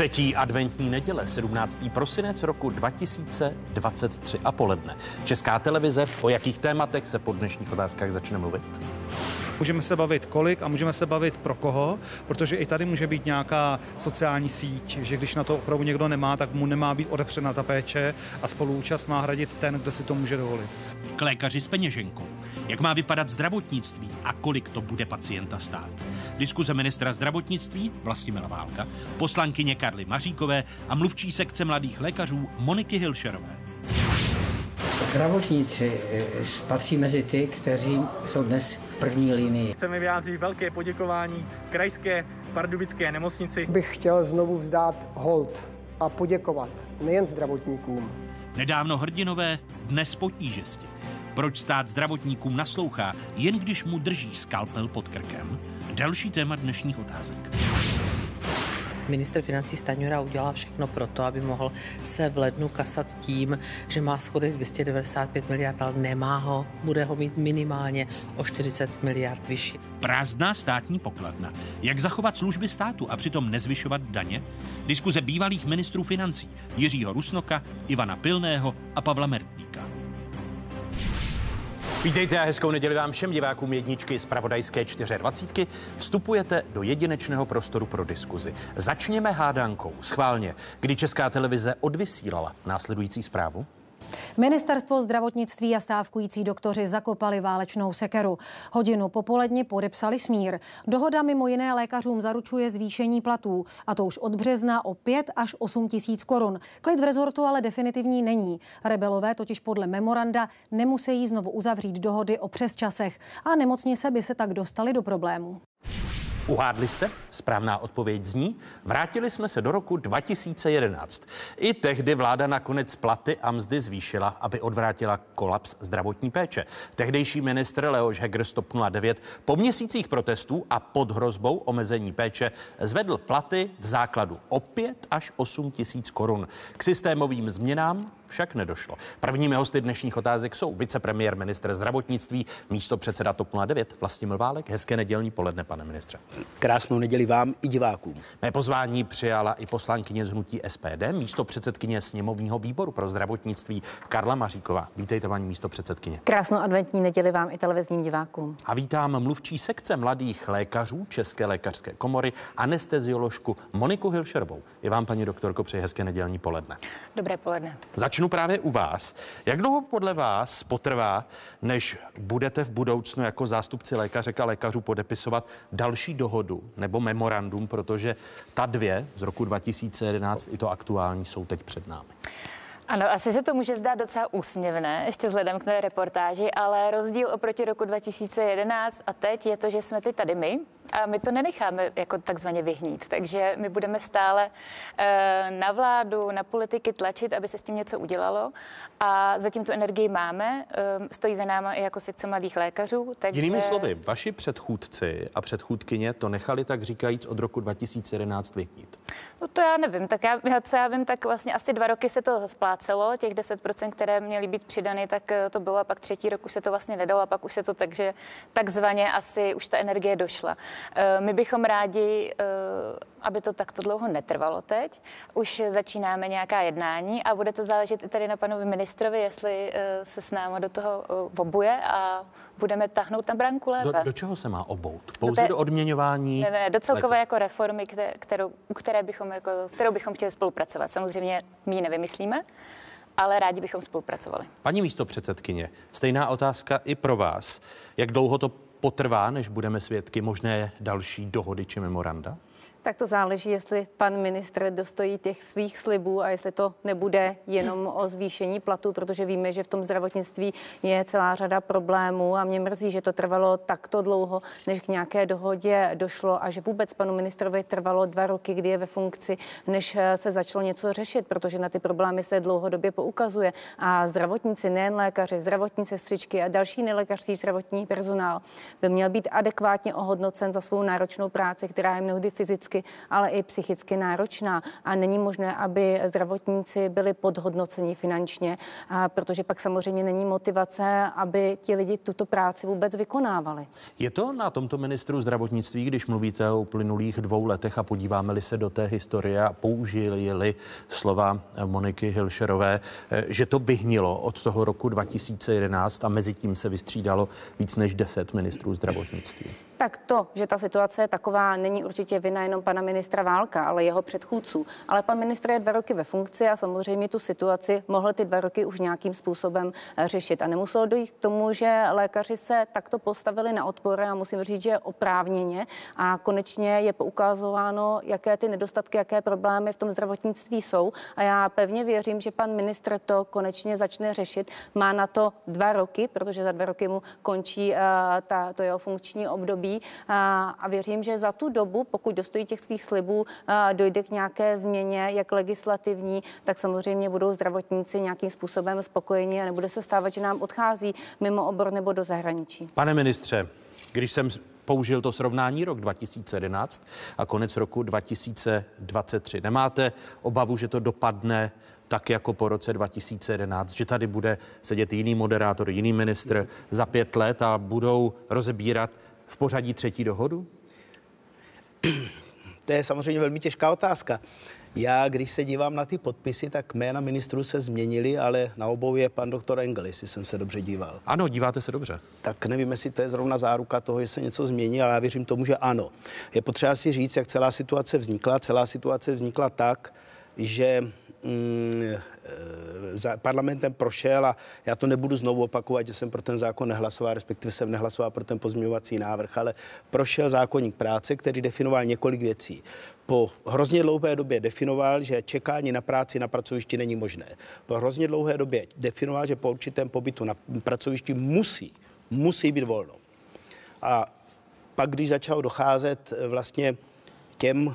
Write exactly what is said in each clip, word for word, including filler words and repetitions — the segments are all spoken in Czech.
Třetí adventní neděle, sedmnáctý prosinec roku dva tisíce dvacet tři a poledne. Česká televize, o jakých tématech se po dnešních otázkách začne mluvit? Můžeme se bavit kolik a můžeme se bavit pro koho, protože i tady může být nějaká sociální síť, že když na to opravdu někdo nemá, tak mu nemá být odepřena ta péče a spoluúčast má hradit ten, kdo si to může dovolit. K lékaři s peněženkou. Jak má vypadat zdravotnictví a kolik to bude pacienta stát? Diskuze ministra zdravotnictví Vlastimila Válka, poslankyně Karly Maříkové a mluvčí sekce mladých lékařů Moniky Hilšerové. Zdravotníci patří mezi ty, kteří jsou dnes v první linii. Chceme vyjádřit velké poděkování krajské pardubické nemocnici. Bych chtěl znovu vzdát hold a poděkovat nejen zdravotníkům. Nedávno hrdinové, dnes potížesti. Proč stát zdravotníkům naslouchá, jen když mu drží skalpel pod krkem? Další téma dnešních otázek. Ministr financí Stanjura udělal všechno pro to, aby mohl se v lednu kasat tím, že má schodek dvě stě devadesát pět miliard, ale nemá ho, bude ho mít minimálně o čtyřicet miliard vyšší. Prázdná státní pokladna. Jak zachovat služby státu a přitom nezvyšovat daně? Diskuze bývalých ministrů financí Jiřího Rusnoka, Ivana Pilného a Pavla Mertlíka. Vítejte a hezkou neděli vám všem divákům jedničky z Pravodajské dvacet čtyři. Vstupujete do jedinečného prostoru pro diskuzi. Začněme hádankou. Schválně, kdy Česká televize odvysílala následující zprávu. Ministerstvo zdravotnictví a stávkující doktoři zakopali válečnou sekeru. Hodinu popoledni podepsali smír. Dohoda mimo jiné lékařům zaručuje zvýšení platů, a to už od března o pět až osm tisíc korun. Klid v rezortu ale definitivní není. Rebelové totiž podle memoranda nemusí znovu uzavřít dohody o přesčasech a nemocnice by se tak dostaly do problémů. Uhádli jste? Správná odpověď zní: vrátili jsme se do roku dva tisíce jedenáct. I tehdy vláda nakonec platy a mzdy zvýšila, aby odvrátila kolaps zdravotní péče. Tehdejší ministr Leoš Heger z TOP nula devět po měsících protestů a pod hrozbou omezení péče zvedl platy v základu o pět až osm tisíc korun. K systémovým změnám však nedošlo. Prvními hosty dnešních otázek jsou vicepremiér, ministr zdravotnictví, místopředseda TOP nula devět Vlastimil Válek. Hezké nedělní poledne, pane ministře. Krásnou neděli vám i divákům. Mé pozvání přijala i poslankyně z hnutí S P D, místopředsedkyně sněmovního výboru pro zdravotnictví Karla Maříková. Vítejte, paní místopředsedkyně. Krásnou adventní neděli vám i televizním divákům. A vítám mluvčí sekce mladých lékařů České lékařské komory, anestezioložku Moniku Hilšerovou. I vám, paní doktorko, přeji hezké nedělní poledne. Dobré poledne. Začnu právě u vás. Jak dlouho podle vás potrvá, než budete v budoucnu jako zástupci lékařek a lékařů podepisovat další dohodu nebo memorandum, protože ta dvě z roku dva tisíce jedenáct i to aktuální jsou teď před námi? Ano, asi se to může zdát docela úsměvné, ještě vzhledem k té reportáži, ale rozdíl oproti roku dva tisíce jedenáct a teď je to, že jsme teď tady my a my to nenecháme jako takzvaně vyhnít. Takže my budeme stále e, na vládu, na politiky tlačit, aby se s tím něco udělalo a zatím tu energii máme, e, stojí za náma i jako sekce mladých lékařů. Takže... Jinými slovy, vaši předchůdci a předchůdkyně to nechali, tak říkajíc, od roku dva tisíce jedenáct vyhnít. No to já nevím, tak já, co já vím, tak vlastně asi dva roky se to splácelo, těch deset procent, které měly být přidány, tak to bylo a pak třetí rok už se to vlastně nedalo a pak už se to takže takzvaně asi už ta energie došla. My bychom rádi, aby to takto dlouho netrvalo teď. Už začínáme nějaká jednání a bude to záležet i tady na panu ministrovi, jestli se s námi do toho obuje a budeme tahnout na branku lépe. Do, do čeho se má obout? Pouze do, té, do odměňování? Ne, ne, do celkové jako reformy, kterou, které bychom jako, s kterou bychom chtěli spolupracovat. Samozřejmě my ji nevymyslíme, ale rádi bychom spolupracovali. Paní místopředsedkyně, stejná otázka i pro vás. Jak dlouho to potrvá, než budeme svědky možné další dohody či memoranda? Tak to záleží, jestli pan ministr dostojí těch svých slibů a jestli to nebude jenom o zvýšení platu, protože víme, že v tom zdravotnictví je celá řada problémů a mě mrzí, že to trvalo takto dlouho, než k nějaké dohodě došlo a že vůbec panu ministrovi trvalo dva roky, kdy je ve funkci, než se začalo něco řešit, protože na ty problémy se dlouhodobě poukazuje a zdravotníci, nejen lékaři, zdravotní sestřičky a další nelékařský zdravotní personál by měl být adekvátně ohodnocen za svou náročnou práci, která je mnohdy fyzicky fyzicky, ale i psychicky náročná a není možné, aby zdravotníci byli podhodnoceni finančně, a protože pak samozřejmě není motivace, aby ti lidi tuto práci vůbec vykonávali. Je to na tomto ministru zdravotnictví, když mluvíte o uplynulých dvou letech a podíváme-li se do té historie a použili-li slova Moniky Hilšerové, že to vyhnilo od toho roku dva tisíce jedenáct a mezi tím se vystřídalo víc než deset ministrů zdravotnictví? Tak to, že ta situace je taková, není určitě vina jenom pana ministra Válka, ale jeho předchůdců. Ale pan ministr je dva roky ve funkci a samozřejmě tu situaci mohl ty dva roky už nějakým způsobem řešit. A nemuselo dojít k tomu, že lékaři se takto postavili na odpor a musím říct, že oprávněně. A konečně je poukázováno, jaké ty nedostatky, jaké problémy v tom zdravotnictví jsou. A já pevně věřím, že pan ministr to konečně začne řešit. Má na to dva roky, protože za dva roky mu končí uh, ta, to jeho funkční období. A, a věřím, že za tu dobu, pokud dostojí těch svých slibů, a, dojde k nějaké změně, jak legislativní, tak samozřejmě budou zdravotníci nějakým způsobem spokojení a nebude se stávat, že nám odchází mimo obor nebo do zahraničí. Pane ministře, když jsem použil to srovnání rok dva tisíce jedenáct a konec roku dva tisíce dvacet tři, nemáte obavu, že to dopadne tak jako po roce dva tisíce jedenáct, že tady bude sedět jiný moderátor, jiný ministr za pět let a budou rozebírat v pořadí třetí dohodu? To je samozřejmě velmi těžká otázka. Já, když se dívám na ty podpisy, tak jména ministrů se změnily, ale na obou je pan doktor Engel, jestli jsem se dobře díval. Ano, díváte se dobře. Tak nevím, jestli to je zrovna záruka toho, že se něco změní, ale já věřím tomu, že ano. Je potřeba si říct, jak celá situace vznikla. Celá situace vznikla tak, že mm, za parlamentem prošel, a já to nebudu znovu opakovat, že jsem pro ten zákon nehlasoval, respektive jsem nehlasoval pro ten pozměňovací návrh, ale prošel zákoník práce, který definoval několik věcí. Po hrozně dlouhé době definoval, že čekání na práci na pracovišti není možné. Po hrozně dlouhé době definoval, že po určitém pobytu na pracovišti musí, musí být volno. A pak, když začalo docházet vlastně těm,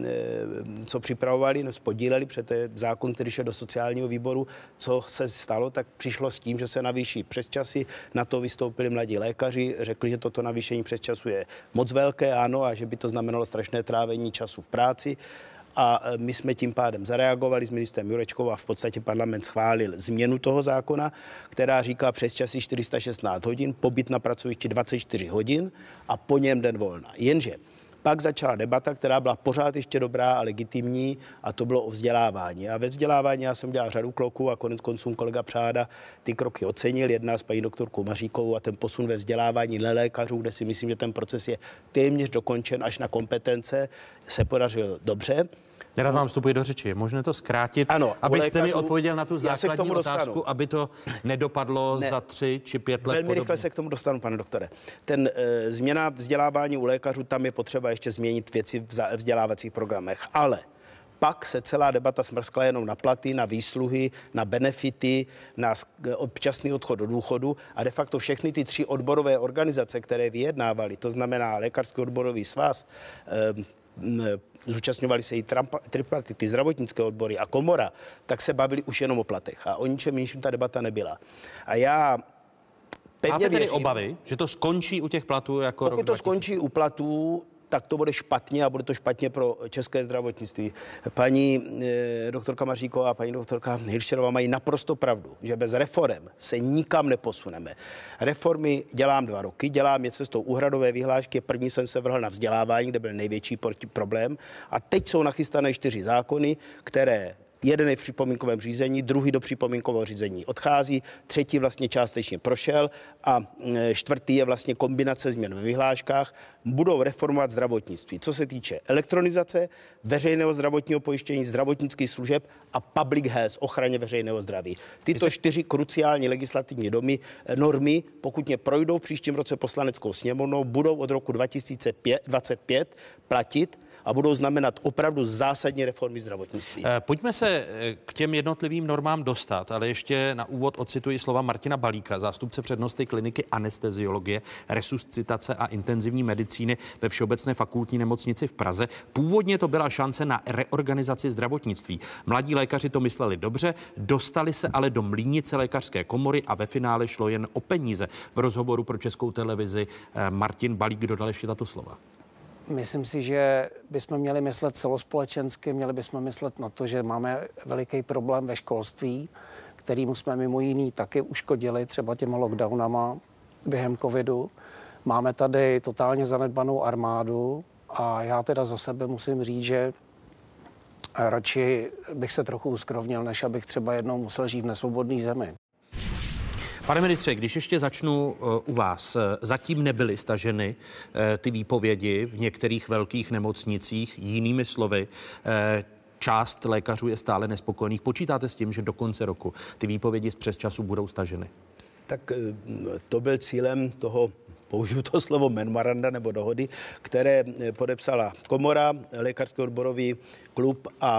co připravovali, no, spodíleli, protože to je zákon, který šel do sociálního výboru, co se stalo, tak přišlo s tím, že se navýší přesčasy. Na to vystoupili mladí lékaři, řekli, že toto navýšení přesčasu je moc velké, ano, a že by to znamenalo strašné trávení času v práci. A my jsme tím pádem zareagovali s ministrem Jurečkou a v podstatě parlament schválil změnu toho zákona, která říká přesčasy čtyři sta šestnáct hodin, pobyt na pracovišti dvacet čtyři hodin a po něm den volna. Jenže pak začala debata, která byla pořád ještě dobrá a legitimní, a to bylo o vzdělávání. A ve vzdělávání já jsem dělal řadu kroků a konec konců kolega Přáda ty kroky ocenil, jedná s paní doktorkou Maříkovou, a ten posun ve vzdělávání nelékařů, kde si myslím, že ten proces je téměř dokončen až na kompetence, se podařil dobře. Nerad vám vstupuji do řeči. Je možné to zkrátit, ano, abyste lékařů, mi odpověděl na tu základní otázku, dostanu. Aby to nedopadlo ne. za tři či pět let. Velmi podobně. rychle se k tomu dostanu, pane doktore. Ten e, změna vzdělávání u lékařů, tam je potřeba ještě změnit věci v vzdělávacích programech. Ale pak se celá debata smrskla jenom na platy, na výsluhy, na benefity, na občasný odchod do důchodu, a de facto všechny ty tři odborové organizace, které vyjednávaly, to znamená Lékařský odborový svaz, e, zúčastňovali se i tripartity, zdravotnické odbory a komora, tak se bavili už jenom o platech a o ničem jiným ta debata nebyla. A já pevně Máte tedy věřím, obavy, že to skončí u těch platů jako pokud rok to dva tisíce? skončí u platů, tak to bude špatně a bude to špatně pro české zdravotnictví. Paní e, doktorka Maříková a paní doktorka Hilšerová mají naprosto pravdu, že bez reforem se nikam neposuneme. Reformy dělám dva roky, dělám je cestou úhradové vyhlášky. První jsem se vrhl na vzdělávání, kde byl největší problém, a teď jsou nachystané čtyři zákony, které jeden je v připomínkovém řízení, druhý do připomínkového řízení odchází, třetí vlastně částečně prošel a čtvrtý je vlastně kombinace změn ve vyhláškách. Budou reformovat zdravotnictví. Co se týče elektronizace, veřejného zdravotního pojištění, zdravotnických služeb a public health, ochraně veřejného zdraví. Tyto čtyři kruciální legislativní domy, normy, pokud mě projdou v příštím roce poslaneckou sněmovnou, budou od roku dva tisíce dvacet pět platit a budou znamenat opravdu zásadní reformy zdravotnictví. Pojďme se k těm jednotlivým normám dostat, ale ještě na úvod ocituji slova Martina Balíka, zástupce přednosty kliniky anesteziologie, resuscitace a intenzivní medicíny ve Všeobecné fakultní nemocnici v Praze. Původně to byla šance na reorganizaci zdravotnictví. Mladí lékaři to mysleli dobře, dostali se ale do mlýnice lékařské komory a ve finále šlo jen o peníze. V rozhovoru pro Českou televizi Martin Balík dodal ještě tato slova. Myslím si, že bychom měli myslet celospolečensky, měli bychom myslet na to, že máme veliký problém ve školství, kterýmu jsme mimo jiný taky uškodili třeba těma lockdownama během covidu. Máme tady totálně zanedbanou armádu a já teda za sebe musím říct, že radši bych se trochu uskrovnil, než abych třeba jednou musel žít v nesvobodné zemi. Pane ministře, když ještě začnu u vás, zatím nebyly staženy ty výpovědi v některých velkých nemocnicích, jinými slovy, část lékařů je stále nespokojených. Počítáte s tím, že do konce roku ty výpovědi z přesčasu budou staženy? Tak to byl cílem toho, použiju to slovo memoranda nebo dohody, které podepsala Komora, Lékařský odborový klub a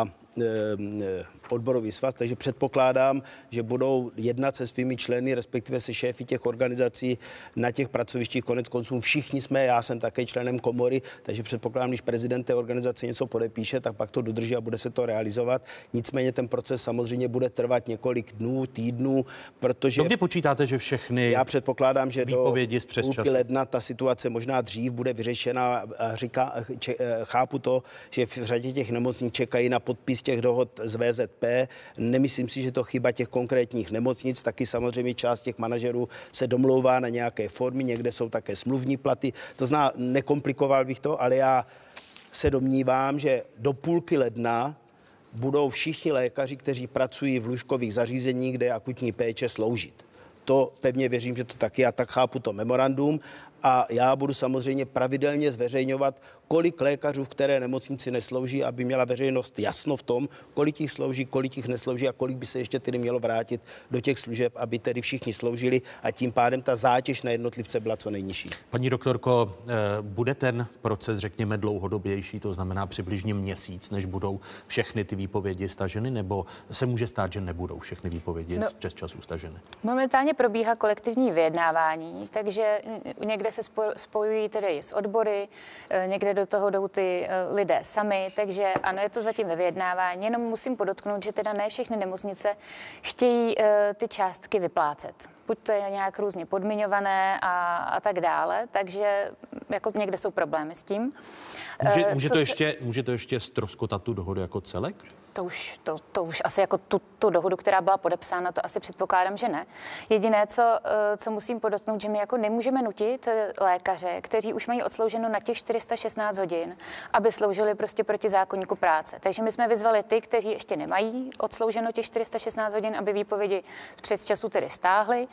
odborový svaz, takže předpokládám, že budou jednat se svými členy, respektive se šéfy těch organizací na těch pracovištích. Konec konců všichni jsme, já jsem také členem komory, takže předpokládám, když prezident té organizace něco podepíše, tak pak to dodrží a bude se to realizovat. Nicméně ten proces samozřejmě bude trvat několik dnů, týdnů, protože... Kdy počítáte, že všechny Já předpokládám, že do půlky ledna ta situace možná dřív bude vyřešena. Říká, če, chápu to, že v řadě těch nemocnic čekají na podpis těch dohod z V Z P. Nemyslím si, že to chyba těch konkrétních nemocnic, taky samozřejmě část těch manažerů se domlouvá na nějaké formy, někde jsou také smluvní platy. To znamená, nekomplikoval bych to, ale já se domnívám, že do půlky ledna budou všichni lékaři, kteří pracují v lůžkových zařízeních, kde akutní péče, sloužit. To pevně věřím, že to taky, já tak chápu to memorandum a já budu samozřejmě pravidelně zveřejňovat, kolik lékařů v které nemocnici neslouží, aby měla veřejnost jasno v tom, kolik jich slouží, kolik jich neslouží a kolik by se ještě tedy mělo vrátit do těch služeb, aby tedy všichni sloužili a tím pádem ta zátěž na jednotlivce byla co nejnižší. Paní doktorko, bude ten proces, řekněme, dlouhodobější, to znamená přibližně měsíc, než budou všechny ty výpovědi staženy, nebo se může stát, že nebudou všechny výpovědi no, z přesčasů staženy? Momentálně probíhá kolektivní vyjednávání, takže někde se spojují tedy s odbory, někde do toho jdou ty lidé sami, takže ano, je to zatím ve vyjednávání. Jenom musím podotknout, že teda ne všechny nemocnice chtějí ty částky vyplácet. Buď to je nějak různě podmiňované a, a tak dále, takže jako někde jsou problémy s tím. Může, může, to, ještě, se... může to ještě ztroskotat tu dohodu jako celek? To už, to, to už asi jako tu, tu dohodu, která byla podepsána, to asi předpokládám, že ne. Jediné, co, co musím podotknout, že my jako nemůžeme nutit lékaře, kteří už mají odslouženo na těch čtyři sta šestnáct hodin, aby sloužili prostě proti zákoníku práce. Takže my jsme vyzvali ty, kteří ještě nemají odslouženo těch čtyři sta šestnáct hodin, aby výpovědi z přesčasu tedy stáhly.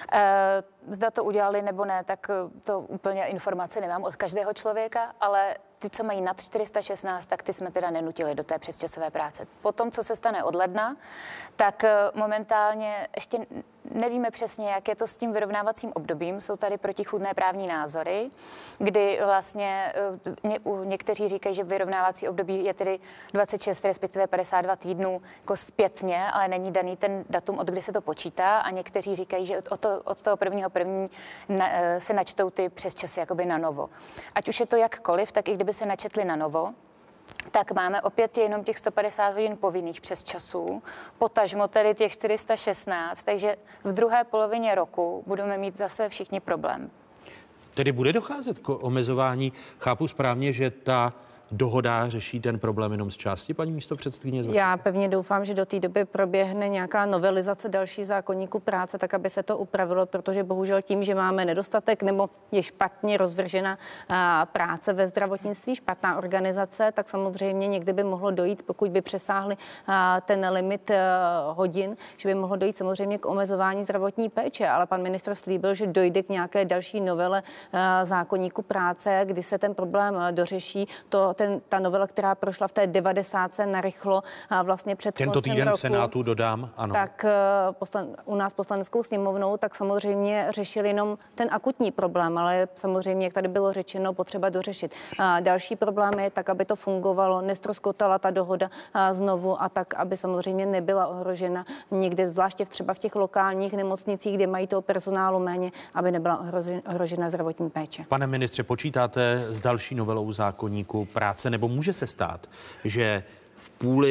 Zda to udělali nebo ne, tak to úplně informace nemám od každého člověka, ale ty, co mají nad čtyři sta šestnáct, tak ty jsme teda nenutili do té přesčasové práce. Potom, co se stane od ledna, tak momentálně ještě nevíme přesně, jak je to s tím vyrovnávacím obdobím. Jsou tady protichůdné právní názory, kdy vlastně ně, někteří říkají, že vyrovnávací období je tedy dvacet šest, respektive padesát dva týdnů jako zpětně, ale není daný ten datum, od kdy se to počítá. A někteří říkají, že od, to, od toho prvního první na, se načtou ty přesčasy jakoby na novo. Ať už je to jakkoliv, tak i kdyby se načetli na novo, tak máme opět jenom těch sto padesát hodin povinných přes časů, potažmo tedy těch čtyři sta šestnáct, takže v druhé polovině roku budeme mít zase všichni problém. Tedy bude docházet k omezování? Chápu správně, že ta dohoda řeší ten problém jenom z části, paní místopředsedkyně? Já pevně doufám, že do té doby proběhne nějaká novelizace další zákoníku práce, tak aby se to upravilo, protože bohužel tím, že máme nedostatek nebo je špatně rozvržena práce ve zdravotnictví, špatná organizace, tak samozřejmě někdy by mohlo dojít, pokud by přesáhli ten limit hodin, že by mohlo dojít samozřejmě k omezování zdravotní péče, ale pan ministr slíbil, že dojde k nějaké další novele zákoníku práce, kdy se ten problém dořeší. To Ten, ta novela, která prošla v té devadesátce narychlo a vlastně před Tento týden roku, v Senátu dodám, ano. Tak poslan, u nás poslaneckou sněmovnou, tak samozřejmě řešili jenom ten akutní problém, ale samozřejmě, jak tady bylo řečeno, potřeba dořešit. A další problém je tak, aby to fungovalo, nestroskotala ta dohoda a znovu a tak, aby samozřejmě nebyla ohrožena někde, zvláště třeba v těch lokálních nemocnicích, kde mají toho personálu méně, aby nebyla ohrožena zdravotní péče. Pane ministře, počítáte s další novelou zákoníku práce, nebo může se stát, že v půli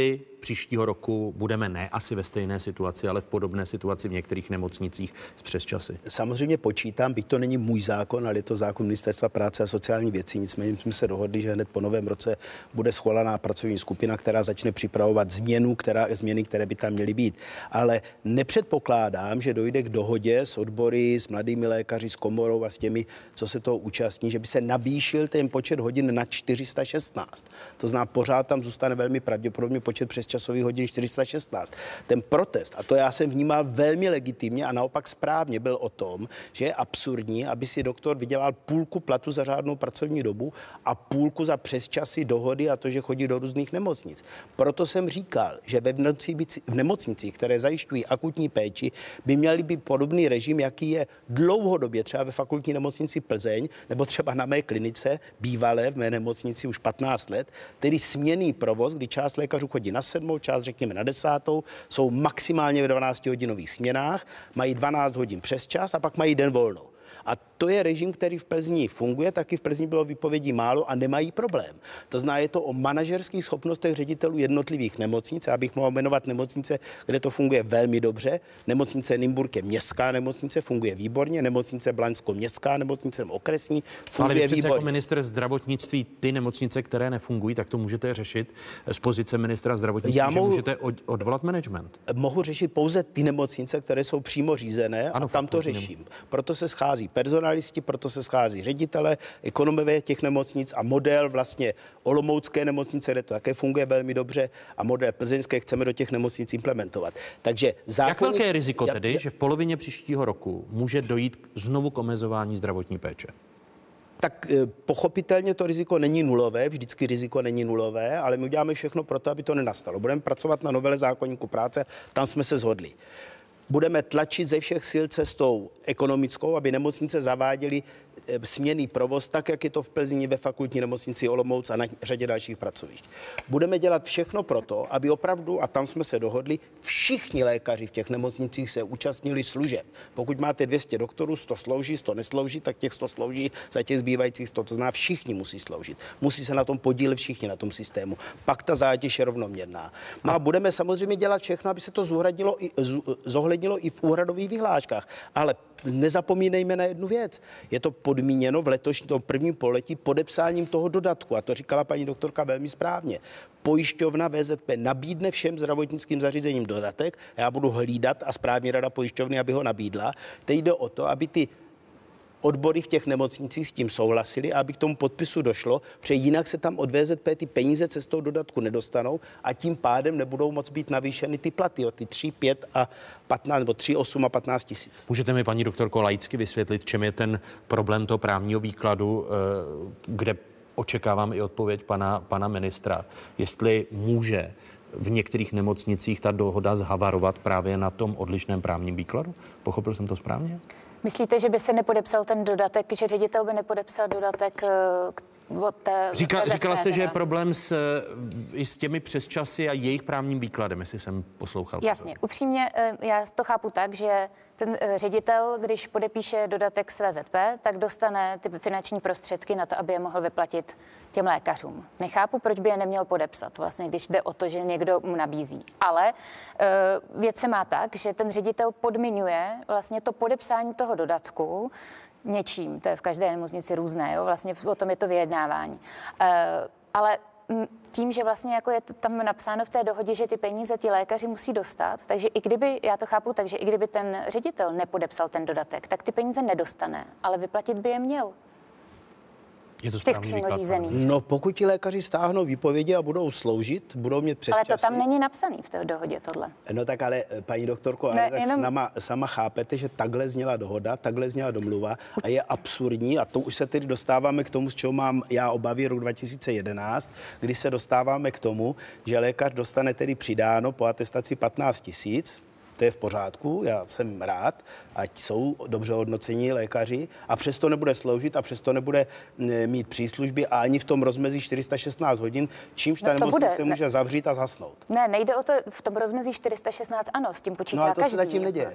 příštího roku budeme ne asi ve stejné situaci, ale v podobné situaci v některých nemocnicích s přesčasy? Samozřejmě počítám, byť to není můj zákon, ale je to zákon Ministerstva práce a sociální věcí. Nicméně jsme se dohodli, že hned po novém roce bude schválená pracovní skupina, která začne připravovat změnu, která, změny, které by tam měly být. Ale nepředpokládám, že dojde k dohodě s odbory, s mladými lékaři, s komorou a s těmi, co se toho účastní, že by se navýšil ten počet hodin na čtyři sta šestnáct. To znamená, pořád tam zůstane velmi pravděpodobně počet přesčasových hodin čtyři sta šestnáct. Ten protest, a to já jsem vnímal velmi legitimně a naopak správně, byl o tom, že je absurdní, aby si doktor vydělal půlku platu za řádnou pracovní dobu a půlku za přesčasy, dohody a to, že chodí do různých nemocnic. Proto jsem říkal, že ve v nemocnicích, které zajišťují akutní péči, by měly být podobný režim, jaký je dlouhodobě třeba ve fakultní nemocnici Plzeň, nebo třeba na mé klinice, bývalé v mé nemocnici už patnáct let, tedy směnný provoz, kdy část lékařů chodí na sedmou, část řekněme na desátou, jsou maximálně ve dvanáctihodinových směnách, mají dvanáct hodin přes čas a pak mají den volno. A to je režim, který v Plzni funguje, taky v Plzni bylo výpovědí málo a nemají problém. To znamená, je to o manažerských schopnostech ředitelů jednotlivých nemocnic. Já bych mohl jmenovat nemocnice, kde to funguje velmi dobře. Nemocnice Nymburk je městská nemocnice, funguje výborně. Nemocnice Blaňsko městská nemocnice, okresní, funguje Ale vy výborně. jako ministr zdravotnictví ty nemocnice, které nefungují, tak to můžete řešit z pozice ministra zdravotnictví, Já mohu, že můžete odvolat management. Mohu řešit pouze ty nemocnice, které jsou přímo řízené, ano, a tam to řeším. Nem... Proto se schází personalisti, proto se schází ředitele, ekonomové těch nemocnic a model vlastně olomoucké nemocnice, kde to také funguje velmi dobře, a model plzeňské chceme do těch nemocnic implementovat. Takže zákon... Jak velké je riziko tedy, že v polovině příštího roku může dojít znovu k omezování zdravotní péče? Tak pochopitelně to riziko není nulové, vždycky riziko není nulové, ale my uděláme všechno pro to, aby to nenastalo. Budeme pracovat na novele zákoníku práce, tam jsme se shodli. Budeme tlačit ze všech sil cestou ekonomickou, aby nemocnice zaváděly směnný provoz, tak, jak je to v Plzni ve fakultní nemocnici Olomouc a na řadě dalších pracovišť. Budeme dělat všechno proto, aby opravdu, a tam jsme se dohodli, všichni lékaři v těch nemocnicích se účastnili služeb. Pokud máte dvě stě doktorů, sto slouží, sto neslouží, tak těch sto slouží, za těch zbývajících sto, to znamená, všichni musí sloužit. Musí se na tom podílet všichni na tom systému. Pak ta zátěž je rovnoměrná. No a budeme samozřejmě dělat všechno, aby se to zohlednilo i, zohlednilo i v úhradových vyhláškách. Ale nezapomínejme na jednu věc. Je to podmíněno v letošním prvním poletí podepsáním toho dodatku. A to říkala paní doktorka velmi správně. Pojišťovna V Z P nabídne všem zdravotnickým zařízením dodatek. Já budu hlídat a správní rada pojišťovny, aby ho nabídla. Teď jde o to, aby ty odbory v těch nemocnicích s tím souhlasili a aby k tomu podpisu došlo, protože jinak se tam od V Z P ty peníze cestou dodatku nedostanou a tím pádem nebudou moc být navýšeny ty platy o ty tři, pět a patnáct, nebo tři, osm a patnáct tisíc. Můžete mi, paní doktorko, laicky vysvětlit, v čem je ten problém toho právního výkladu, kde očekávám i odpověď pana, pana ministra, jestli může v některých nemocnicích ta dohoda zhavarovat právě na tom odlišném právním výkladu? Pochopil jsem to správně? Myslíte, že by se nepodepsal ten dodatek, že ředitel by nepodepsal dodatek k od té... Říkala, říkala jste, že je problém s, i s těmi přesčasy a jejich právním výkladem, jestli jsem poslouchal. Jasně, upřímně, já to chápu tak, že ten ředitel, když podepíše dodatek s V Z P, tak dostane ty finanční prostředky na to, aby je mohl vyplatit těm lékařům. Nechápu, proč by je neměl podepsat, vlastně, když jde o to, že někdo mu nabízí. Ale uh, věc se má tak, že ten ředitel podmiňuje vlastně to podepsání toho dodatku něčím. To je v každé nemocnici různé, jo? Vlastně o tom je to vyjednávání. Uh, ale tím, že vlastně jako je to tam napsáno v té dohodě, že ty peníze ti lékaři musí dostat, takže i kdyby, já to chápu tak, že i kdyby ten ředitel nepodepsal ten dodatek, tak ty peníze nedostane, ale vyplatit by je měl. Je to správný výklad? No, pokud ti lékaři stáhnou výpovědi a budou sloužit, budou mít přesčasy. Ale to tam není napsaný v té dohodě tohle. No tak ale, paní doktorko, ale ne, tak jenom... s náma, sama chápete, že takhle zněla dohoda, takhle zněla domluva a je absurdní, a to už se tedy dostáváme k tomu, z čeho mám já obavy rok dva tisíce jedenáct, kdy se dostáváme k tomu, že lékař dostane tedy přidáno po atestaci patnáct tisíc, to je v pořádku, já jsem rád, ať jsou dobře hodnocení lékaři, a přesto nebude sloužit a přesto nebude mít příslužby a ani v tom rozmezí čtyři sta šestnáct hodin, čímž ta no nemocnice se může zavřít a zhasnout. Ne, nejde o to v tom rozmezí čtyři sta šestnáct, ano, s tím počítá každý. No ale to každý, se zatím neděje.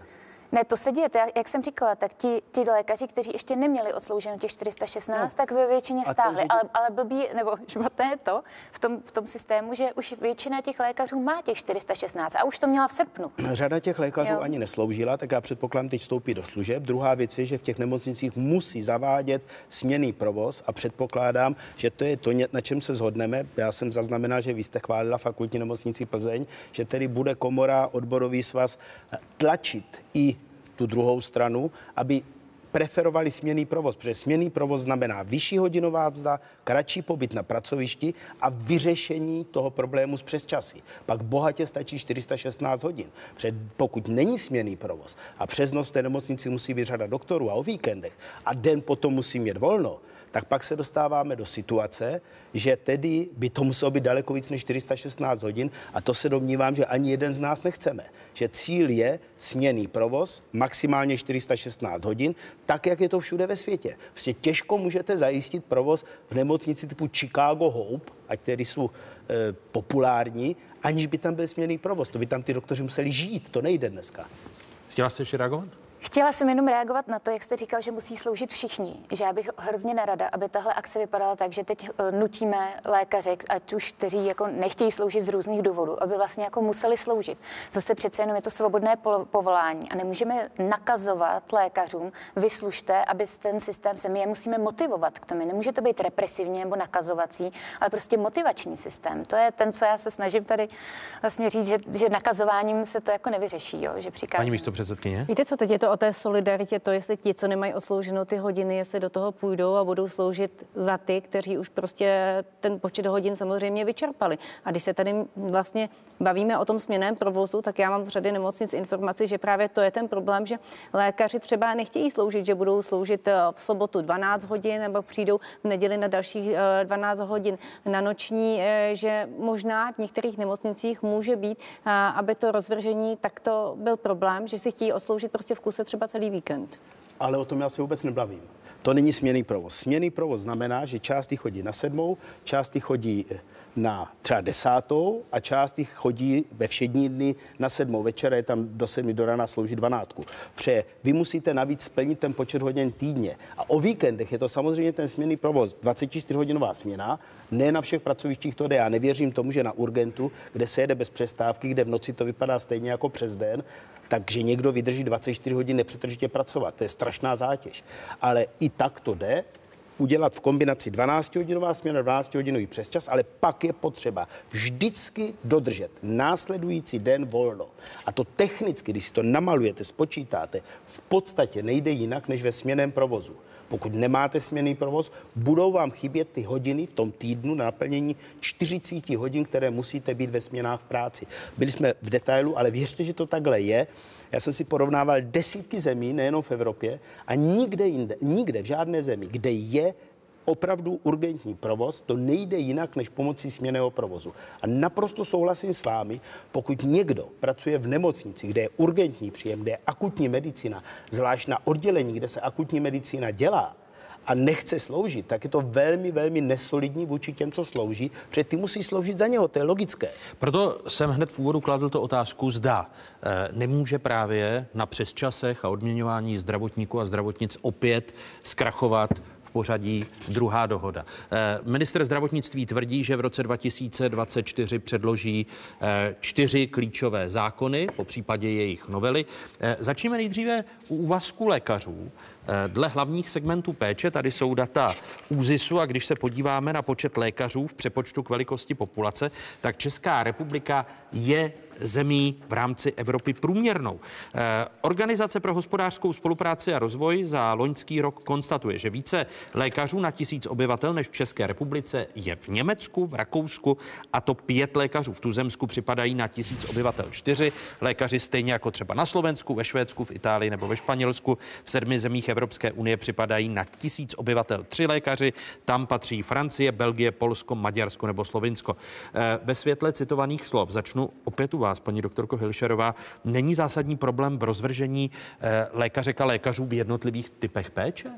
Ne, to se děje, to jak, jak jsem říkala, tak ti, ti lékaři, kteří ještě neměli odslouženo těch čtyři sta šestnáct, no. tak ve většině stáhli, ale, ale blbý, nebo špatné je to v tom, v tom systému, že už většina těch lékařů má těch čtyři sta šestnáct a už to měla v srpnu. Řada těch lékařů jo. ani nesloužila, tak já předpokládám, teď vstoupí do služeb. Druhá věc je, že v těch nemocnicích musí zavádět směnný provoz a předpokládám, že to je to, na čem se shodneme. Já jsem zaznamenal, že vy jste chválila fakultní nemocnici Plzeň, že tedy bude komora, odborový svaz tlačit i tu druhou stranu, aby preferovali směnný provoz, protože směnný provoz znamená vyšší hodinová mzda, kratší pobyt na pracovišti a vyřešení toho problému s přesčasy. Pak bohatě stačí čtyři sta šestnáct hodin. Protože pokud není směnný provoz a přes noc v té nemocnici musí být řada doktorů a o víkendech a den potom musí mít volno, tak pak se dostáváme do situace, že tedy by to muselo být daleko víc než čtyři sta šestnáct hodin a to se domnívám, že ani jeden z nás nechceme. Že cíl je směnný provoz, maximálně čtyři sta šestnáct hodin, tak, jak je to všude ve světě. Prostě těžko můžete zajistit provoz v nemocnici typu Chicago Hope, ať tedy jsou e, populární, aniž by tam byl směnný provoz. To by tam ty doktoři museli žít, to nejde dneska. Chtěla jste ještě reagovat? Chtěla jsem jenom reagovat na to, jak jste říkal, že musí sloužit všichni. Že já bych hrozně nerada, aby tahle akce vypadala tak, že teď nutíme lékaře, ať už kteří jako nechtějí sloužit z různých důvodů, aby vlastně jako museli sloužit. Zase přece jenom je to svobodné povolání a nemůžeme nakazovat lékařům, vyslužte, aby ten systém se my je musíme motivovat k tomu. Nemůže to být represivní nebo nakazovací, ale prostě motivační systém. To je ten, co já se snažím tady vlastně říct, že, že nakazováním se to jako nevyřeší, jo, že přikážeme. Paní místopředsedkyně. Víte, co teď je to o té solidaritě, to jestli ti, co nemají odslouženo ty hodiny, jestli do toho půjdou a budou sloužit za ty, kteří už prostě ten počet hodin samozřejmě vyčerpali. A když se tady vlastně bavíme o tom směnném provozu, tak já mám z řady nemocnic informaci, že právě to je ten problém, že lékaři třeba nechtějí sloužit, že budou sloužit v sobotu dvanáct hodin nebo přijdou v neděli na dalších dvanáct hodin na noční, že možná v některých nemocnicích může být, aby to rozvržení takto byl problém, že si chtějí odsloužit prostě v kuse třeba celý víkend. Ale o tom já se vůbec nebavím. To není směnný provoz. Směnný provoz znamená, že část jich chodí na sedmou, část jich chodí na třeba desátou a část jich chodí ve všední dny na sedmou večera, je tam do sedmi do rána slouží dvanáctku. Pře vy musíte navíc splnit ten počet hodin týdně. A o víkendech je to samozřejmě ten směnný provoz, dvacetičtyřhodinová směna, ne na všech pracovištích to jde. Já nevěřím tomu, že na urgentu, kde se jede bez přestávky, kde v noci to vypadá stejně jako přes den, takže někdo vydrží dvacet čtyři hodin nepřetržitě pracovat. To je strašná zátěž. Ale i tak to jde udělat v kombinaci dvanáctihodinová směna, dvanáctihodinový přesčas, ale pak je potřeba vždycky dodržet následující den volno. A to technicky, když si to namalujete, spočítáte, v podstatě nejde jinak než ve směnném provozu. Pokud nemáte směnný provoz, budou vám chybět ty hodiny v tom týdnu na naplnění čtyřicet hodin, které musíte být ve směnách v práci. Byli jsme v detailu, ale věřte, že to takhle je. Já jsem si porovnával desítky zemí, nejenom v Evropě, a nikde jinde, nikde v žádné zemi, kde je opravdu urgentní provoz, to nejde jinak než pomocí směnného provozu. A naprosto souhlasím s vámi, pokud někdo pracuje v nemocnici, kde je urgentní příjem, kde je akutní medicína, zvlášť na oddělení, kde se akutní medicína dělá, a nechce sloužit, tak je to velmi, velmi nesolidní vůči těm, co slouží, protože ty musí sloužit za něho, to je logické. Proto jsem hned v úvodu kladl to otázku, zda e, nemůže právě na přesčasech a odměňování zdravotníků a zdravotnic opět zkrachovat v pořadí druhá dohoda. E, ministr zdravotnictví tvrdí, že v roce dva tisíce dvacet čtyři předloží e, čtyři klíčové zákony, po případě jejich novely. E, začneme nejdříve u úvazku lékařů. Dle hlavních segmentů péče, tady jsou data ÚZISu, a když se podíváme na počet lékařů v přepočtu k velikosti populace, tak Česká republika je zemí v rámci Evropy průměrnou. Organizace pro hospodářskou spolupráci a rozvoj za loňský rok konstatuje, že více lékařů na tisíc obyvatel než v České republice je v Německu, v Rakousku, a to pět lékařů. V tuzemsku připadají na tisíc obyvatel čtyři lékaři, stejně jako třeba na Slovensku, ve Švédsku, v Itálii nebo ve Španělsku. V sedmi zemích Evropské unie připadají na tisíc obyvatel tři lékaři. Tam patří Francie, Belgie, Polsko, Maďarsko nebo Slovinsko. Ve světle citovaných slov začnu opět u vás, paní doktorko Hilšerová. Není zásadní problém v rozvržení lékařek a lékařů v jednotlivých typech péče?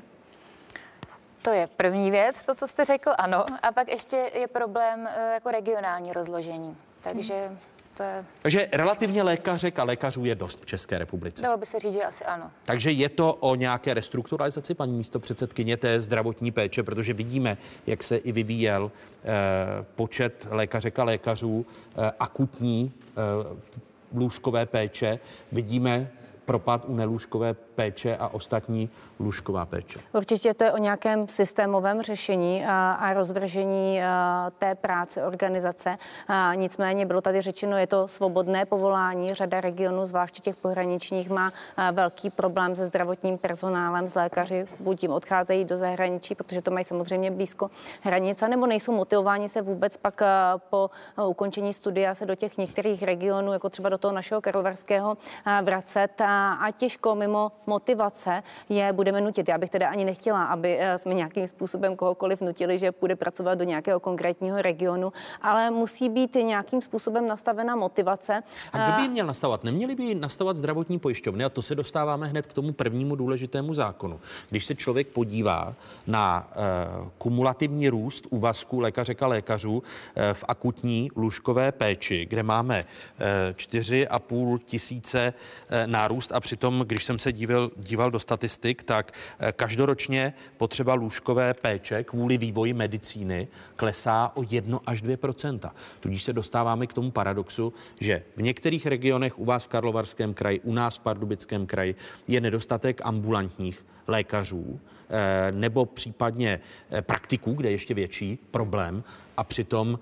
To je první věc, to, co jste řekl, ano. A pak ještě je problém jako regionální rozložení. Takže to je... Takže relativně lékařek a lékařů je dost v České republice. Dalo by se říct, že asi ano. Takže je to o nějaké restrukturalizaci, paní místopředsedkyně, té zdravotní péče, protože vidíme, jak se i vyvíjel eh, počet lékařek a lékařů eh, akutní eh, lůžkové péče. Vidíme propad u nelůžkové péče a ostatní lůžková péče. Určitě to je o nějakém systémovém řešení a, a rozvržení a, té práce, organizace. A nicméně bylo tady řečeno, je to svobodné povolání. Řada regionů, zvláště těch pohraničních, má a, velký problém se zdravotním personálem, s lékaři. Buď jim odcházejí do zahraničí, protože to mají samozřejmě blízko hranice, nebo nejsou motivováni se vůbec pak a, po a, ukončení studia se do těch některých regionů, jako třeba do toho našeho Karlovarského, a, vracet. A, a těžko mimo motivace je budeme nutit. Já bych teda ani nechtěla, aby jsme nějakým způsobem kohokoliv nutili, že půjde pracovat do nějakého konkrétního regionu, ale musí být nějakým způsobem nastavena motivace. A kdo by ji měl nastavovat? Neměli by ji nastavovat zdravotní pojišťovny? A to se dostáváme hned k tomu prvnímu důležitému zákonu. Když se člověk podívá na uh, kumulativní růst úvazků lékařek a lékařů uh, v akutní lůžkové péči, kde máme uh, čtyři a půl tisíce uh, nárůst a přitom, když jsem se díval, díval do statistik, tak každoročně potřeba lůžkové péče kvůli vývoji medicíny klesá o jedno až dvě procenta. Tudíž se dostáváme k tomu paradoxu, že v některých regionech, u vás v Karlovarském kraji, u nás v Pardubickém kraji, je nedostatek ambulantních lékařů nebo případně praktiků, kde je ještě větší problém, a přitom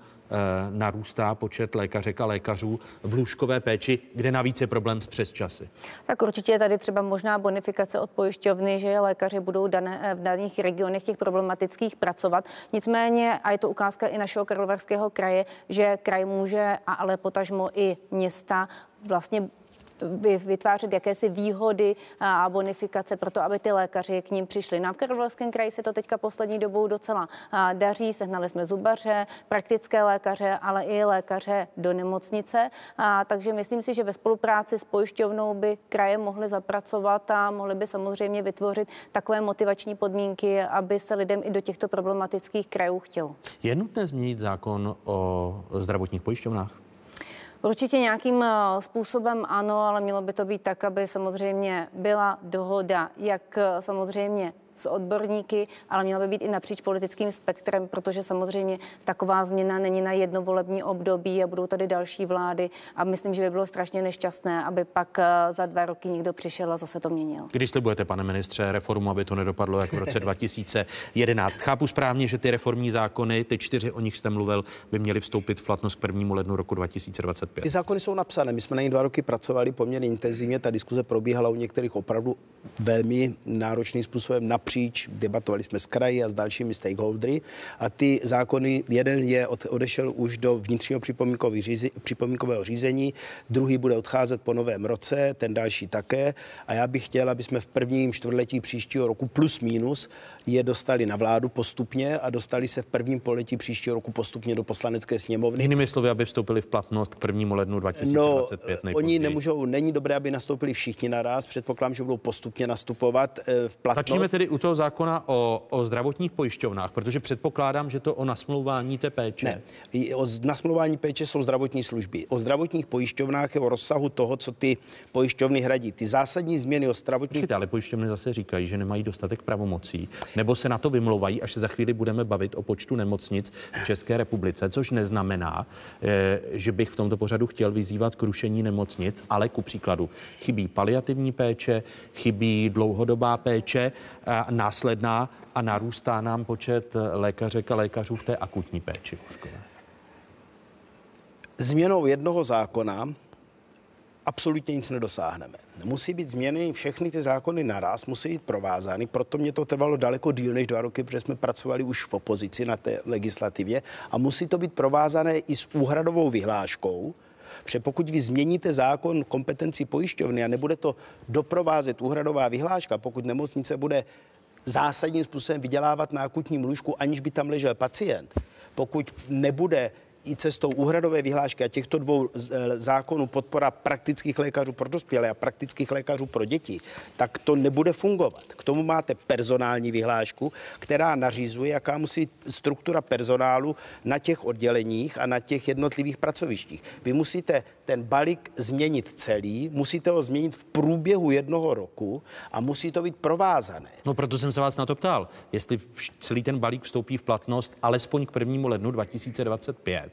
narůstá počet lékařek a lékařů v lůžkové péči, kde navíc je problém s přesčasy. Tak určitě je tady třeba možná bonifikace od pojišťovny, že lékaři budou dané, v daných regionech těch problematických pracovat. Nicméně, a je to ukázka i našeho Karlovarského kraje, že kraj může, ale potažmo i města, vlastně vytvářet jakési výhody a bonifikace pro to, aby ty lékaři k ním přišli. Nám v Karlovarském kraji se to teďka poslední dobou docela daří. Sehnali jsme zubaře, praktické lékaře, ale i lékaře do nemocnice. A takže myslím si, že ve spolupráci s pojišťovnou by kraje mohly zapracovat a mohly by samozřejmě vytvořit takové motivační podmínky, aby se lidem i do těchto problematických krajů chtělo. Je nutné změnit zákon o zdravotních pojišťovnách? Určitě nějakým způsobem ano, ale mělo by to být tak, aby samozřejmě byla dohoda, jak samozřejmě s odborníky, ale měla by být i napříč politickým spektrem, protože samozřejmě taková změna není na jedno volební období a budou tady další vlády a myslím, že by bylo strašně nešťastné, aby pak za dva roky někdo přišel a zase to měnil. Když slibujete, pane ministře, reformu, aby to nedopadlo jak v roce dva tisíce jedenáct. Chápu správně, že ty reformní zákony, ty čtyři, o nich jste mluvil, by měly vstoupit v platnost k prvnímu lednu roku dva tisíce dvacet pět. Ty zákony jsou napsané. My jsme na nich dva roky pracovali poměrně intenzivně. Ta diskuze probíhala u některých opravdu velmi náročným způsobem napříč. Debatovali jsme s kraji a s dalšími stakeholdery a ty zákony, jeden je od, odešel už do vnitřního připomínkového řízení, druhý bude odcházet po novém roce, ten další také a já bych chtěl, aby jsme v prvním čtvrtletí příštího roku plus minus je dostali na vládu postupně a dostali se v prvním poletí příštího roku postupně do poslanecké sněmovny. Jinými slovy, aby vstoupili v platnost k prvnímu lednu dva tisíce dvacet pět. No, oni nemůžou, není dobré, aby nastoupili všichni naraz, předpokládám, že budou postupně nastupovat v platnost. Začneme tedy u toho zákona o, o zdravotních pojišťovnách, protože předpokládám, že to o nasmlouvání té péče. Ne, o nasmlouvání péče jsou zdravotní služby. O zdravotních pojišťovnách je o rozsahu toho, co ty pojišťovny hradí. Ty zásadní změny o zdravotních... Počkejte, ale pojišťovny zase říkají, že nemají dostatek pravomocí, nebo se na to vymlouvají, až se za chvíli budeme bavit o počtu nemocnic v České republice, což neznamená, že bych v tomto pořadu chtěl vyzývat k rušení nemocnic, ale ku příkladu chybí paliativní péče, chybí dlouhodobá péče, následná a narůstá nám počet lékařek a lékařů v té akutní péči. Změnou jednoho zákona absolutně nic nedosáhneme. Musí být změněny všechny ty zákony naraz, musí být provázány, proto mě to trvalo daleko díl než dva roky, protože jsme pracovali už v opozici na té legislativě a musí to být provázané i s úhradovou vyhláškou, protože pokud vy změníte zákon kompetencí pojišťovny a nebude to doprovázet úhradová vyhláška, pokud nemocnice bude zásadním způsobem vydělávat na akutním lůžku, aniž by tam ležel pacient, pokud nebude i cestou úhradové vyhlášky a těchto dvou zákonů podpora praktických lékařů pro dospělé a praktických lékařů pro děti, tak to nebude fungovat. K tomu máte personální vyhlášku, která nařizuje, jaká musí struktura personálu na těch odděleních a na těch jednotlivých pracovištích. Vy musíte ten balík změnit celý, musíte ho změnit v průběhu jednoho roku a musí to být provázané. No proto jsem se vás na to ptal, jestli celý ten balík vstoupí v platnost alespoň k prvnímu lednu dva tisíce dvacet pět,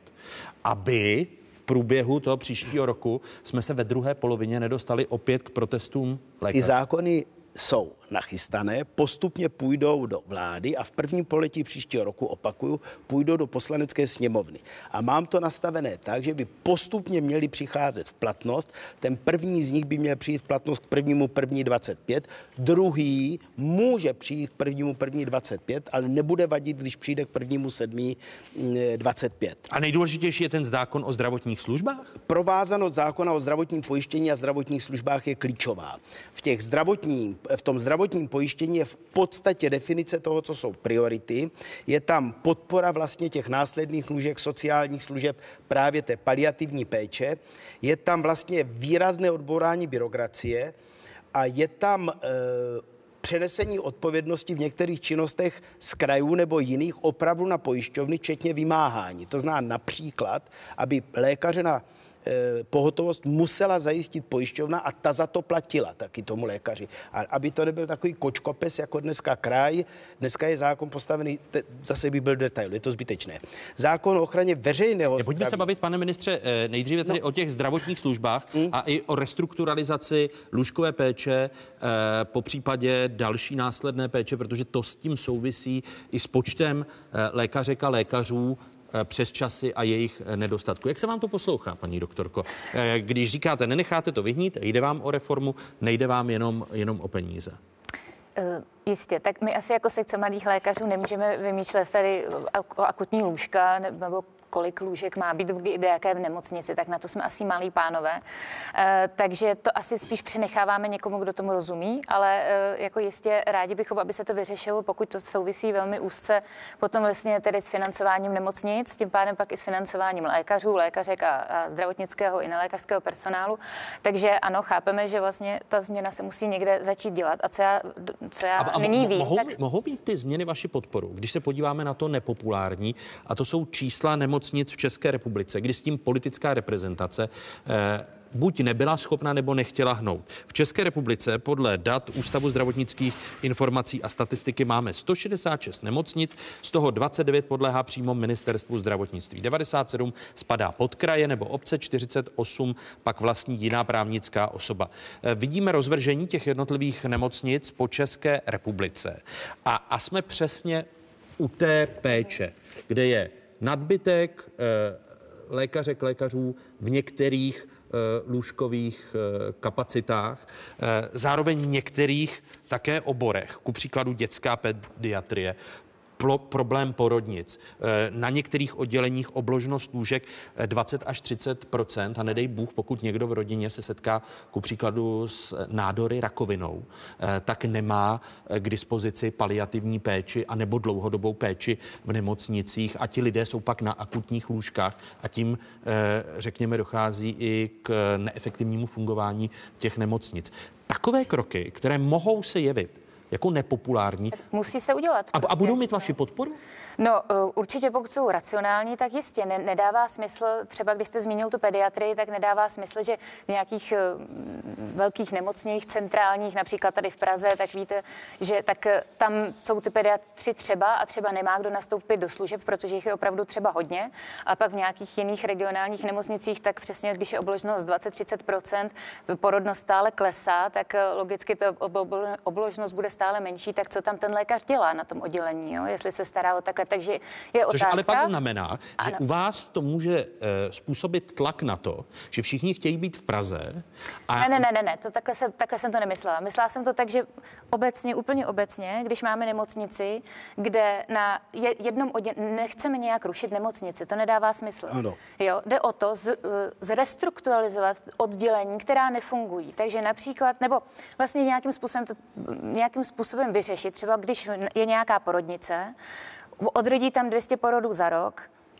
aby v průběhu toho příštího roku jsme se ve druhé polovině nedostali opět k protestům lékařů. Ty zákony jsou nachystané, postupně půjdou do vlády a v prvním poletí příštího roku, opakuju, půjdou do poslanecké sněmovny. A mám to nastavené tak, že by postupně měli přicházet v platnost. Ten první z nich by měl přijít v platnost k prvnímu první dvacet pět, druhý může přijít k prvnímu první dvacet pět, ale nebude vadit, když přijde k prvnímu sedmý dvacet pět. A nejdůležitější je ten zákon o zdravotních službách? Provázanost zákona o zdravotním pojištění a zdravotních službách je klíčová. V těch zdravotních v tom zdravotním pojištění je v podstatě definice toho, co jsou priority. Je tam podpora vlastně těch následných lůžek, sociálních služeb, právě té paliativní péče. Je tam vlastně výrazné odbourání byrokracie a je tam e, přenesení odpovědnosti v některých činnostech z krajů nebo jiných opravdu na pojišťovny, včetně vymáhání. To znamená například, aby lékaře na pohotovost musela zajistit pojišťovna a ta za to platila taky tomu lékaři. A aby to nebyl takový kočkopes jako dneska kraj, dneska je zákon postavený, te, zase by byl detail, je to zbytečné. Zákon o ochraně veřejného zdraví. Pojďme se bavit, pane ministře, nejdříve tedy no. o těch zdravotních službách mm. a i o restrukturalizaci lůžkové péče, po případě další následné péče, protože to s tím souvisí i s počtem lékařek a lékařů přes časy a jejich nedostatku. Jak se vám to poslouchá, paní doktorko? Když říkáte, nenecháte to vyhnít, jde vám o reformu, nejde vám jenom, jenom o peníze? Uh, jistě, tak my asi jako sekce mladých lékařů nemůžeme vymýšlet tady o akutní lůžka nebo kolik lůžek má být v jaké v nemocnici, tak na to jsme asi malí pánové. E, takže to asi spíš přenecháváme někomu, kdo tomu rozumí, ale e, jako jistě rádi bychom, aby se to vyřešilo, pokud to souvisí velmi úzce potom vlastně tedy s financováním nemocnic, tím pádem pak i s financováním lékařů, lékařek a, a zdravotnického i nelékařského personálu. Takže ano, chápeme, že vlastně ta změna se musí někde začít dělat. A co já, co já a, nyní a vím, mohou, tak... mohou být ty změny vaši podporu, když se podíváme na to nepopulární, a to jsou čísla nemocnic v České republice, kdy s tím politická reprezentace eh, buď nebyla schopna nebo nechtěla hnout. V České republice podle dat Ústavu zdravotnických informací a statistiky máme sto šedesát šest nemocnic, z toho dvacet devět podléhá přímo ministerstvu zdravotnictví. devadesát sedm spadá pod kraje nebo obce, čtyřicet osm pak vlastní jiná právnická osoba. Eh, vidíme rozvržení těch jednotlivých nemocnic po České republice a, a jsme přesně u té péče, kde je nadbytek e, lékařek, lékařů v některých e, lůžkových e, kapacitách, e, zároveň některých také oborech, ku příkladu dětská pediatrie, Plo, problém porodnic. Na některých odděleních obložnost lůžek dvacet až třicet procent a nedej Bůh, pokud někdo v rodině se setká ku příkladu s nádory rakovinou, tak nemá k dispozici paliativní péči anebo dlouhodobou péči v nemocnicích a ti lidé jsou pak na akutních lůžkách a tím, řekněme, dochází i k neefektivnímu fungování těch nemocnic. Takové kroky, které mohou se jevit jako nepopulární. Musí se udělat. A, prostě. a budou mít vaši podporu? No, určitě pokud jsou racionální, tak jistě. Ne, nedává smysl, třeba když jste zmínil tu pediatrii, tak nedává smysl, že v nějakých uh, velkých nemocních, centrálních, například tady v Praze, tak víte, že tak tam jsou ty pediatři třeba a třeba nemá kdo nastoupit do služeb, protože jich je opravdu třeba hodně. A pak v nějakých jiných regionálních nemocnicích, tak přesně, když je obložnost dvacet až třicet procent, porodnost stále klesá, tak logicky ta obložnost bude stále menší, tak co tam ten lékař dělá na tom oddělení, jo? Jestli se stará o takhle. Takže je otázka. Což ale pak znamená, že ano. u vás to může uh, způsobit tlak na to, že všichni chtějí být v Praze. A... Ne, ne, ne, ne, ne. To takhle, se, takhle jsem to nemyslela. Myslela jsem to tak, že obecně, úplně obecně, když máme nemocnici, kde na jednom oddělení, nechceme nějak rušit nemocnici, to nedává smysl. Ano. Jo, jde o to z, zrestrukturalizovat oddělení, která nefungují. Takže například, nebo vlastně nějakým způsobem, to, nějakým způsobem vyřešit, třeba když je nějaká porodnice, odrodí tam dvě stě porodů za rok,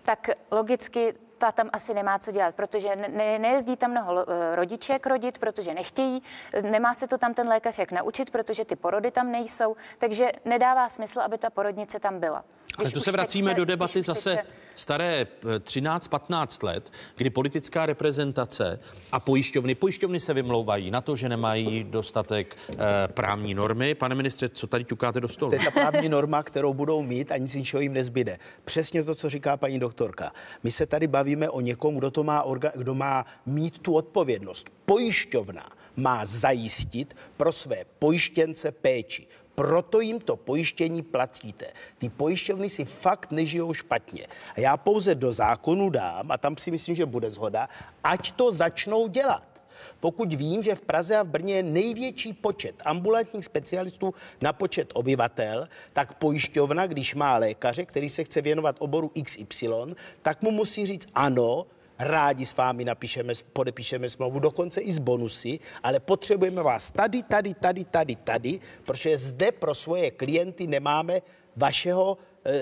tak logicky ta tam asi nemá co dělat, protože ne, nejezdí tam mnoho rodiček rodit, protože nechtějí, nemá se to tam ten lékař jak naučit, protože ty porody tam nejsou, takže nedává smysl, aby ta porodnice tam byla. Ale to se vracíme do debaty zase staré třináct patnáct let, kdy politická reprezentace a pojišťovny, pojišťovny se vymlouvají na to, že nemají dostatek eh, právní normy. Pane ministře, co tady ťukáte do stolu? To je ta právní norma, kterou budou mít a nic ničeho jim nezbyde. Přesně to, co říká paní doktorka. My se tady bavíme o někom, kdo to má, orga, kdo má mít tu odpovědnost. Pojišťovna má zajistit pro své pojištěnce péči. Proto jim to pojištění platíte. Ty pojišťovny si fakt nežijou špatně. A já pouze do zákonu dám, a tam si myslím, že bude shoda, ať to začnou dělat. Pokud vím, že v Praze a v Brně je největší počet ambulantních specialistů na počet obyvatel, tak pojišťovna, když má lékaře, který se chce věnovat oboru X Y, tak mu musí říct ano, rádi s vámi napíšeme, podepíšeme smlouvu, dokonce i s bonusy, ale potřebujeme vás tady, tady, tady, tady, tady, protože zde pro svoje klienty nemáme vašeho,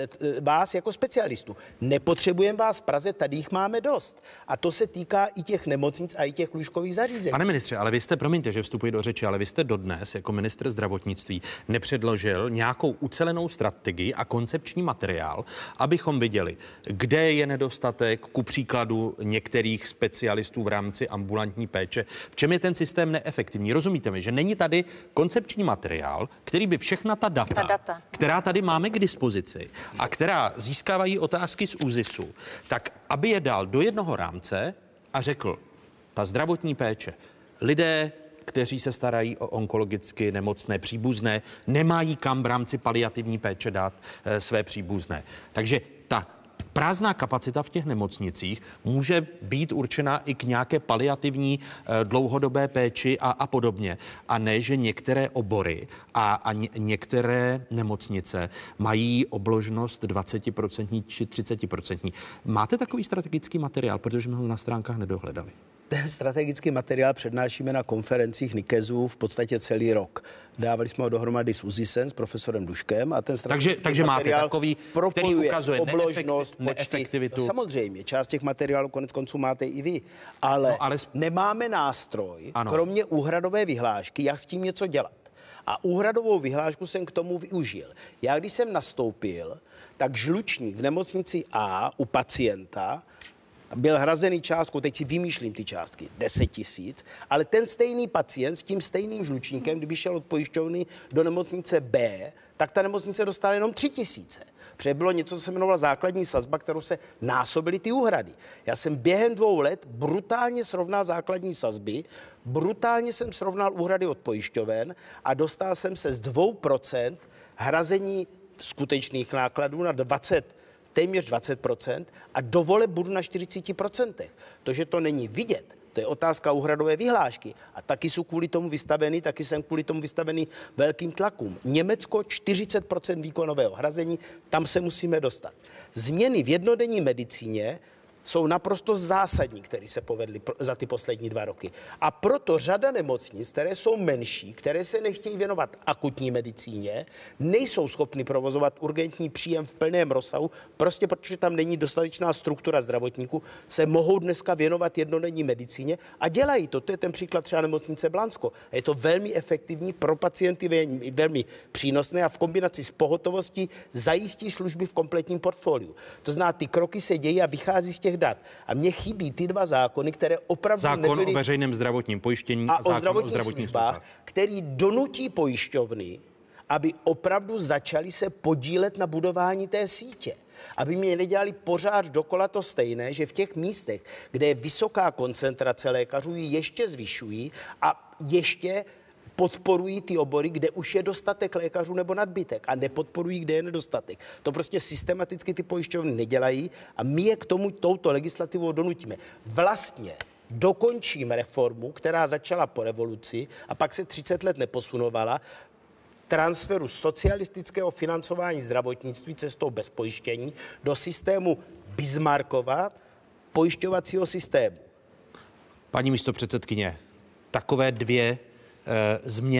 vás jako specialistu. Nepotřebujeme vás v Praze, tady jich máme dost. A to se týká i těch nemocnic a i těch lůžkových zařízení. Pane ministře, ale vy jste, promiňte, že vstupuji do řeči, ale vy jste dodnes jako ministr zdravotnictví nepředložil nějakou ucelenou strategii a koncepční materiál, abychom viděli, kde je nedostatek, ku příkladu některých specialistů v rámci ambulantní péče, v čem je ten systém neefektivní. Rozumíte mi, že není tady koncepční materiál, který by všechna ta data, ta data. která tady máme k dispozici, a která získávají otázky z ÚZISu, tak aby je dal do jednoho rámce a řekl, ta zdravotní péče, lidé, kteří se starají o onkologicky nemocné příbuzné, nemají kam v rámci paliativní péče dát e, své příbuzné. Takže ta prázdná kapacita v těch nemocnicích může být určena i k nějaké paliativní e, dlouhodobé péči a, a podobně. A ne, že některé obory a, a ně, některé nemocnice mají obložnost dvacet procent či třicet procent. Máte takový strategický materiál, protože jsme ho na stránkách nedohledali? Ten strategický materiál přednášíme na konferencích NIKEZu v podstatě celý rok. Dávali jsme ho dohromady s ÚZISem, s profesorem Duškem a ten strategický takže, takže materiál máte takový, který ukazuje obložnost, neefektivitu. No, samozřejmě, část těch materiálů konec konců máte i vy, ale, no, ale... nemáme nástroj, ano. kromě úhradové vyhlášky, jak s tím něco dělat. A úhradovou vyhlášku jsem k tomu využil. Já když jsem nastoupil, tak žlučník v nemocnici A u pacienta byl hrazený částkou, teď si vymýšlím ty částky, deset tisíc, ale ten stejný pacient s tím stejným žlučníkem, kdyby šel od pojišťovny do nemocnice B, tak ta nemocnice dostala jenom tři tisíce. Protože bylo něco, co se jmenovalo základní sazba, kterou se násobily ty úhrady. Já jsem během dvou let brutálně srovnal základní sazby, brutálně jsem srovnal úhrady od pojišťoven a dostal jsem se z dvou procent hrazení skutečných nákladů na dvacet téměř dvacet procent a do voleb budu na čtyřicet procent. To, že to není vidět, to je otázka úhradové vyhlášky. A taky jsou kvůli tomu vystavený, taky jsem kvůli tomu vystavený velkým tlakům. Německo čtyřicet procent výkonového hrazení, tam se musíme dostat. Změny v jednodenní medicíně jsou naprosto zásadní, které se povedly za ty poslední dva roky. A proto řada nemocnic, které jsou menší, které se nechtějí věnovat akutní medicíně, nejsou schopny provozovat urgentní příjem v plném rozsahu, prostě protože tam není dostatečná struktura zdravotníků, se mohou dneska věnovat jednodenní medicíně a dělají to. To je ten příklad třeba nemocnice Blansko. A je to velmi efektivní, pro pacienty velmi, velmi přínosné a v kombinaci s pohotovostí zajistí služby v kompletním portfoliu. To znamená, ty kroky se dějí a vychází z těch dat. A mně chybí ty dva zákony, které opravdu zákon nebyly... Zákon o veřejném zdravotním pojištění a, a zákon zdravotních o zdravotních službách, službách, který donutí pojišťovny, aby opravdu začaly se podílet na budování té sítě. Aby mě nedělali pořád dokola to stejné, že v těch místech, kde je vysoká koncentrace lékařů, ji ještě zvyšují a ještě podporují ty obory, kde už je dostatek lékařů nebo nadbytek a nepodporují, kde je nedostatek. To prostě systematicky ty pojišťovny nedělají a my je k tomu touto legislativou donutíme. Vlastně dokončíme reformu, která začala po revoluci a pak se třicet let neposunovala, transferu socialistického financování zdravotnictví cestou bez pojištění do systému Bismarckova pojišťovacího systému. Paní místopředsedkyně, takové dvě e, změny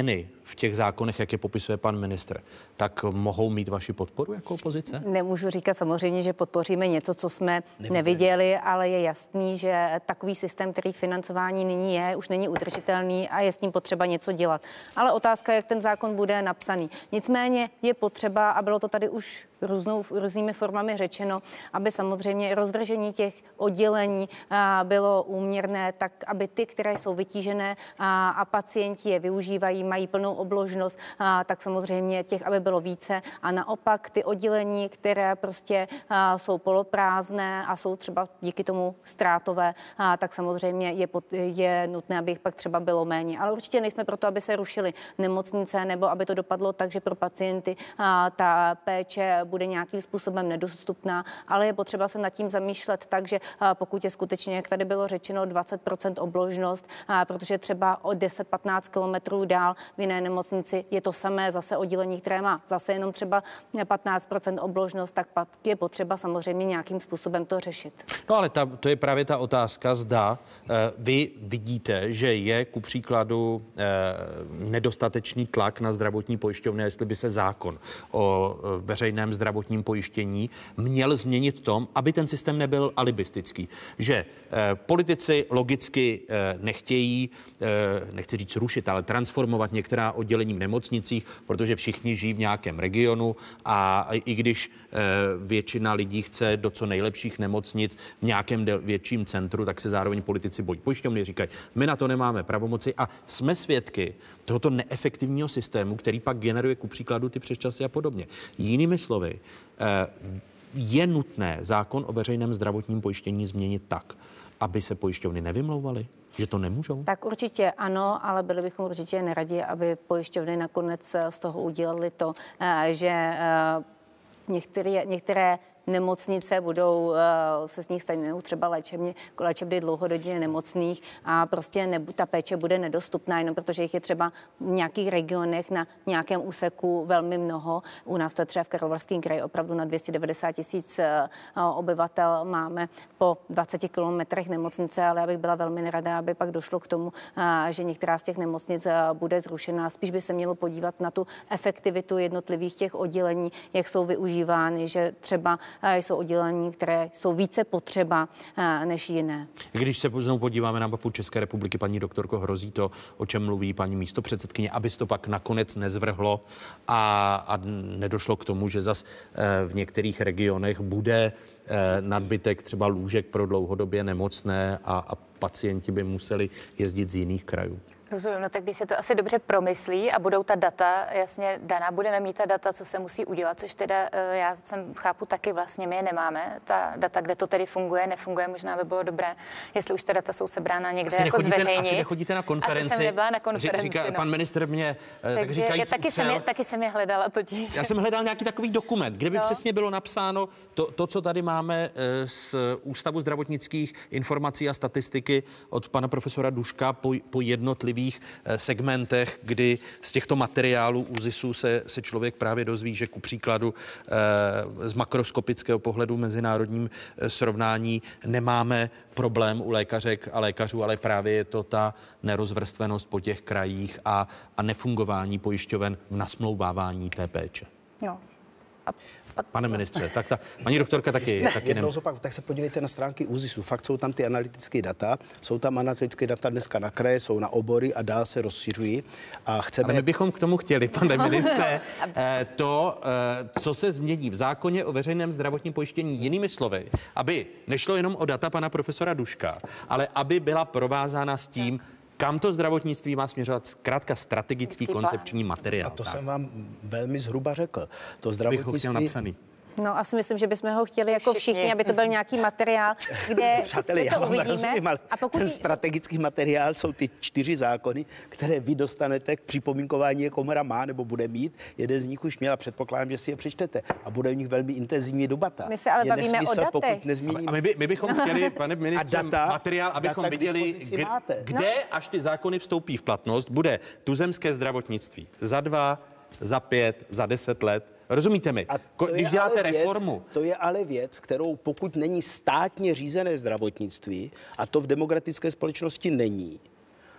v těch zákonech, jak je popisuje pan ministr, tak mohou mít vaši podporu jako opozice? Nemůžu říkat samozřejmě, že podpoříme něco, co jsme Neviděli. neviděli, ale je jasný, že takový systém, který financování nyní je, už není udržitelný a je s ním potřeba něco dělat. Ale otázka, jak ten zákon bude napsaný. Nicméně je potřeba, a bylo to tady už různou, různými formami řečeno, aby samozřejmě rozvržení těch oddělení bylo úměrné, tak aby ty, které jsou vytížené a, a pacienti je využívají, mají plnou obložnost, a, tak samozřejmě těch, aby bylo více. A naopak ty oddělení, které prostě a, jsou poloprázdné a jsou třeba díky tomu ztrátové, a, tak samozřejmě je, pot, je nutné, aby jich pak třeba bylo méně. Ale určitě nejsme proto, aby se rušily nemocnice nebo aby to dopadlo tak, že pro pacienty a, ta péče bude nějakým způsobem nedostupná, ale je potřeba se nad tím zamýšlet tak, že a, pokud je skutečně, jak tady bylo řečeno, dvacet procent obložnost, a, protože třeba o deset patnáct kilometrů dál v jiné nemocnici je to samé zase oddělení, které má zase jenom třeba patnáct procent obložnost, tak pak je potřeba samozřejmě nějakým způsobem to řešit. No ale ta, to je právě ta otázka, zda eh, vy vidíte, že je ku příkladu eh, nedostatečný tlak na zdravotní pojišťovny, jestli by se zákon o eh, veřejném zdravotním pojištění měl změnit v tom, aby ten systém nebyl alibistický. Že eh, politici logicky eh, nechtějí, eh, nechci říct rušit, ale transformovat některá oddělení v nemocnicích, protože všichni žijí v nějakém regionu a i když eh, většina lidí chce do co nejlepších nemocnic v nějakém větším centru, tak se zároveň politici bojí. Pojišťovny říkají, my na to nemáme pravomoci a jsme svědky tohoto neefektivního systému, který pak generuje ku příkladu ty přesčasy a podobně. Jinými slovy, eh, je nutné zákon o veřejném zdravotním pojištění změnit tak, aby se pojišťovny nevymlouvaly? Že to nemůžou? Tak určitě ano, ale byli bychom určitě neradi, aby pojišťovny nakonec z toho udělali to, že některé, některé nemocnice budou uh, se z nich stát třeba léčebně, léčebny dlouhodobě nemocných a prostě ne, ta péče bude nedostupná, jenom protože jich je třeba v nějakých regionech na nějakém úseku velmi mnoho. U nás to je třeba v Karlovarském kraji opravdu na dvě stě devadesát tisíc uh, obyvatel máme po dvaceti kilometrech nemocnice, ale já bych byla velmi nerada, aby pak došlo k tomu, uh, že některá z těch nemocnic uh, bude zrušena. Spíš by se mělo podívat na tu efektivitu jednotlivých těch oddělení, jak jsou využívány, že třeba jsou oddělení, které jsou více potřeba než jiné. Když se znovu podíváme na mapu České republiky, paní doktorko, hrozí to, o čem mluví paní místopředsedkyně, aby se to pak nakonec nezvrhlo a, a nedošlo k tomu, že zas v některých regionech bude nadbytek třeba lůžek pro dlouhodobě nemocné a, a pacienti by museli jezdit z jiných krajů. Rozumím, no tak když se to asi dobře promyslí a budou ta data jasně daná, budeme mít ta data, co se musí udělat, což teda já jsem chápu taky vlastně, my je nemáme, ta data, kde to tedy funguje, nefunguje, možná by bylo dobré, jestli už ta data jsou sebrána někde asi jako zveřejnit. Asi nechodíte na konferenci. Asi jsem nebyla na konferenci, Říká, no. Pan ministr mě Takže tak říkajíc já taky, jsem je, taky jsem je hledala totiž. Já jsem hledal nějaký takový dokument, kde by no. přesně bylo napsáno to, to, co tady máme z Ústavu zdravotnických informací a statistiky od pana profesora Duška po, po jednotlivých segmentech, kdy z těchto materiálů ÚZISu se, se člověk právě dozví, že ku příkladu z makroskopického pohledu v mezinárodním srovnání nemáme problém u lékařek a lékařů, ale právě je to ta nerozvrstvenost po těch krajích a, a nefungování pojišťoven v nasmlouvávání té péče. Jo. A Pane ministře, tak ta paní doktorka taky, ne, taky nem... zopak, tak se podívejte na stránky ÚZISu. Fakt jsou tam ty analytické data, jsou tam analytické data dneska na kraje, jsou na obory a dál se rozšiřují. A chceme... Ale my bychom k tomu chtěli, pane ministře, to, co se změní v zákoně o veřejném zdravotním pojištění, jinými slovy, aby nešlo jenom o data pana profesora Duška, ale aby byla provázána s tím, kam to zdravotnictví má směřovat, zkrátka strategický koncepční materiál. A to tak. jsem vám velmi zhruba řekl. To zdravotnictví... No asi myslím, že bychom ho chtěli jako všichni, všichni aby to byl nějaký materiál, kde Přátelé, to já uvidíme. Rozumím, ale a pokud... ten strategický materiál jsou ty čtyři zákony, které vy dostanete k připomínkování, je komora má nebo bude mít. Jeden z nich už měl a předpokládám, že si je přečtete. A bude v nich velmi intenzivní debata. My se ale je bavíme nesmysl, o datech. A my, by, my bychom chtěli, pane ministře, data, materiál, abychom data viděli, kde, kde no. až ty zákony vstoupí v platnost, bude tuzemské zdravotnictví za dva, za pět, za deset let. Rozumíte mi? Když děláte věc, reformu. To je ale věc, kterou pokud není státně řízené zdravotnictví, a to v demokratické společnosti není,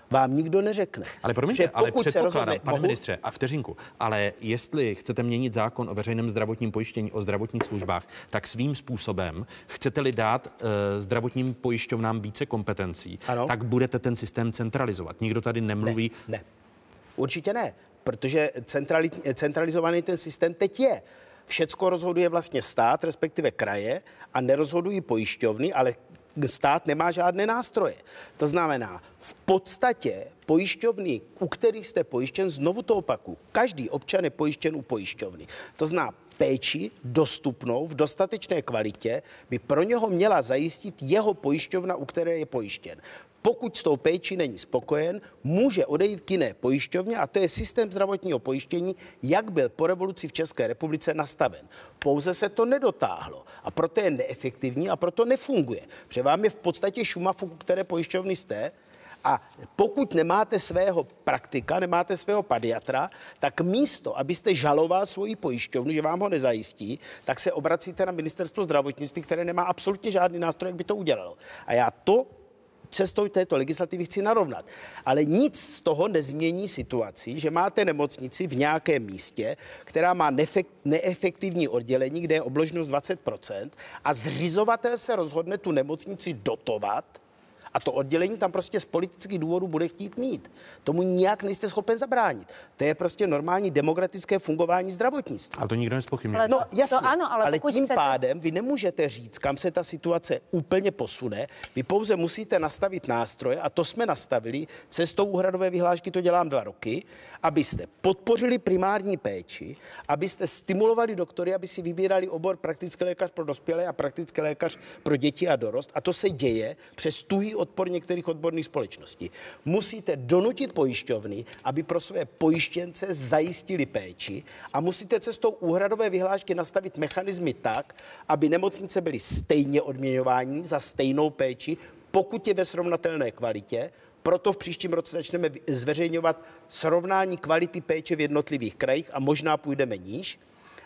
vám nikdo neřekne. Ale promiňte, ale předpokládám, rozhodne, pane mohu... ministře, a vteřinku, ale jestli chcete měnit zákon o veřejném zdravotním pojištění, o zdravotních službách, tak svým způsobem chcete-li dát uh, zdravotním pojišťovnám více kompetencí, ano. tak budete ten systém centralizovat. Nikdo tady nemluví. Ne, ne. Určitě ne, protože centrali, centralizovaný ten systém teď je. Všecko rozhoduje vlastně stát, respektive kraje, a nerozhodují pojišťovny, ale stát nemá žádné nástroje. To znamená, v podstatě pojišťovny, u kterých jste pojištěn, znovu to opaku, každý občan je pojištěn u pojišťovny. To znamená, péči dostupnou v dostatečné kvalitě by pro něho měla zajistit jeho pojišťovna, u které je pojištěn. Pokud s tou péčí není spokojen, může odejít k jiné pojišťovně a to je systém zdravotního pojištění, jak byl po revoluci v České republice nastaven. Pouze se to nedotáhlo a proto je neefektivní a proto nefunguje. Protože vám je v podstatě Šumaf, u které pojišťovny jste, a pokud nemáte svého praktika, nemáte svého pediatra, tak místo, abyste žaloval svoji pojišťovnu, že vám ho nezajistí, tak se obracíte na ministerstvo zdravotnictví, které nemá absolutně žádný nástroj, jak by to udělalo. A já to cestou této legislativy chci narovnat. Ale nic z toho nezmění situaci, že máte nemocnici v nějakém místě, která má nefekt, neefektivní oddělení, kde je obložnost dvacet procent a zřizovatel se rozhodne tu nemocnici dotovat a to oddělení tam prostě z politických důvodů bude chtít mít. Tomu nijak nejste schopen zabránit. To je prostě normální demokratické fungování zdravotnictví. Ale to nikdo nezpochybňuje. No jasně, to ano, ale, ale tím chcete... pádem vy nemůžete říct, kam se ta situace úplně posune. Vy pouze musíte nastavit nástroje a to jsme nastavili. Cestou úhradové vyhlášky to dělám dva roky, abyste podpořili primární péči, abyste stimulovali doktory, aby si vybírali obor praktický lékař pro dospělé a praktický lékař pro děti a dorost. A to se děje přes tuhý odpor některých odborných společností. Musíte donutit pojišťovny, aby pro své pojištěnce zajistili péči a musíte cestou úhradové vyhlášky nastavit mechanismy tak, aby nemocnice byly stejně odměňovány za stejnou péči, pokud je ve srovnatelné kvalitě. Proto v příštím roce začneme zveřejňovat srovnání kvality péče v jednotlivých krajích a možná půjdeme níž.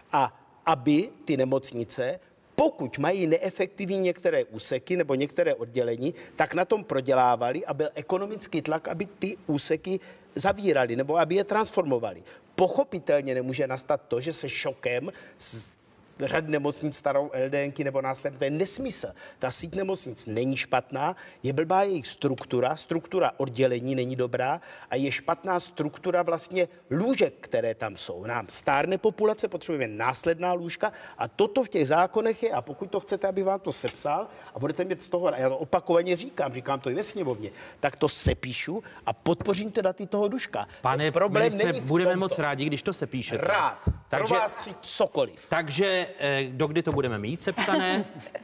A aby ty nemocnice, pokud mají neefektivní některé úseky nebo některé oddělení, tak na tom prodělávali a byl ekonomický tlak, aby ty úseky zavírali nebo aby je transformovali. Pochopitelně nemůže nastat to, že se šokem z řad nemocnic starou LDNky nebo následně, to je nesmysl. Ta síť nemocnic není špatná, je blbá jejich struktura, struktura oddělení není dobrá a je špatná struktura vlastně lůžek, které tam jsou. Nám stárne populace, potřebujeme následná lůžka a toto v těch zákonech je a pokud to chcete, aby vám to sepsal a budete mít z toho, a já to opakovaně říkám, říkám to i ve sněmovně, tak to sepíšu a podpořím teda ty toho Duška. Pane ministře, budeme moc rádi, když to sepíšete. Rád. Takže, pro vás tři cokoliv. Takže dokdy to budeme mít sepsané?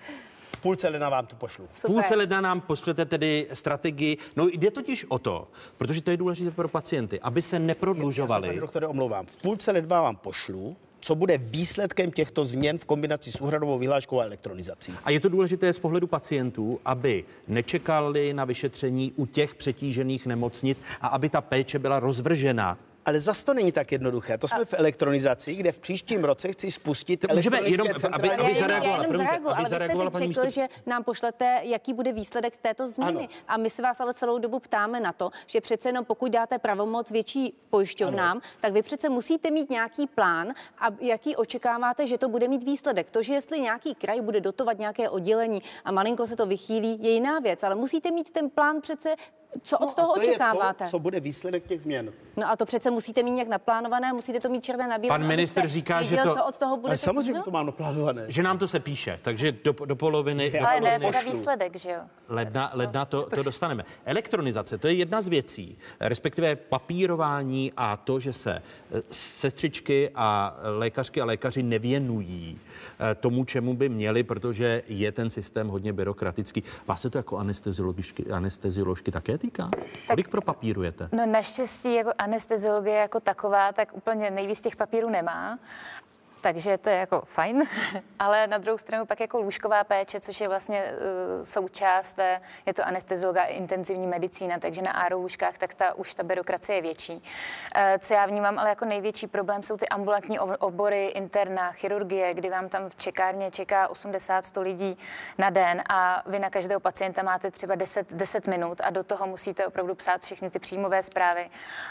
V půlce ledna vám to pošlu. V půlce ledna nám pošlete tedy strategii. No jde totiž o to, protože to je důležité pro pacienty, aby se neprodlužovali. Já se, pane doktore, omlouvám. V půlce ledna vám pošlu, co bude výsledkem těchto změn v kombinaci s úhradovou vyhláškou a elektronizací. A je to důležité z pohledu pacientů, aby nečekali na vyšetření u těch přetížených nemocnic a aby ta péče byla rozvržena. Ale zas to není tak jednoduché. To jsme v elektronizaci, kde v příštím roce chci spustit můžeme jenom, aby, aby zareagovala. Promiňte, zareagovala, aby ale zareagovala vy jste teď řekl, že nám pošlete, jaký bude výsledek této změny. Ano. A my se vás ale celou dobu ptáme na to, že přece jenom pokud dáte pravomoc větší pojišťovnám, ano. tak vy přece musíte mít nějaký plán, a jaký očekáváte, že to bude mít výsledek. To, že jestli nějaký kraj bude dotovat nějaké oddělení a malinko se to vychýlí, je jiná věc, ale musíte mít ten plán přece. Co od no toho to očekáváte? Je to, co bude výsledek těch změn. No a to přece musíte mít nějak naplánované, musíte to mít černé na bílém. Pan ministr říká, viděl, že to... co od toho bude. Ale samozřejmě to mám naplánované. Že nám to se píše, takže do, do poloviny... Ale do poloviny ne, teda výsledek, že jo? Ledna, ledna to, to dostaneme. Elektronizace, to je jedna z věcí, respektive papírování a to, že se sestřičky a lékařky a lékaři nevěnují tomu, čemu by měli, protože je ten systém hodně byrokratický. Vás se to jako anestezioložky, anestezioložky také týká? Kolik propapírujete? No naštěstí jako anesteziologie jako taková, tak úplně nejvíc těch papírů nemá. Takže to je jako fajn, ale na druhou stranu pak jako lůžková péče, což je vlastně uh, součást, té, je to anesteziologa a intenzivní medicína, takže na á er o lůžkách tak ta, už ta byrokracie je větší. Uh, co já vnímám, ale jako největší problém jsou ty ambulantní obory, interna, chirurgie, kdy vám tam v čekárně čeká osmdesát sto lidí na den a vy na každého pacienta máte třeba deset, deset minut a do toho musíte opravdu psát všechny ty příjmové zprávy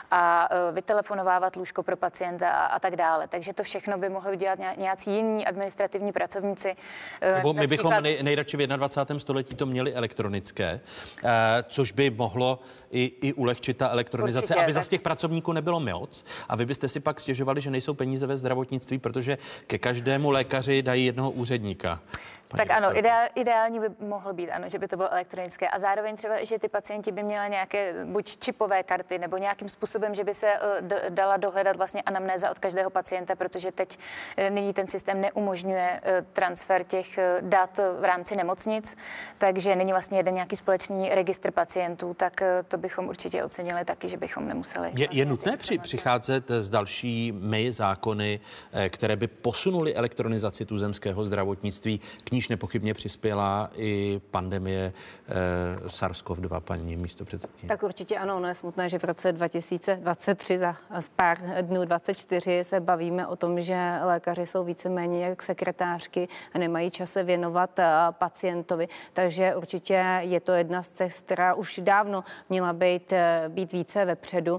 a uh, vytelefonovávat lůžko pro pacienta a, a tak dále. Takže to všechno by mohlo dělat nějací jiní administrativní pracovníci. Nebo my bychom nej, nejradši v dvacátém prvním století to měli elektronické, eh, což by mohlo i, i ulehčit ta elektronizace, určitě, aby tak... zase těch pracovníků nebylo moc. A vy byste si pak stěžovali, že nejsou peníze ve zdravotnictví, protože ke každému lékaři dají jednoho úředníka. Tak ano, ideál, ideální by mohlo být, ano, že by to bylo elektronické. A zároveň třeba, že ty pacienti by měli nějaké buď čipové karty, nebo nějakým způsobem, že by se d- dala dohledat vlastně anamnéza od každého pacienta, protože teď nyní ten systém neumožňuje transfer těch dat v rámci nemocnic, takže není vlastně jeden nějaký společný registr pacientů, tak to bychom určitě ocenili taky, že bychom nemuseli. Je, je nutné při, přicházet s dalšími zákony, které by posunuly elektronizaci tuzemského zdravotnictví, k níž nepochybně přispěla i pandemie eh, SARS-CoV dva, paní místopředsedkyně. Tak určitě ano, ono je smutné, že v roce dva tisíce dvacet tři za pár dnů dvacet čtyři se bavíme o tom, že lékaři jsou víceméně jak sekretářky a nemají čas se věnovat pacientovi, takže určitě je to jedna z cest, která už dávno měla být, být více vepředu.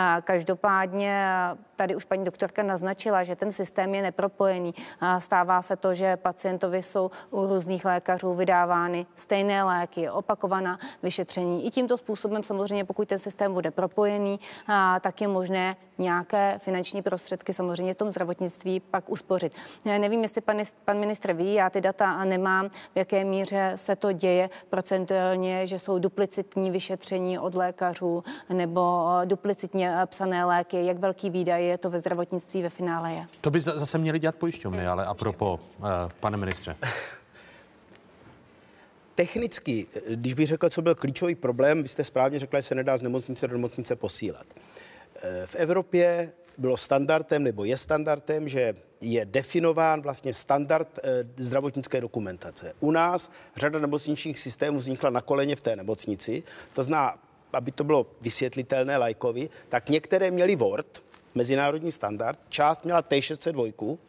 Každopádně tady už paní doktorka naznačila, že ten systém je nepropojený. Stává se to, že pacientovi jsou u různých lékařů vydávány stejné léky, opakovaná vyšetření. I tímto způsobem samozřejmě, pokud ten systém bude propojený, tak je možné nějaké finanční prostředky samozřejmě v tom zdravotnictví pak uspořit. Nevím, jestli pan, pan ministr ví, já ty data nemám, v jaké míře se to děje procentuálně, že jsou duplicitní vyšetření od lékařů nebo duplicitně psané léky, jak velký výdaj je to ve zdravotnictví ve finále je. To by zase měli dělat pojišťovny, ale apropo, pane ministře. Technicky, když bych řekl, co byl klíčový problém, vy jste správně řekla, že se nedá z nemocnice do nemocnice posílat. V Evropě bylo standardem, nebo je standardem, že je definován vlastně standard zdravotnické dokumentace. U nás řada nemocničních systémů vznikla na koleně v té nemocnici, to znamená, aby to bylo vysvětlitelné laikovi, tak některé měly Word, mezinárodní standard, část měla T šest set dva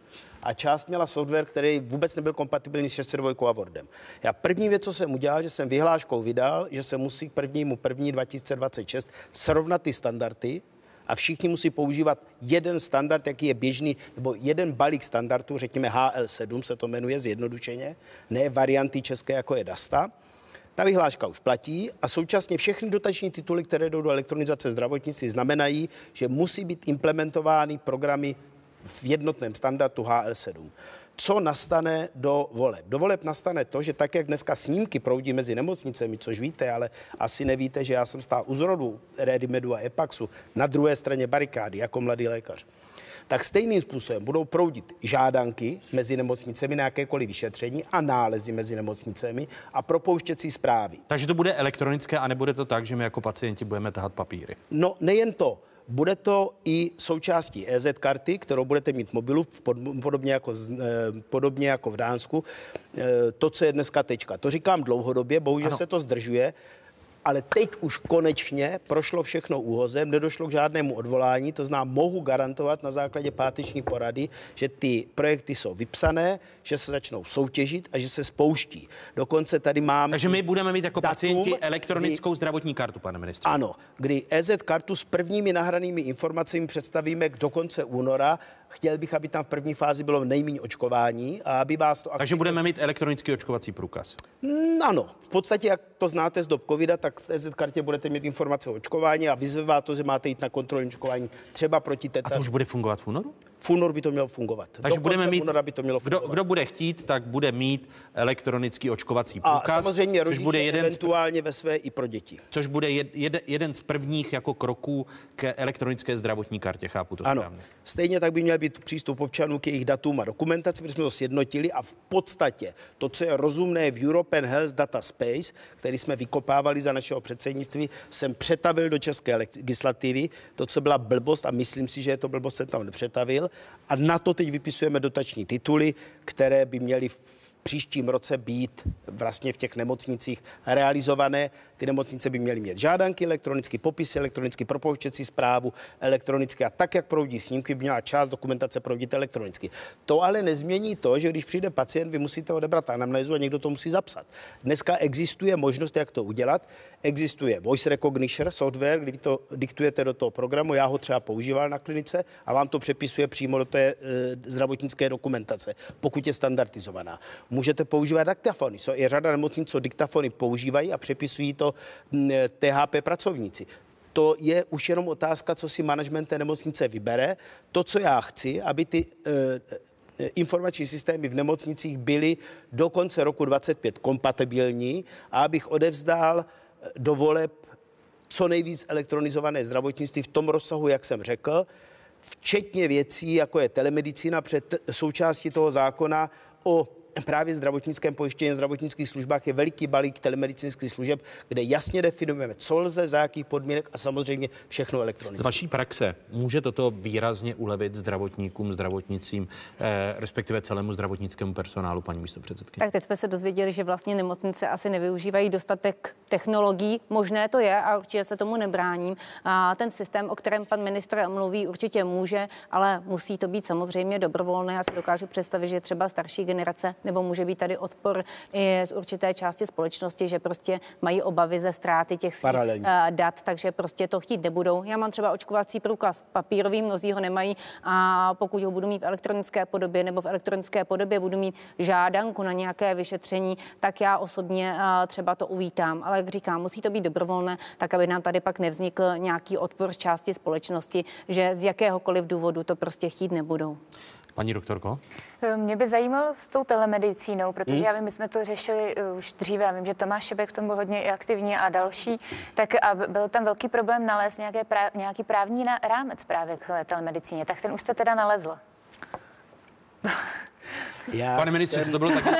a část měla software, který vůbec nebyl kompatibilní s šest set dva a Wordem. Já první věc, co jsem udělal, že jsem vyhláškou vydal, že se musí k prvnímu první dva tisíce dvacet šest srovnat ty standardy a všichni musí používat jeden standard, jaký je běžný, nebo jeden balík standardů, řekněme H L sedm se to jmenuje zjednodušeně, ne varianty české, jako je DASTA. Ta vyhláška už platí a současně všechny dotační tituly, které jdou do elektronizace zdravotnictví, znamenají, že musí být implementovány programy v jednotném standardu H L sedm. Co nastane do voleb? Do voleb nastane to, že tak, jak dneska snímky proudí mezi nemocnicemi, což víte, ale asi nevíte, že já jsem stál u zrodu Redimedu a Epaxu na druhé straně barikády jako mladý lékař. Tak stejným způsobem budou proudit žádanky mezi nemocnicemi na jakékoliv vyšetření a nálezy mezi nemocnicemi a propouštěcí zprávy. Takže to bude elektronické a nebude to tak, že my jako pacienti budeme tahat papíry? No, nejen to. Bude to i součástí E Z karty, kterou budete mít v mobilu, podobně jako, podobně jako v Dánsku. To, co je dneska tečka. To říkám dlouhodobě, bohužel ano. se to zdržuje. Ale teď už konečně prošlo všechno úhozem, nedošlo k žádnému odvolání, to znamená, mohu garantovat na základě páteční porady, že ty projekty jsou vypsané, že se začnou soutěžit a že se spouští. Dokonce tady mám... Takže my budeme mít jako datum, pacienti elektronickou kdy, zdravotní kartu, pane ministře. Ano, kdy E Z kartu s prvními nahranými informacemi představíme do konce února. Chtěl bych, aby tam v první fázi bylo nejméně očkování a aby vás to... Takže budeme mít elektronický očkovací průkaz. Ano, v podstatě, jak to znáte z dob covida, tak v E Z kartě budete mít informace o očkování a vyzve to, že máte jít na kontrolní očkování třeba proti tetaři. A to už bude fungovat v únoru? V únoru by to mělo fungovat. Takže budeme mít, by to mělo kdo, kdo bude chtít, tak bude mít elektronický očkovací průkaz. A samozřejmě rodiče bude jeden eventuálně z, ve své i pro děti. Což bude jed, jed, jeden z prvních jako kroků k elektronické zdravotní kartě, chápu to ano. správně. Stejně tak by měl být přístup občanů k jejich datům a dokumentaci, protože jsme to sjednotili a v podstatě to, co je rozumné v European Health Data Space, který jsme vykopávali za našeho předsednictví, jsem přetavil do české legislativy. To, co byla blbost, a myslím si, že je to blbost, jsem tam nepřetavil, a na to teď vypisujeme dotační tituly, které by měly v příštím roce být vlastně v těch nemocnicích realizované. Ty nemocnice by měly mít žádanky elektronicky, popisy elektronicky, propouštěcí zprávu elektronicky a tak, jak proudí snímky, by měla část dokumentace proudit elektronicky. To ale nezmění to, že když přijde pacient, vy musíte odebrat anamnézu a někdo to musí zapsat. Dneska existuje možnost, jak to udělat. Existuje voice recognition software, kdy to diktujete do toho programu, já ho třeba používal na klinice a vám to přepisuje přímo do té e, zdravotnické dokumentace, pokud je standardizovaná. Můžete používat diktafony. Je řada nemocnic, co diktafony používají a přepisují to T H P pracovníci. To je už jenom otázka, co si management té nemocnice vybere. To, co já chci, aby ty e, informační systémy v nemocnicích byly do konce roku dvacet pět kompatibilní a abych odevzdal do voleb co nejvíc elektronizované zdravotnictví v tom rozsahu, jak jsem řekl, včetně věcí, jako je telemedicína, před součástí toho zákona o právě zdravotnickém pojištění, zdravotnických službách je veliký balík telemedicínských služeb, kde jasně definujeme, co lze, za jakých podmínek a samozřejmě všechno elektronicky. Z vaší praxe může toto výrazně ulevit zdravotníkům, zdravotnicím, eh, respektive celému zdravotnickému personálu, paní místopředsedkyně? Tak teď jsme se dozvěděli, že vlastně nemocnice asi nevyužívají dostatek technologií. Možné to je a určitě se tomu nebráním. A ten systém, o kterém pan ministr mluví, určitě může, ale musí to být samozřejmě dobrovolné. Já si dokážu představit, že třeba starší generace nebo může být tady odpor i z určité části společnosti, že prostě mají obavy ze ztráty těch svých uh, dat, takže prostě to chtít nebudou. Já mám třeba očkovací průkaz papírový, mnozí ho nemají a pokud ho budu mít v elektronické podobě nebo v elektronické podobě budu mít žádanku na nějaké vyšetření, tak já osobně uh, třeba to uvítám. Ale jak říkám, musí to být dobrovolné, tak aby nám tady pak nevznikl nějaký odpor z části společnosti, že z jakéhokoliv důvodu to prostě chtít nebudou. Paní doktorko? Mě by zajímalo s tou telemedicínou, protože hmm. já vím, my jsme to řešili už dříve, já vím, že Tomáš Šebek v tom byl hodně aktivní a další, tak a byl tam velký problém nalézt nějaké práv, nějaký právní rámec právě k telemedicíně, tak ten už jste teda nalezl. Já Pane ministře, jsem... co to bylo taky?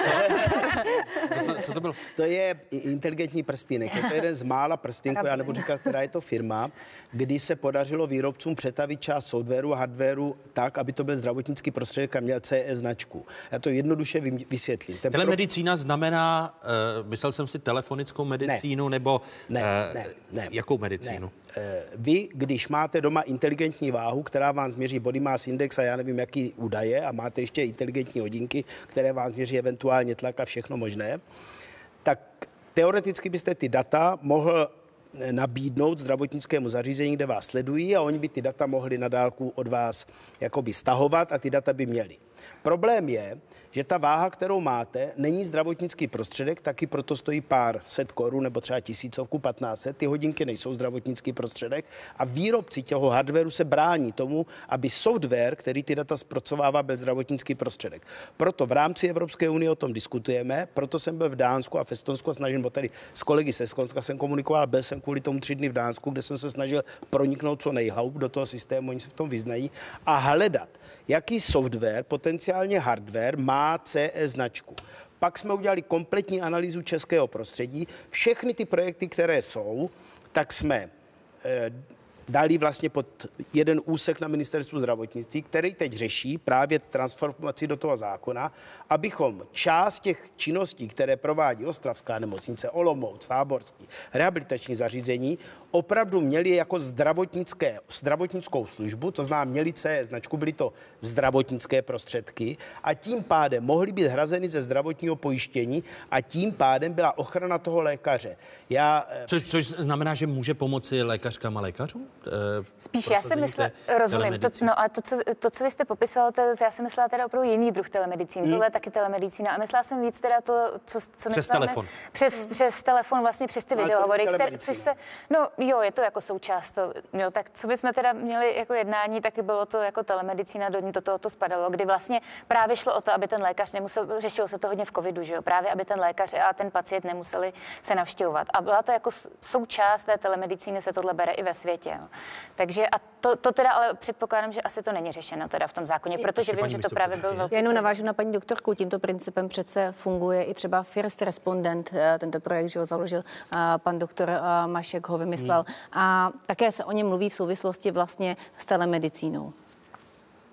co, to, co to bylo? To je inteligentní prstínek. Je to jeden z mála prstýnků, já nebudu říkat, která je to firma, kdy se podařilo výrobcům přetavit část softwaru a hardwaru tak, aby to byl zdravotnický prostředek a měl C E značku. Já to jednoduše vysvětlím. Ten Telemedicína pro... znamená, uh, myslel jsem si telefonickou medicínu, ne. nebo ne, uh, ne, ne, jakou medicínu? Ne. Vy, když máte doma inteligentní váhu, která vám změří body mass index a já nevím, jaký údaje, a máte ještě inteligentní hodinky, které vám změří eventuálně tlak a všechno možné, tak teoreticky byste ty data mohl nabídnout zdravotnickému zařízení, kde vás sledují a oni by ty data mohli na dálku od vás jakoby stahovat a ty data by měli. Problém je, že ta váha, kterou máte, není zdravotnický prostředek, taky proto stojí pár set korun nebo třeba tisícovku, patnáct set. Ty hodinky nejsou zdravotnický prostředek a výrobci těho hardwareu se brání tomu, aby software, který ty data zpracovává, byl zdravotnický prostředek. Proto v rámci Evropské unie o tom diskutujeme, proto jsem byl v Dánsku a v Estonsku a snažím, bo tady s kolegy z Estonska jsem komunikoval, byl jsem kvůli tomu tři dny v Dánsku, kde jsem se snažil proniknout co nejhloub do toho systému, oni se v tom vyznají, a hledat, jaký software, potenciálně hardware, má C E značku. Pak jsme udělali kompletní analýzu českého prostředí. Všechny ty projekty, které jsou, tak jsme eh, dali vlastně pod jeden úsek na ministerstvu zdravotnictví, který teď řeší právě transformaci do toho zákona, abychom část těch činností, které provádí Ostravská nemocnice, Olomouc, Táborský, rehabilitační zařízení, opravdu měli jako zdravotnické, zdravotnickou službu, to znamená měli C E značku, byly to zdravotnické prostředky a tím pádem mohly být hrazeny ze zdravotního pojištění a tím pádem byla ochrana toho lékaře. Já, což, což znamená, že může pomoci lékařkám a lékařům? Spíš já si myslím, rozumím, to, no a to co, to, co vy jste popisoval, to, já si myslela teda opravdu jiný druh telemedicíny, hmm. tohle je taky telemedicína a myslela jsem víc teda to, co, co přes telefon. Přes, hmm. přes telefon, vlastně přes ty videohovory, které, což se, no jo, je to jako součást, to, jo, tak co bychom teda měli jako jednání, taky bylo to jako telemedicína, do, do toho to spadalo, kdy vlastně právě šlo o to, aby ten lékař nemusel, řešilo se to hodně v covidu, že jo, právě aby ten lékař a ten pacient nemuseli se navštěvovat a byla to jako součást té telemedicíny, se tohle bere i ve světě, jo. Takže a to, to teda, ale předpokládám, že asi to není řešeno teda v tom zákoně, protože vím, že to právě byl velký. Já jenom navážu na paní doktorku, tímto principem přece funguje i třeba First Respondent, tento projekt, že ho založil pan doktor Mašek, ho vymyslel. Hmm. A také se o něm mluví v souvislosti vlastně s telemedicínou.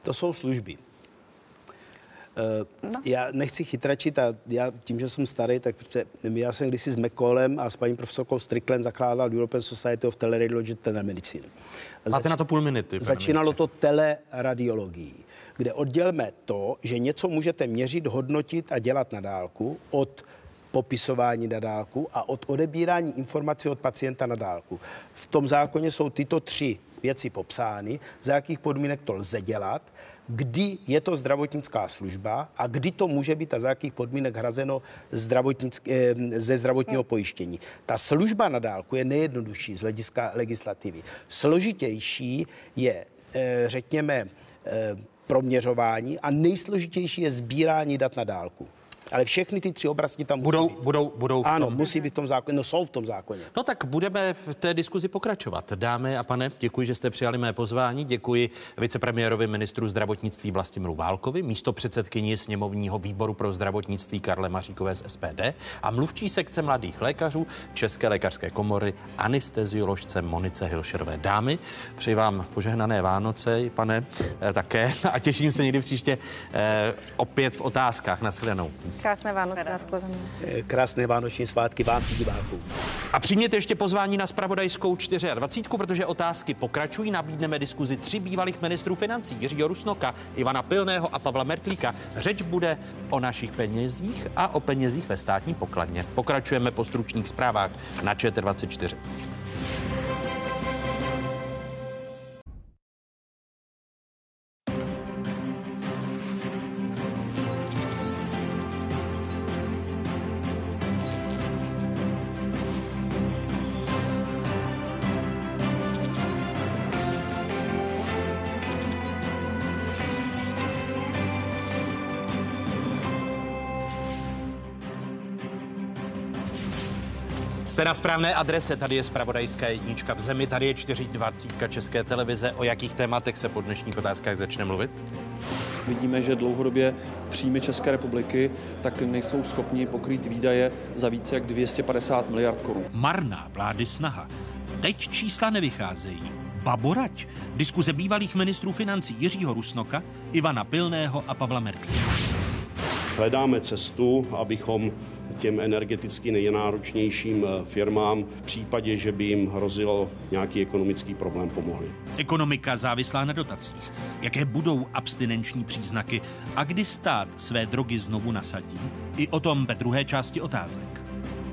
To jsou služby. No. Já nechci chytračit a já tím, že jsem starý, tak protože já jsem kdysi s McCallem a s paní profesorkou Strickland zakládal European Society of Teleradiology and Telemedicine. Máte na to půl minuty. Začínalo to teleradiologií, kde oddělme to, že něco můžete měřit, hodnotit a dělat na dálku od popisování na dálku a od odebírání informací od pacienta na dálku. V tom zákoně jsou tyto tři věci popsány, za jakých podmínek to lze dělat, kdy je to zdravotnická služba a kdy to může být a za jakých podmínek hrazeno ze zdravotního pojištění. Ta služba na dálku je nejjednodušší z hlediska legislativy. Složitější je, řekněme, proměřování a nejsložitější je sbírání dat na dálku. Ale všechny ty tři oblasti tam musí budou, být. Budou, budou v tom. Ano, musí být v tom zákoně, no jsou v tom zákoně. No tak budeme v té diskuzi pokračovat. Dámy a pane, děkuji, že jste přijali mé pozvání. Děkuji vicepremiérovi ministru zdravotnictví Vlastimilu Válkovi, místopředsedkyni sněmovního výboru pro zdravotnictví Karle Maříkové z S P D a mluvčí sekce mladých lékařů České lékařské komory anestezioložce Monice Hilšerové. Dámy, přeji vám požehnané Vánoce, pane, eh, také a těším se někdy příště eh, opět v otázkách. Nashledanou. Krásné Vánoce, nashledanou. Krásné vánoční svátky vám i divákům. A přijměte ještě pozvání na zpravodajskou dvacet čtyři, protože otázky pokračují. Nabídneme diskuzi tři bývalých ministrů financí, Jiřího Rusnoka, Ivana Pilného a Pavla Mertlíka. Řeč bude o našich penězích a o penězích ve státní pokladně. Pokračujeme po stručných zprávách na Č T dvacet čtyři. Jste na správné adrese, tady je zpravodajská jednička v zemi, tady je dvacet čtyři České televize. O jakých tématech se po dnešních otázkách začne mluvit? Vidíme, že dlouhodobě příjmy České republiky tak nejsou schopni pokrýt výdaje za více jak dvě stě padesát miliard korun. Marná vlády snaha. Teď čísla nevycházejí. Baborať. Diskuze bývalých ministrů financí Jiřího Rusnoka, Ivana Pilného a Pavla Mertlíka. Hledáme cestu, abychom těm energeticky nejnáročnějším firmám v případě, že by jim hrozilo nějaký ekonomický problém, pomohli. Ekonomika závislá na dotacích. Jaké budou abstinenční příznaky a kdy stát své drogy znovu nasadí? I o tom ve druhé části otázek.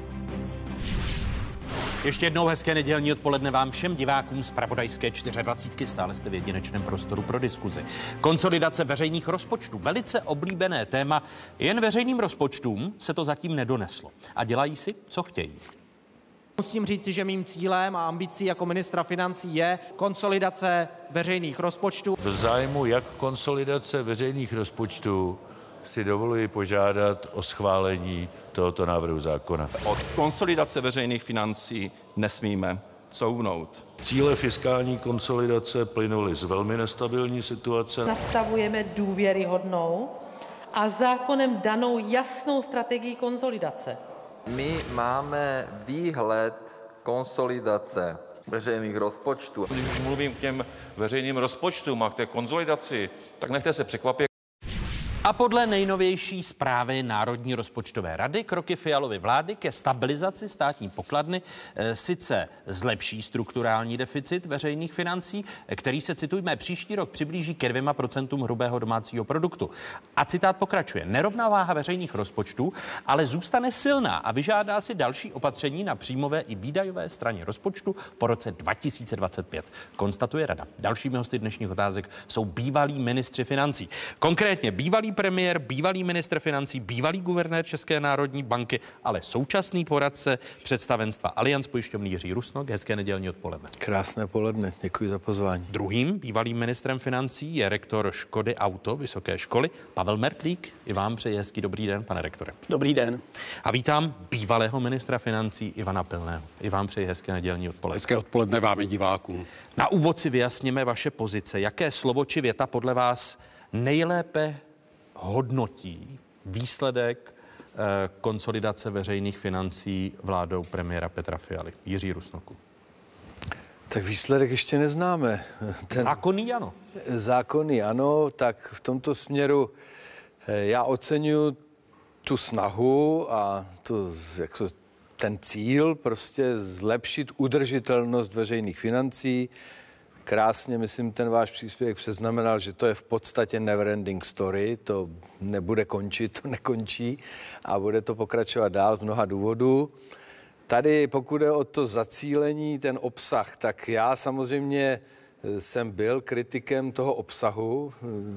Ještě jednou hezké nedělní odpoledne vám všem divákům z zpravodajské dvacet čtyři. Stále jste v jedinečném prostoru pro diskuzi. Konsolidace veřejných rozpočtů. Velice oblíbené téma. Jen veřejným rozpočtům se to zatím nedoneslo. A dělají si, co chtějí. Musím říci, že mým cílem a ambicí jako ministra financí je konsolidace veřejných rozpočtů. V zájmu jak konsolidace veřejných rozpočtů si dovoluji požádat o schválení tohoto návrhu zákona. Od konsolidace veřejných financí nesmíme couvnout. Cíle fiskální konsolidace plynuly z velmi nestabilní situace. Nastavujeme důvěryhodnou a zákonem danou jasnou strategii konsolidace. My máme výhled konsolidace veřejných rozpočtů. Když mluvím k těm veřejným rozpočtům a k té konsolidaci, tak nechte se překvapit. A podle nejnovější zprávy Národní rozpočtové rady kroky Fialovy vlády ke stabilizaci státní pokladny e, sice zlepší strukturální deficit veřejných financí, který se, citujme, příští rok přiblíží ke dvěma procentům hrubého domácího produktu. A citát pokračuje. Nerovná váha veřejných rozpočtů ale zůstane silná a vyžádá si další opatření na příjmové i výdajové straně rozpočtu po roce dva tisíce dvacet pět, konstatuje rada. Dalšími hosty dnešních otázek jsou bývalí ministři financí. Konkrétně bývalý premiér, bývalý ministr financí, bývalý guvernér České národní banky, ale současný poradce představenstva Allianz pojišťovny Jiří Rusnok. Hezké nedělní odpoledne. Krásné poledne, děkuji za pozvání. Druhým bývalým ministrem financí je rektor Škody Auto Vysoké školy Pavel Mertlík. I vám přeji hezký dobrý den, pane rektore. Dobrý den. A vítám bývalého ministra financí Ivana Pilného. I vám přeji hezké nedělní odpoledne. Hezké odpoledne vám i divákům. Na úvod si vyjasněme vaše pozice. Jaké slovo či věta podle vás nejlépe hodnotí výsledek eh, konsolidace veřejných financí vládou premiéra Petra Fialy? Jiří Rusnoku. Tak výsledek ještě neznáme. Ten... Zákonný ano. Zákonný ano, tak v tomto směru já oceňuji tu snahu a tu, jak to, ten cíl prostě zlepšit udržitelnost veřejných financí. Krásně, myslím, ten váš příspěvek přeznamenal, že to je v podstatě neverending story, to nebude končit, to nekončí a bude to pokračovat dál z mnoha důvodů. Tady, pokud je o to zacílení, ten obsah, tak já samozřejmě jsem byl kritikem toho obsahu,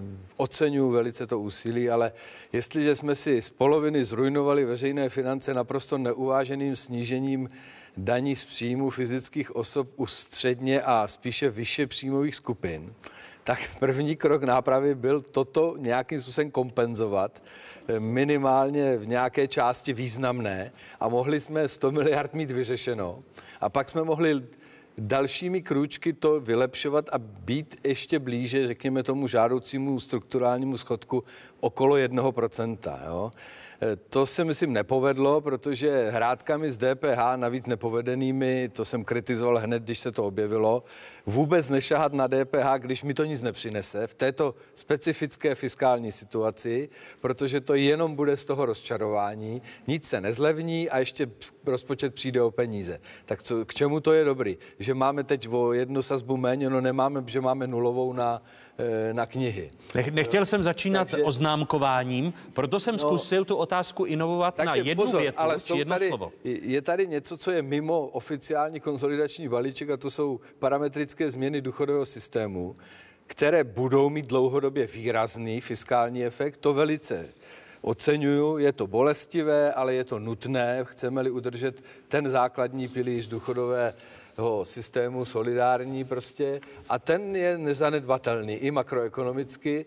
oceňuji velice to úsilí, ale jestliže jsme si z poloviny zrujnovali veřejné finance naprosto neuváženým snížením daní z příjmu fyzických osob u středně a spíše vyšše příjmových skupin, tak první krok nápravy byl toto nějakým způsobem kompenzovat, minimálně v nějaké části významné a mohli jsme sto miliard mít vyřešeno a pak jsme mohli dalšími krůčky to vylepšovat a být ještě blíže, řekněme tomu žádoucímu strukturálnímu schodku okolo jednoho procenta. Jo? To se, myslím, nepovedlo, protože hrádkami z D P H, navíc nepovedenými, to jsem kritizoval hned, když se to objevilo, vůbec nešahat na D P H, když mi to nic nepřinese v této specifické fiskální situaci, protože to jenom bude z toho rozčarování, nic se nezlevní a ještě rozpočet přijde o peníze. Tak co, k čemu to je dobrý? Že máme teď o jednu sazbu méně, no nemáme, že máme nulovou na na knihy. Nechtěl jsem začínat takže... oznámkováním, proto jsem no, zkusil tu otázku inovovat na jednu pozor, větu, ale jedno tady, slovo. Je tady něco, co je mimo oficiální konsolidační balíček a to jsou parametrické změny důchodového systému, které budou mít dlouhodobě výrazný fiskální efekt. To velice oceňuju, je to bolestivé, ale je to nutné, chceme-li udržet ten základní pilíř důchodové systému solidární prostě a ten je nezanedbatelný i makroekonomicky,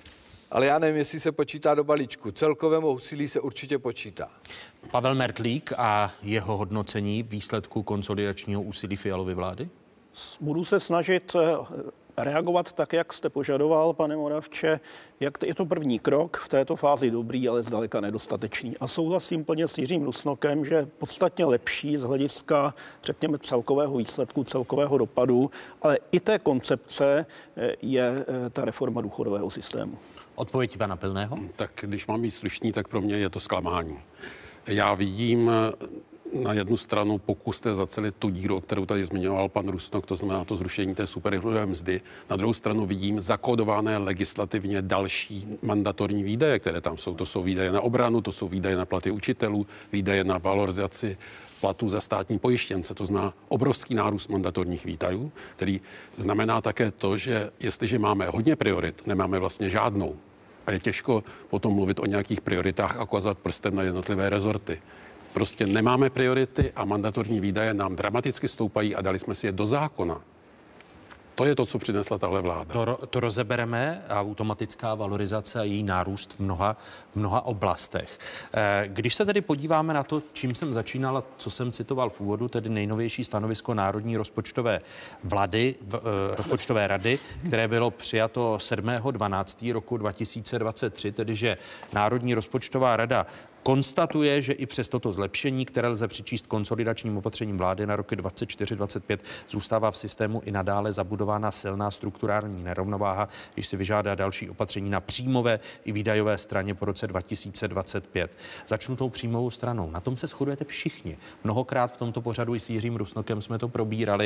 ale já nevím, jestli se počítá do balíčku. Celkovému úsilí se určitě počítá. Pavel Mertlík a jeho hodnocení výsledku konsolidačního úsilí Fialovy vlády? Budu se snažit reagovat tak, jak jste požadoval, pane Moravče. Jak je to první krok, v této fázi dobrý, ale zdaleka nedostatečný. A souhlasím plně s Jiřím Rusnokem, že podstatně lepší z hlediska, řekněme, celkového výsledku, celkového dopadu, ale i té koncepce je ta reforma důchodového systému. Odpověď Ivana Pilného? Tak když mám být slušný, tak pro mě je to zklamání. Já vidím na jednu stranu pokus té zacelit tu díru, kterou tady zmiňoval pan Rusnok, to znamená to zrušení té superhrubé mzdy. Na druhou stranu vidím zakódované legislativně další mandatorní výdaje, které tam jsou. To jsou výdaje na obranu, to jsou výdaje na platy učitelů, výdaje na valorizaci platů za státní pojištěnce. To znamená obrovský nárůst mandatorních výdajů, který znamená také to, že jestliže máme hodně priorit, nemáme vlastně žádnou. A je těžko potom mluvit o nějakých prioritách a ukazovat prstem na jednotlivé rezorty. Prostě nemáme priority a mandatorní výdaje nám dramaticky stoupají a dali jsme si je do zákona. To je to, co přinesla tahle vláda. To, to rozebereme, automatická valorizace a její nárůst v mnoha, v mnoha oblastech. Když se tedy podíváme na to, čím jsem začínal a co jsem citoval v úvodu, tedy nejnovější stanovisko Národní rozpočtové vlády, rozpočtové rady, které bylo přijato sedmého dvanáctého roku dva tisíce dvacet tři, tedy že Národní rozpočtová rada konstatuje, že i přes toto zlepšení, které lze přičíst konsolidačním opatřením vlády na roky dvacet čtyři dvacet pět, zůstává v systému i nadále zabudována silná strukturální nerovnováha, když si vyžádá další opatření na příjmové i výdajové straně po roce dva tisíce dvacet pět. Začnu tou příjmovou stranou. Na tom se shodujete všichni. Mnohokrát v tomto pořadu i s Jiřím Rusnokem jsme to probírali.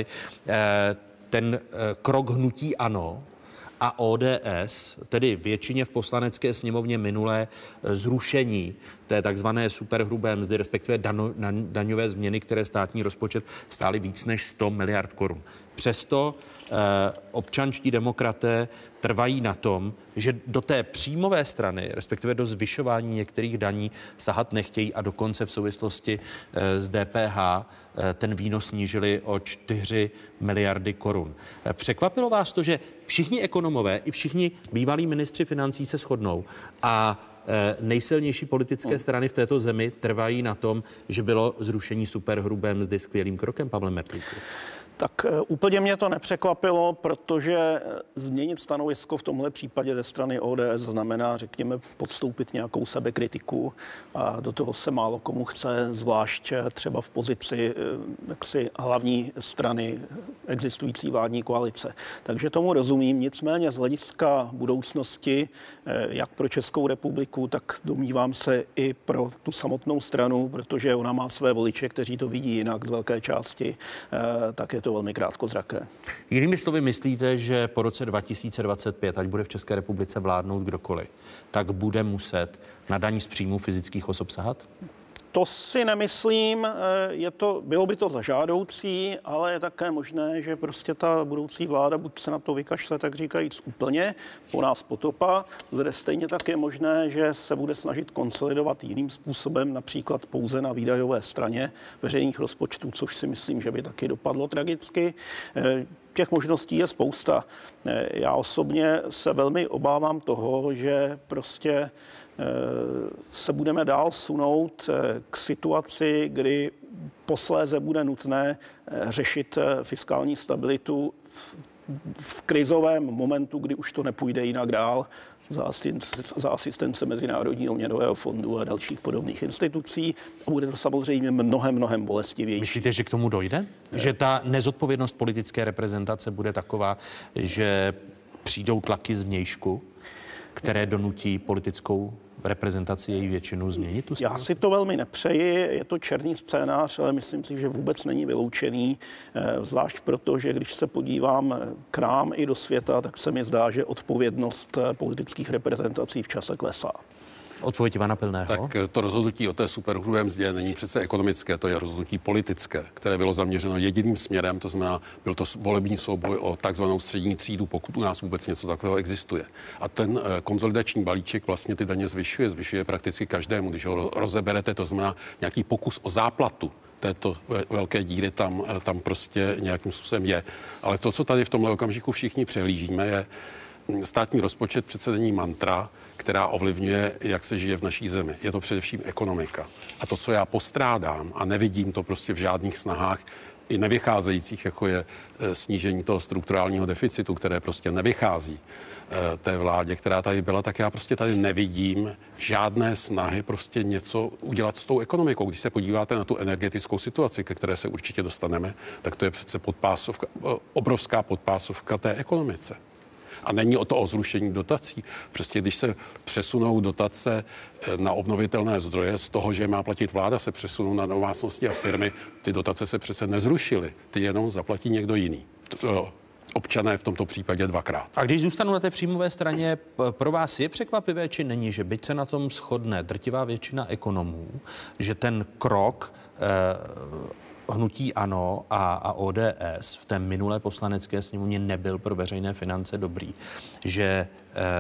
Ten krok hnutí ANO a O D S, tedy většině v poslanecké sněmovně minulé zrušení té takzvané superhrubé mzdy, respektive dano, daňové změny, které státní rozpočet stály víc než sto miliard korun. Přesto eh, občanští demokraté trvají na tom, že do té příjmové strany, respektive do zvyšování některých daní sahat nechtějí a dokonce v souvislosti eh, s D P H eh, ten výnos snížili o čtyři miliardy korun. Eh, překvapilo vás to, že všichni ekonomové i všichni bývalí ministři financí se shodnou a nejsilnější politické strany v této zemi trvají na tom, že bylo zrušení superhrubé mzdy skvělým krokem, Pavle Mertlíku? Tak úplně mě to nepřekvapilo, protože změnit stanovisko v tomhle případě ze strany O D S znamená, řekněme, podstoupit nějakou sebekritiku a do toho se málo komu chce, zvlášť třeba v pozici jaksi hlavní strany existující vládní koalice. Takže tomu rozumím, nicméně z hlediska budoucnosti, jak pro Českou republiku, tak domnívám se i pro tu samotnou stranu, protože ona má své voliče, kteří to vidí jinak z velké části, tak je to velmi krátkozraké. Jinými slovy, myslíte, že po roce dva tisíce dvacet pět, ať bude v České republice vládnout kdokoliv, tak bude muset na daň z příjmu fyzických osob sahat? To si nemyslím, je to, bylo by to zažádoucí, ale je také možné, že prostě ta budoucí vláda buď se na to vykašle, tak říkajíc úplně, po nás potopa. Zde stejně tak je možné, že se bude snažit konsolidovat jiným způsobem, například pouze na výdajové straně veřejných rozpočtů, což si myslím, že by taky dopadlo tragicky. Těch možností je spousta. Já osobně se velmi obávám toho, že prostě se budeme dál sunout k situaci, kdy posléze bude nutné řešit fiskální stabilitu v, v krizovém momentu, kdy už to nepůjde jinak dál, za, asistence, za asistence Mezinárodního měnového fondu a dalších podobných institucí. A bude to samozřejmě mnohem, mnohem bolestivější. Myslíte, že k tomu dojde? Ne. Že ta nezodpovědnost politické reprezentace bude taková, že přijdou tlaky zvnějšku, které donutí politickou reprezentaci její většinu změnit? Tu Já si to velmi nepřeji, je to černý scénář, ale myslím si, že vůbec není vyloučený, zvlášť proto, že když se podívám k nám i do světa, tak se mi zdá, že odpovědnost politických reprezentací v čase klesá. Odpověď Ivana Pilného. Tak to rozhodnutí o té superhrubé mzdě není přece ekonomické, to je rozhodnutí politické, které bylo zaměřeno jediným směrem, to znamená, byl to volební souboj o takzvanou střední třídu, pokud u nás vůbec něco takového existuje. A ten konsolidační balíček vlastně ty daně zvyšuje, zvyšuje prakticky každému, když ho rozeberete, to znamená nějaký pokus o záplatu této velké díry tam, tam prostě nějakým způsobem je. Ale to, co tady v tomhle okamžiku všichni přehlížíme, je státní rozpočet přece není mantra, která ovlivňuje, jak se žije v naší zemi. Je to především ekonomika. A to, co já postrádám a nevidím to prostě v žádných snahách, i nevycházejících, jako je snížení toho strukturálního deficitu, které prostě nevychází té vládě, která tady byla, tak já prostě tady nevidím žádné snahy prostě něco udělat s tou ekonomikou. Když se podíváte na tu energetickou situaci, ke které se určitě dostaneme, tak to je přece podpásovka, obrovská podpásovka té ekonomice. A není o to o zrušení dotací. Prostě když se přesunou dotace na obnovitelné zdroje, z toho, že má platit vláda, se přesunou na domácnosti a firmy, ty dotace se přece nezrušily. Ty jenom zaplatí někdo jiný. Občané v tomto případě dvakrát. A když zůstanu na té příjmové straně, pro vás je překvapivé, či není, že byť se na tom shodne drtivá většina ekonomů, že ten krok eh, hnutí ANO a, a O D S v té minulé poslanecké sněmovně nebyl pro veřejné finance dobrý, že e,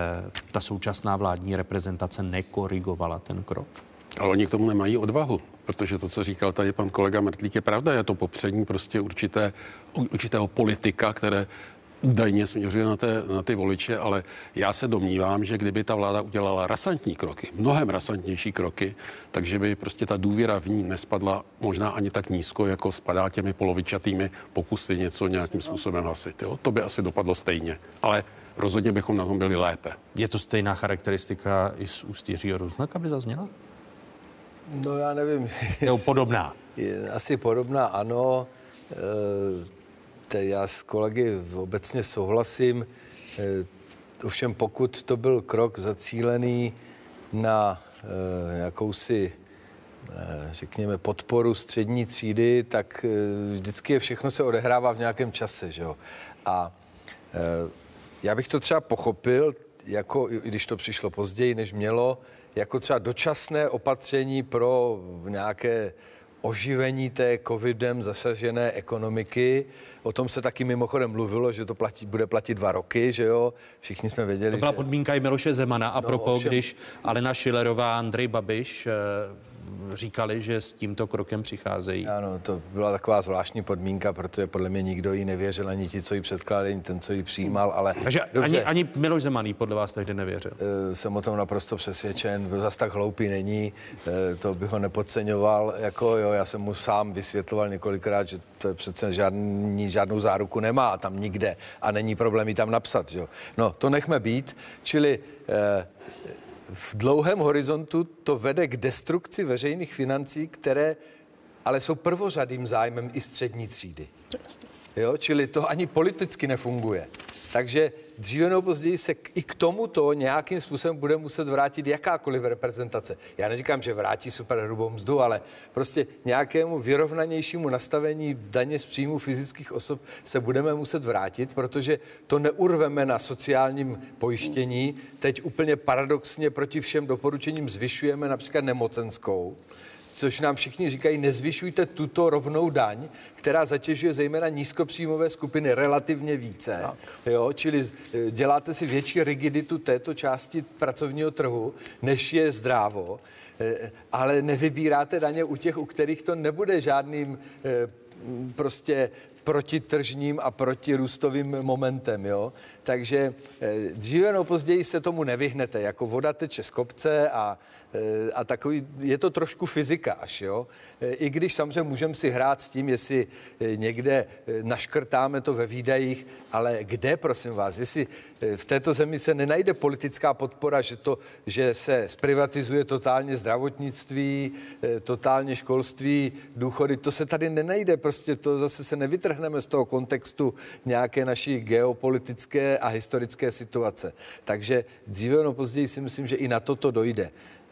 ta současná vládní reprezentace nekorigovala ten krok? Ale oni k tomu nemají odvahu, protože to, co říkal tady pan kolega Mrtlík, je pravda, je to popření prostě určité, určitého politika, které údajně směřuje na, té, na ty voliče, ale já se domnívám, že kdyby ta vláda udělala rasantní kroky, mnohem rasantnější kroky, takže by prostě ta důvěra v ní nespadla možná ani tak nízko, jako spadá těmi polovičatými pokusy něco nějakým způsobem hasit. Jo? To by asi dopadlo stejně, ale rozhodně bychom na tom byli lépe. Je to stejná charakteristika i z úst Jiřího Rusnoka, by zazněla? No já nevím. Je podobná. Je, asi podobná, ano. E- Já s kolegy obecně souhlasím, ovšem pokud to byl krok zacílený na e, jakousi, e, řekněme, podporu střední třídy, tak e, vždycky je všechno se odehrává v nějakém čase, že jo. A e, já bych to třeba pochopil, jako, i když to přišlo později, než mělo, jako třeba dočasné opatření pro nějaké oživení té covidem zasažené ekonomiky. O tom se taky mimochodem mluvilo, že to platí, bude platit dva roky, že jo. Všichni jsme věděli, to byla že... podmínka i Miloše Zemana. A no, propos, ovšem... když Alena Schillerová, Andrej Babiš říkali, že s tímto krokem přicházejí. Ano, to byla taková zvláštní podmínka, protože podle mě nikdo jí nevěřil, ani ti, co ji předkládali, ani ten, co ji přijímal, ale... Takže ani, ani Miloš Zeman podle vás tehdy nevěřil? Jsem o tom naprosto přesvědčen, byl zas tak hloupý není, to bych ho nepodceňoval, jako jo, já jsem mu sám vysvětloval několikrát, že to přece žádný, žádnou záruku nemá tam nikde a není problém ji tam napsat, jo. No, to nechme být, čili eh, v dlouhém horizontu to vede k destrukci veřejných financí, které ale jsou prvořadým zájmem i střední třídy. Jo, čili to ani politicky nefunguje. Takže dříve nebo později se k, i k tomuto nějakým způsobem bude muset vrátit jakákoliv reprezentace. Já neříkám, že vrátí superhrubou mzdu, ale prostě nějakému vyrovnanějšímu nastavení daně z příjmu fyzických osob se budeme muset vrátit, protože to neurveme na sociálním pojištění. Teď úplně paradoxně proti všem doporučením zvyšujeme například nemocenskou, což nám všichni říkají, nezvyšujte tuto rovnou daň, která zatěžuje zejména nízkopříjmové skupiny relativně více. Jo, čili děláte si větší rigiditu této části pracovního trhu, než je zdrávo, ale nevybíráte daně u těch, u kterých to nebude žádným prostě protitržním a protirůstovým momentem, jo. Takže dříve nebo později se tomu nevyhnete, jako voda teče z kopce a a takový, je to trošku fyzika až, jo. I když samozřejmě můžeme si hrát s tím, jestli někde naškrtáme to ve výdajích, ale kde, prosím vás, jestli v této zemi se nenajde politická podpora, že, to, že se zprivatizuje totálně zdravotnictví, totálně školství, důchody, to se tady nenajde, prostě to zase se nevytrhneme z toho kontextu nějaké naší geopolitické a historické situace. Takže dříve nebo později si myslím, že i na toto dojde.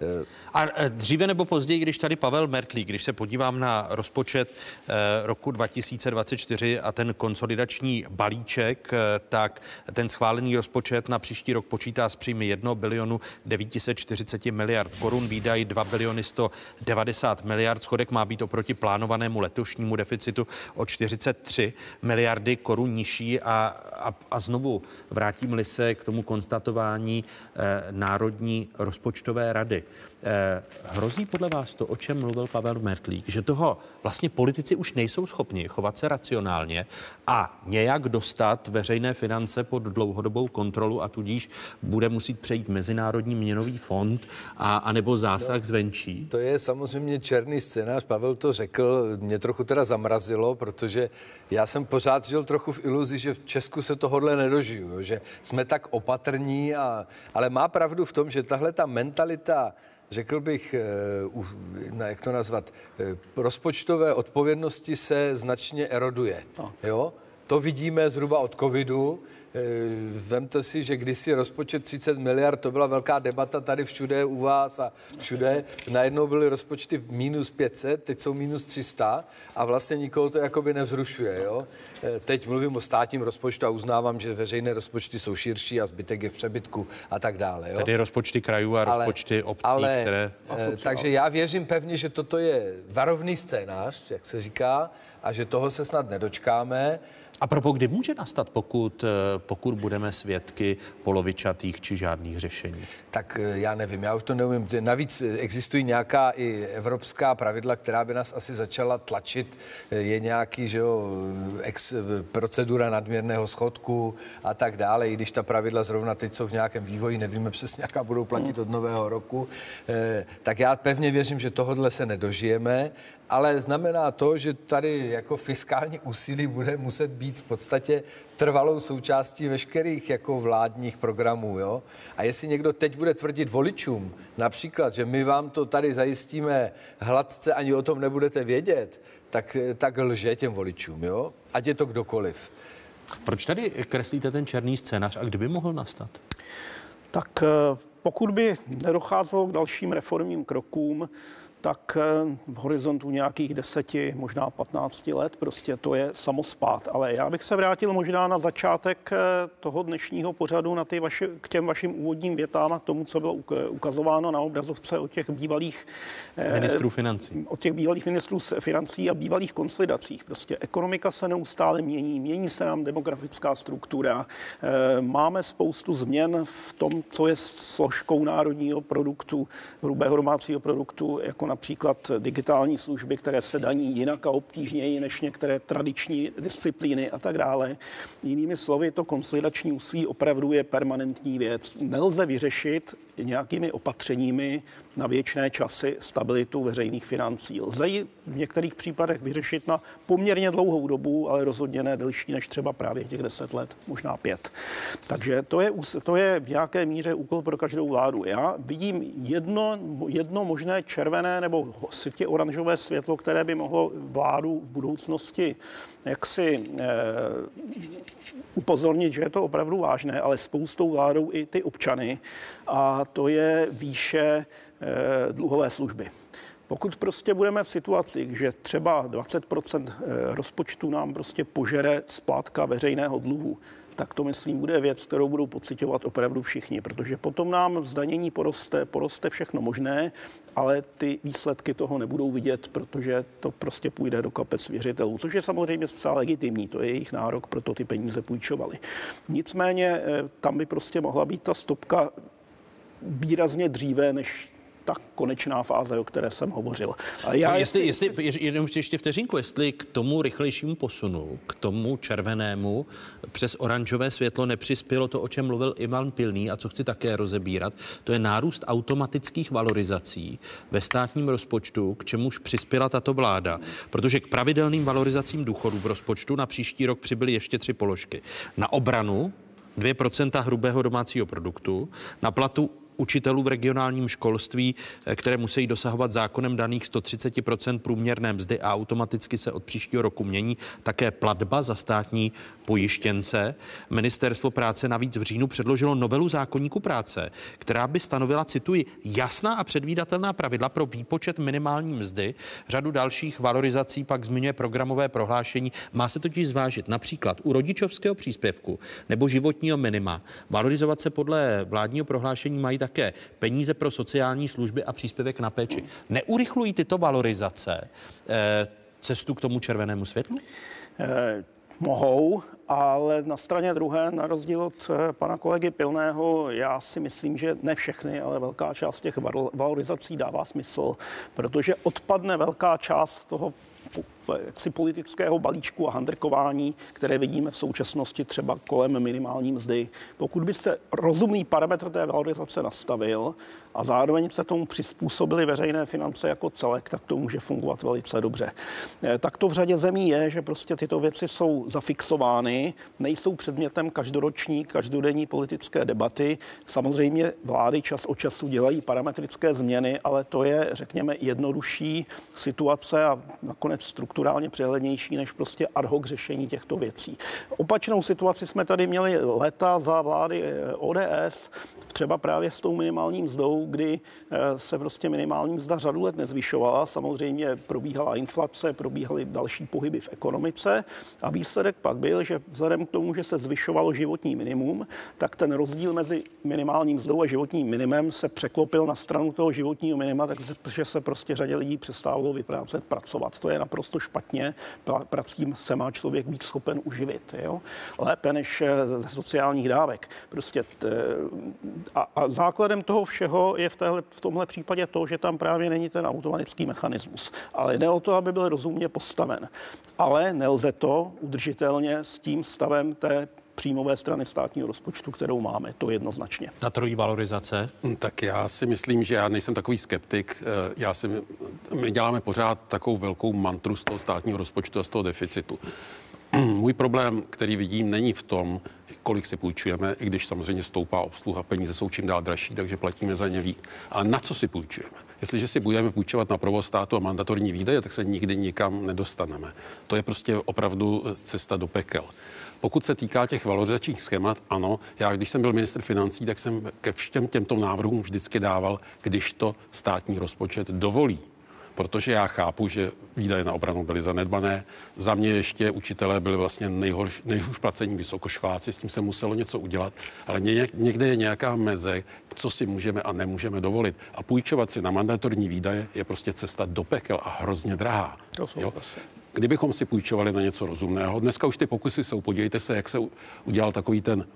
A dříve nebo později, když tady Pavel Mertlík, když se podívám na rozpočet roku dva tisíce dvacet čtyři a ten konsolidační balíček, tak ten schválený rozpočet na příští rok počítá s příjmy jednoho bilionu devět set čtyřicet miliard korun, výdaj dva biliony sto devadesát miliard, schodek má být oproti plánovanému letošnímu deficitu o čtyřicet tři miliardy korun nižší a, a, a znovu vrátím-li se k tomu konstatování eh, Národní rozpočtové rady. Eh, hrozí podle vás to, o čem mluvil Pavel Mertlík, že toho vlastně politici už nejsou schopni chovat se racionálně a nějak dostat veřejné finance pod dlouhodobou kontrolu a tudíž bude muset přejít Mezinárodní měnový fond a, a nebo zásah no, zvenčí? To je samozřejmě černý scénář, Pavel to řekl, mě trochu teda zamrazilo, protože já jsem pořád žil trochu v iluzi, že v Česku se tohodle nedožiju, jo, že jsme tak opatrní, a, ale má pravdu v tom, že tahle ta mentalita, řekl bych, jak to nazvat, rozpočtové odpovědnosti se značně eroduje. Jo? To vidíme zhruba od covidu. Vemte si, že kdysi rozpočet třicet miliard, to byla velká debata tady všude u vás a všude. Najednou byly rozpočty minus pět set, teď jsou minus tři sta a vlastně nikoho to jakoby nevzrušuje. Jo? Teď mluvím o státním rozpočtu a uznávám, že veřejné rozpočty jsou širší a zbytek je v přebytku a tak dále. Jo? Tedy rozpočty krajů a rozpočty ale, obcí, ale, které... Takže já věřím pevně, že toto je varovný scénář, jak se říká, a že toho se snad nedočkáme. A propo, kdy může nastat, pokud, pokud budeme svědky polovičatých či žádných řešení? Tak já nevím, já už to neumím. Navíc existují nějaká i evropská pravidla, která by nás asi začala tlačit. Je nějaký, že jo, ex, procedura nadměrného schodku a tak dále. I když ta pravidla zrovna teď jsou v nějakém vývoji, nevíme přesně, jaká budou platit od nového roku. Tak já pevně věřím, že tohodle se nedožijeme, ale znamená to, že tady jako fiskální úsilí bude muset být v podstatě trvalou součástí veškerých jako vládních programů, jo? A jestli někdo teď bude tvrdit voličům, například, že my vám to tady zajistíme hladce, ani o tom nebudete vědět, tak, tak lže těm voličům, jo? Ať je to kdokoliv. Proč tady kreslíte ten černý scénář a kdyby mohl nastat? Tak pokud by nedocházelo k dalším reformním krokům, tak v horizontu nějakých deseti, možná patnácti let, prostě to je samospát. Ale já bych se vrátil možná na začátek toho dnešního pořadu, na ty vaši, k těm vašim úvodním větám a k tomu, co bylo ukazováno na obrazovce od těch bývalých ministrů financí. Od těch bývalých ministrů financí a bývalých konsolidacích. Prostě ekonomika se neustále mění, mění se nám demografická struktura. Máme spoustu změn v tom, co je složkou národního produktu, hrubého domácího produktu, jako například digitální služby, které se daní jinak a obtížněji než některé tradiční disciplíny a tak dále. Jinými slovy, to konsolidační úsilí opravdu je permanentní věc. Nelze vyřešit nějakými opatřeními na věčné časy stabilitu veřejných financí. Lze ji v některých případech vyřešit na poměrně dlouhou dobu, ale rozhodně ne delší než třeba právě těch deset let, možná pět. Takže to je, to je v nějaké míře úkol pro každou vládu. Já vidím jedno, jedno možné červené nebo sytě oranžové světlo, které by mohlo vládu v budoucnosti jaksi eh, upozornit, že je to opravdu vážné, ale spoustou vládou i ty občany, a to je výše eh, dluhové služby. Pokud prostě budeme v situaci, že třeba dvacet procent rozpočtu nám prostě požere splátka veřejného dluhu, tak to, myslím, bude věc, kterou budou pociťovat opravdu všichni, protože potom nám v zdanění poroste, poroste všechno možné, ale ty výsledky toho nebudou vidět, protože to prostě půjde do kapes věřitelů, což je samozřejmě zcela legitimní, to je jejich nárok, proto ty peníze půjčovali. Nicméně tam by prostě mohla být ta stopka výrazně dříve, než ta konečná fáze, o které jsem hovořil. A já no, jestli, jestli, jenom ještě vteřinku, jestli k tomu rychlejšímu posunu, k tomu červenému přes oranžové světlo nepřispělo to, o čem mluvil Ivan Pilný a co chci také rozebírat, to je nárůst automatických valorizací ve státním rozpočtu, k čemuž přispěla tato vláda, protože k pravidelným valorizacím důchodů v rozpočtu na příští rok přibyly ještě tři položky. Na obranu dvě procenta hrubého domácího produktu, na platu učitelů v regionálním školství, které musí dosahovat zákonem daných sto třicet procent průměrné mzdy a automaticky se od příštího roku mění také platba za státní pojištěnce. Ministerstvo práce navíc v říjnu předložilo novelu zákoníku práce, která by stanovila, cituji, jasná a předvídatelná pravidla pro výpočet minimální mzdy. Řadu dalších valorizací pak zmiňuje programové prohlášení. Má se totiž zvážit například u rodičovského příspěvku nebo životního minima. Valorizovat se podle vládního prohlášení mají také peníze pro sociální služby a příspěvek na péči. Neurychlují tyto valorizace eh, cestu k tomu červenému světlu? Eh, mohou, ale na straně druhé, na rozdíl od eh, pana kolegy Pilného, já si myslím, že ne všechny, ale velká část těch valorizací dává smysl, protože odpadne velká část toho jaksi politického balíčku a handrkování, které vidíme v současnosti třeba kolem minimální mzdy. Pokud by se rozumný parametr té valorizace nastavil a zároveň se tomu přizpůsobily veřejné finance jako celek, tak to může fungovat velice dobře. Tak to v řadě zemí je, že prostě tyto věci jsou zafixovány, nejsou předmětem každoroční, každodenní politické debaty. Samozřejmě vlády čas od času dělají parametrické změny, ale to je, řekněme, jednodušší situace a nakonec strukturálně přehlednější než prostě ad hoc řešení těchto věcí. Opačnou situaci jsme tady měli léta za vlády O D S, třeba právě s tou minimální mzdou, kdy se prostě minimální mzda řadu let nezvyšovala. Samozřejmě probíhala inflace, probíhaly další pohyby v ekonomice a výsledek pak byl, že vzhledem k tomu, že se zvyšovalo životní minimum, tak ten rozdíl mezi minimálním mzdou a životním minimem se překlopil na stranu toho životního minima, takže se prostě řadě lidí přestávalo vyprácet pracovat. To je naprosto špatně. Prací se má člověk být schopen uživit. Jo? Lépe než ze sociálních dávek. Prostě t, a, a základem toho všeho je v, téhle, v tomhle případě to, že tam právě není ten automatický mechanismus. Ale jde o to, aby byl rozumně postaven. Ale nelze to udržitelně s tím stavem té příjmové strany státního rozpočtu, kterou máme, to jednoznačně. Ta trojí valorizace? Tak já si myslím, že já nejsem takový skeptik. Já si, my děláme pořád takovou velkou mantru z toho státního rozpočtu a z toho deficitu. Můj problém, který vidím, není v tom, kolik si půjčujeme, i když samozřejmě stoupá obsluha, peníze jsou čím dál dražší, takže platíme za ně víc. Ale na co si půjčujeme? Jestliže si budeme půjčovat na provoz státu a mandatorní výdaje, tak se nikdy nikam nedostaneme. To je prostě opravdu cesta do pekel. Pokud se týká těch valorizačních schémat, ano, já když jsem byl ministr financí, tak jsem ke všem těmto návrhům vždycky dával, když to státní rozpočet dovolí. Protože já chápu, že výdaje na obranu byly zanedbané. Za mě ještě učitelé byli vlastně nejhorš, nejhůř placení vysokoškoláci, s tím se muselo něco udělat, ale ně, někde je nějaká meze, co si můžeme a nemůžeme dovolit. A půjčovat si na mandatorní výdaje je prostě cesta do pekel a hrozně drahá. Jo? Kdybychom si půjčovali na něco rozumného, dneska už ty pokusy jsou, podívejte se, jak se udělal takový ten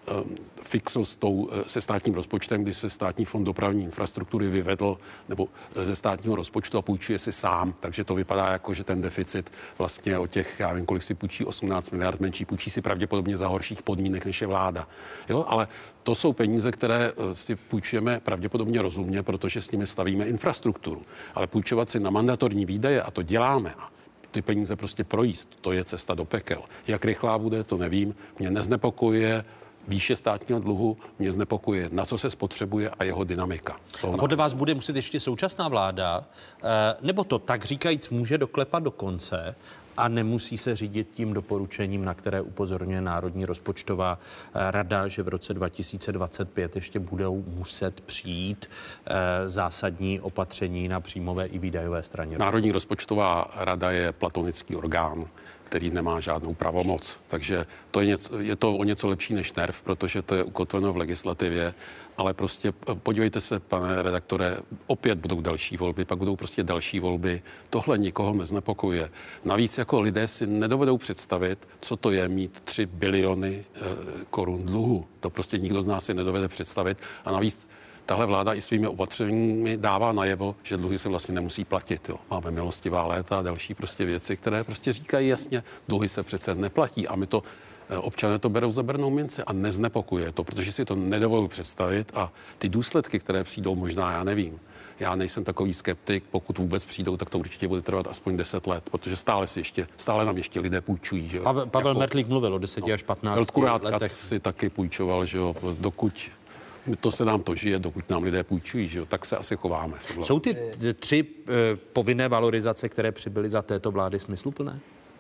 fixl s tou, se státním rozpočtem, když se státní fond dopravní infrastruktury vyvedl nebo ze státního rozpočtu a půjčuje si sám, takže to vypadá jako, že ten deficit vlastně o těch, já vím, kolik si půjčí, osmnáct miliard menší, půjčí si pravděpodobně za horších podmínek, než je vláda. Jo, ale to jsou peníze, které si půjčujeme pravděpodobně rozumně, protože s nimi stavíme infrastrukturu. Ale půjčovat si na mandatorní výdaje, a to děláme, a ty peníze prostě projíst, to je cesta do pekel. Jak rychlá bude, to nevím. Mě neznepokojuje výše státního dluhu, mě znepokojuje, na co se spotřebuje a jeho dynamika. A podle vás bude muset ještě současná vláda, nebo to tak říkajíc může doklepat do konce a nemusí se řídit tím doporučením, na které upozorňuje Národní rozpočtová rada, že v roce dva tisíce dvacet pět ještě budou muset přijít zásadní opatření na příjmové i výdajové straně? Národní rozpočtová rada je platonický orgán, který nemá žádnou pravomoc. Takže to je, něco, je to o něco lepší než NERV, protože to je ukotveno v legislativě, ale prostě podívejte se, pane redaktore, opět budou další volby, pak budou prostě další volby. Tohle nikoho neznepokojuje. Navíc jako lidé si nedovedou představit, co to je mít tři biliony e, korun dluhu. To prostě nikdo z nás si nedovede představit. A navíc tahle vláda i svými opatřeními dává najevo, že dluhy se vlastně nemusí platit. Jo. Máme milostivá léta a další prostě věci, které prostě říkají jasně, dluhy se přece neplatí a my to, občané to berou za bernou minci a neznepokuje to, protože si to nedovoluji představit a ty důsledky, které přijdou, možná já nevím. Já nejsem takový skeptik, pokud vůbec přijdou, tak to určitě bude trvat aspoň deset let, protože stále si ještě, stále nám ještě lidé půjčují. Že jo. Pavel, Pavel jako, Mertlík mluvil o deseti no, až patnácti Feldkurátka letech. si taky půjčoval, že jo, dokud to se nám to žije, dokud nám lidé půjčují, že jo, tak se asi chováme. Jsou ty tři e, povinné valorizace, které přibyly za této vlády, smysluplné?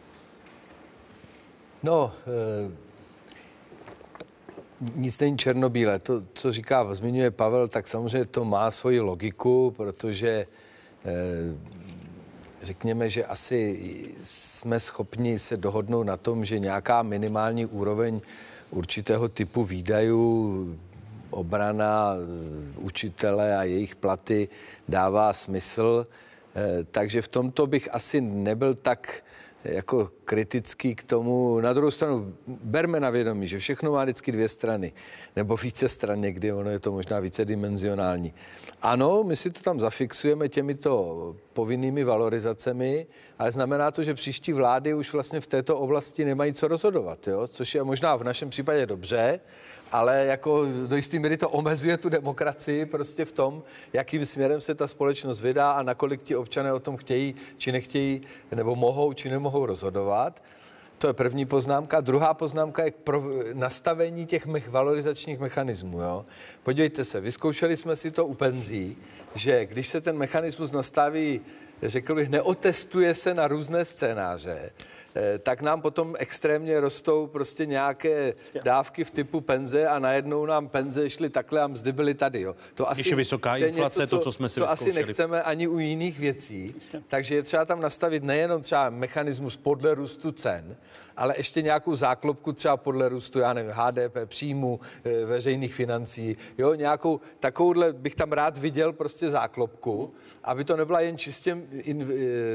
No, e, nic není černobílé. To, co říká, zmiňuje Pavel, tak samozřejmě to má svoji logiku, protože e, řekněme, že asi jsme schopni se dohodnout na tom, že nějaká minimální úroveň určitého typu výdajů, obrana, učitele a jejich platy dává smysl. Takže v tomto bych asi nebyl tak jako kritický k tomu. Na druhou stranu berme na vědomí, že všechno má vždycky dvě strany, nebo více stran někdy, ono je to možná vícedimenzionální. Ano, my si to tam zafixujeme těmito povinnými valorizacemi, ale znamená to, že příští vlády už vlastně v této oblasti nemají co rozhodovat, jo? Což je možná v našem případě dobře, ale jako do jisté míry to omezuje tu demokracii prostě v tom, jakým směrem se ta společnost vydá a nakolik ti občané o tom chtějí, či nechtějí, nebo mohou, či nemohou rozhodovat. To je první poznámka. Druhá poznámka je k pro nastavení těch mech, valorizačních mechanismů. Jo? Podívejte se, vyzkoušeli jsme si to u penzí, že když se ten mechanismus nastaví, řekl bych, neotestuje se na různé scénáře, tak nám potom extrémně rostou prostě nějaké dávky v typu penze a najednou nám penze šly takhle a mzdy byly tady. Jo. To asi, Když je vysoká inflace, něco, co, to, co jsme si To asi nechceme ani u jiných věcí. Takže je třeba tam nastavit nejenom třeba mechanismus podle růstu cen, ale ještě nějakou záklopku třeba podle růstu, já nevím, H D P, příjmu, veřejných financí, jo, nějakou takovouhle bych tam rád viděl prostě záklopku, aby to nebyla jen čistě in,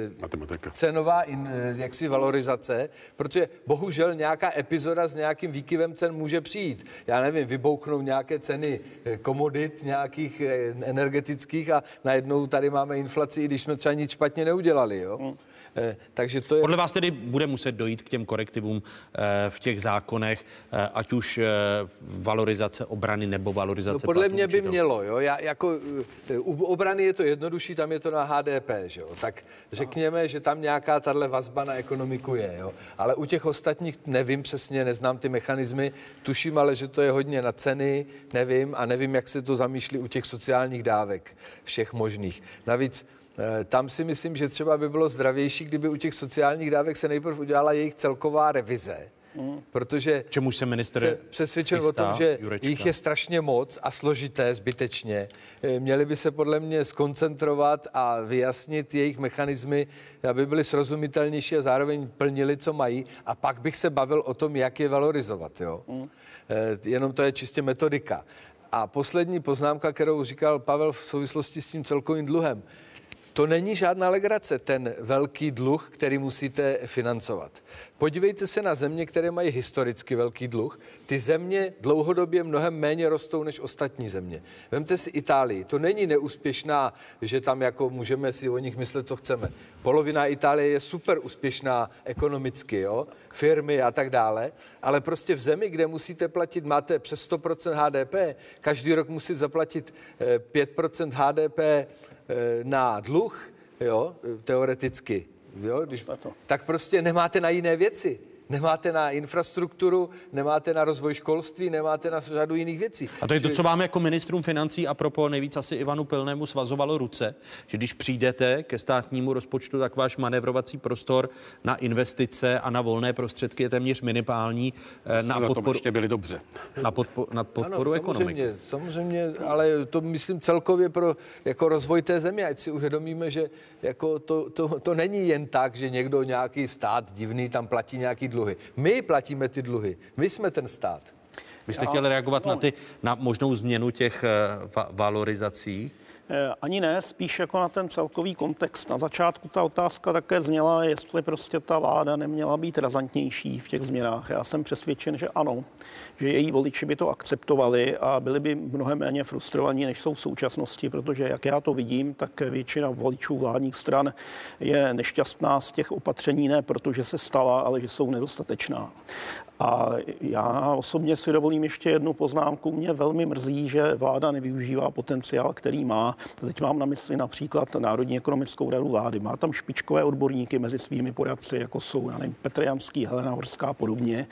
cenová in, jaksi valorizace, protože bohužel nějaká epizoda s nějakým výkyvem cen může přijít. Já nevím, vybouchnou nějaké ceny komodit, nějakých energetických a najednou tady máme inflaci, i když jsme třeba nic špatně neudělali, jo. Hmm. Takže to je... Podle vás tedy bude muset dojít k těm korektivům v těch zákonech, ať už valorizace obrany nebo valorizace... No podle mě by učitelů. mělo, jo. Já, jako, u obrany je to jednodušší, tam je to na H D P, že jo. Tak řekněme, že tam nějaká tahle vazba na ekonomiku je, jo. Ale u těch ostatních nevím přesně, neznám ty mechanismy, tuším ale, že to je hodně na ceny, nevím a nevím, jak se to zamýšlí u těch sociálních dávek všech možných. Navíc tam si myslím, že třeba by bylo zdravější, kdyby u těch sociálních dávek se nejprve udělala jejich celková revize. Mm. Protože čemu se ministr přesvědčen o tom, že Jurečka. Jich je strašně moc a složité zbytečně. Měli by se podle mě skoncentrovat a vyjasnit jejich mechanismy, aby byly srozumitelnější a zároveň plnili, co mají. A pak bych se bavil o tom, jak je valorizovat. Jo? Mm. Jenom to je čistě metodika. A poslední poznámka, kterou říkal Pavel v souvislosti s tím celkovým dluhem. To není žádná legrace, ten velký dluh, který musíte financovat. Podívejte se na země, které mají historicky velký dluh. Ty země dlouhodobě mnohem méně rostou než ostatní země. Vemte si Itálii. To není neúspěšná, že tam jako můžeme si o nich myslet, co chceme. Polovina Itálie je super úspěšná ekonomicky, jo? Firmy a tak dále, ale prostě v zemi, kde musíte platit, máte přes sto procent H D P, každý rok musí zaplatit pět procent H D P na dluh, jo, teoreticky, jo, když, tak prostě nemáte na jiné věci. Nemáte na infrastrukturu, nemáte na rozvoj školství, nemáte na řadu jiných věcí. A to je to, co vám jako ministrům financí a propo nejvíc asi Ivanu Pilnému svazovalo ruce, že když přijdete ke státnímu rozpočtu, tak váš manévrovací prostor na investice a na volné prostředky je téměř minimální na podporu. Na byli dobře. Na, podpo, na podporu ano, ekonomiky. Samozřejmě, samozřejmě, ale to myslím celkově pro jako rozvoj té země, ať si uvědomíme, že jako to, to, to není jen tak, že někdo, nějaký stát divný tam platí nějaký dluh. My platíme ty dluhy. My jsme ten stát. Vy jste chtěli reagovat no. na, ty, na možnou změnu těch uh, valorizací? Ani ne, spíš jako na ten celkový kontext. Na začátku ta otázka také zněla, jestli prostě ta vláda neměla být razantnější v těch změnách. Já jsem přesvědčen, že ano, že její voliči by to akceptovali a byli by mnohem méně frustrovaní, než jsou v současnosti, protože jak já to vidím, tak většina voličů vládních stran je nešťastná z těch opatření, ne protože se stala, ale že jsou nedostatečná. A já osobně si dovolím ještě jednu poznámku. Mě velmi mrzí, že vláda nevyužívá potenciál, který má. Teď mám na mysli například Národní ekonomickou radu vlády. Má tam špičkové odborníky mezi svými poradci, jako jsou, já nevím, Petr Janský, Helena Horská a podobně.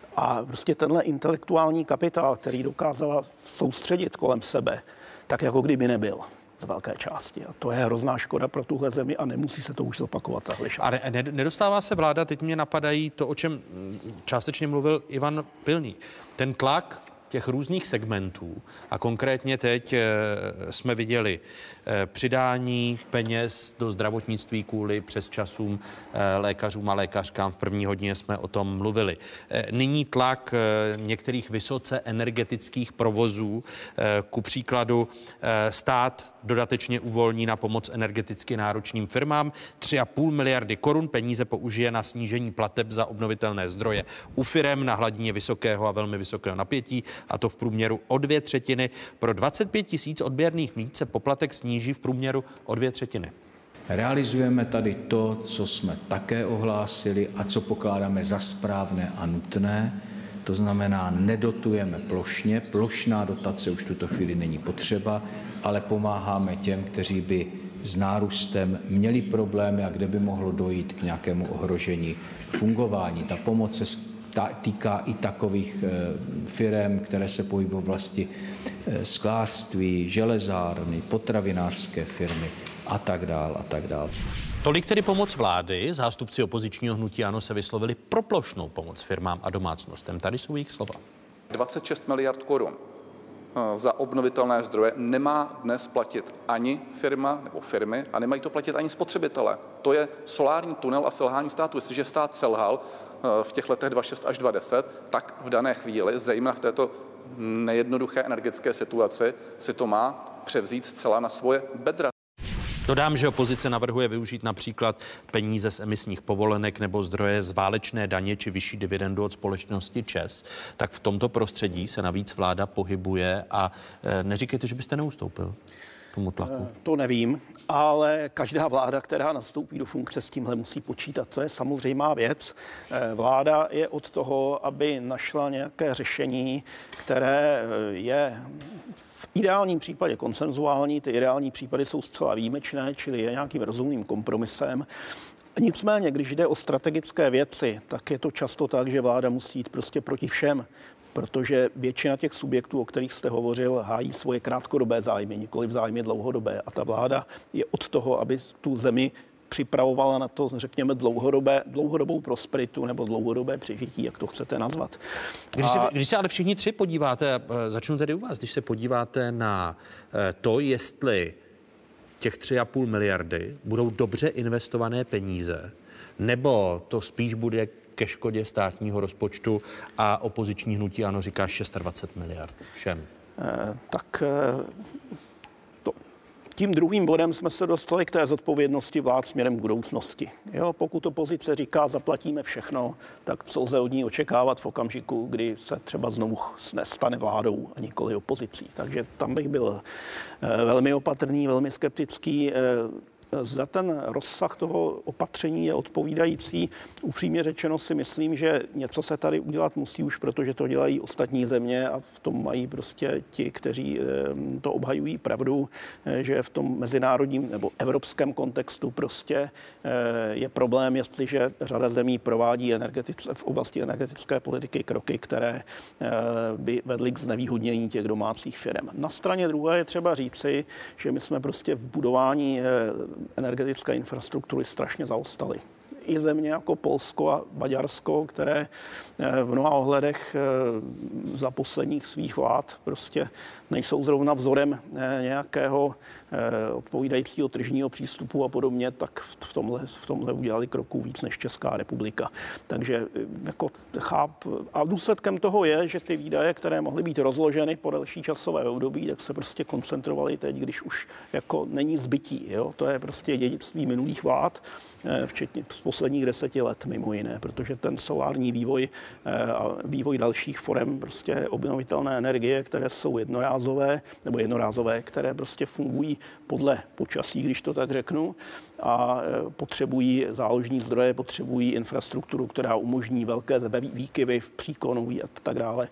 A prostě tenhle intelektuální kapitál, který dokázala soustředit kolem sebe, tak jako kdyby nebyl z velké části. A to je hrozná škoda pro tuhle zemi a nemusí se to už zopakovat. A ne, nedostává se vláda, teď mě napadají to, o čem částečně mluvil Ivan Pilný. Ten tlak těch různých segmentů a konkrétně teď e, jsme viděli e, přidání peněz do zdravotnictví kvůli přesčasům e, lékařům a lékařkám. V první hodině jsme o tom mluvili. E, nyní tlak e, některých vysoce energetických provozů, e, ku příkladu e, stát dodatečně uvolní na pomoc energeticky náročným firmám. tři a půl miliardy korun peníze použije na snížení plateb za obnovitelné zdroje u firem na hladině vysokého a velmi vysokého napětí, a to v průměru o dvě třetiny. Pro dvacet pět tisíc odběrných míst se poplatek sníží v průměru o dvě třetiny. Realizujeme tady to, co jsme také ohlásili a co pokládáme za správné a nutné. To znamená, nedotujeme plošně, plošná dotace už v tuto chvíli není potřeba, ale pomáháme těm, kteří by s nárůstem měli problémy a kde by mohlo dojít k nějakému ohrožení fungování. Ta pomoc se týká i takových firem, které se pohybují v oblasti sklářství, železárny, potravinářské firmy a tak dál a tak dál. Tolik tedy pomoc vlády. Zástupci opozičního hnutí ANO se vyslovili pro plošnou pomoc firmám a domácnostem. Tady jsou jejich slova. dvacet šest miliard korun za obnovitelné zdroje nemá dnes platit ani firma nebo firmy a nemají to platit ani spotřebitelé. To je solární tunel a selhání státu. Jestliže stát selhal v těch letech dva tisíce šest až dva tisíce deset, tak v dané chvíli, zejména v této nejednoduché energetické situaci, si to má převzít zcela na svoje bedra. Dodám, že opozice navrhuje využít například peníze z emisních povolenek nebo zdroje z válečné daně či vyšší dividendu od společnosti ČEZ. Tak v tomto prostředí se navíc vláda pohybuje a e, neříkejte, že byste neustoupil tomu tlaku. To nevím, ale každá vláda, která nastoupí do funkce, s tímhle musí počítat. To je samozřejmá věc. Vláda je od toho, aby našla nějaké řešení, které je v ideálním případě konsenzuální, ty ideální případy jsou zcela výjimečné, čili je nějakým rozumným kompromisem. Nicméně, když jde o strategické věci, tak je to často tak, že vláda musí jít prostě proti všem, protože většina těch subjektů, o kterých jste hovořil, hájí svoje krátkodobé zájmy, nikoli v zájmy dlouhodobé. A ta vláda je od toho, aby tu zemi připravovala na to, řekněme, dlouhodobé, dlouhodobou prosperitu nebo dlouhodobé přežití, jak to chcete nazvat. Když, a... se, když se ale všichni tři podíváte, začnu tedy u vás, když se podíváte na to, jestli těch tři a půl miliardy budou dobře investované peníze, nebo to spíš bude ke škodě státního rozpočtu a opoziční hnutí ANO říká dvacet šest miliard všem. Eh, tak to, Tím druhým bodem jsme se dostali k té zodpovědnosti vlád směrem k budoucnosti. Jo, pokud opozice říká, zaplatíme všechno, tak co lze od ní očekávat v okamžiku, kdy se třeba znovu nestane vládou a nikoli opozicí. Takže tam bych byl velmi opatrný, velmi skeptický. Zda ten rozsah toho opatření je odpovídající. Upřímně řečeno si myslím, že něco se tady udělat musí už, protože to dělají ostatní země a v tom mají prostě ti, kteří to obhajují pravdu, že v tom mezinárodním nebo evropském kontextu prostě je problém, jestliže řada zemí provádí energetice, v oblasti energetické politiky kroky, které by vedly k znevýhodnění těch domácích firm. Na straně druhé je třeba říci, že my jsme prostě v budování energetické infrastruktury strašně zaostaly. I země jako Polsko a Maďarsko, které v mnoha ohledech za posledních svých vlád prostě nejsou zrovna vzorem nějakého odpovídajícího tržního přístupu a podobně, tak v tomhle, v tomhle udělali kroků víc než Česká republika. Takže jako cháp. A důsledkem toho je, že ty výdaje, které mohly být rozloženy po delší časové období, tak se prostě koncentrovaly teď, když už jako není zbytí. Jo? To je prostě dědictví minulých vlád, včetně z posledních deseti let mimo jiné, protože ten solární vývoj a vývoj dalších forem prostě obnovitelné energie, které jsou jednorázové nebo jednorázové, které prostě fungují podle počasí, když to tak řeknu, a potřebují záložní zdroje, potřebují infrastrukturu, která umožní velké výkyvy v příkonu a tak dále.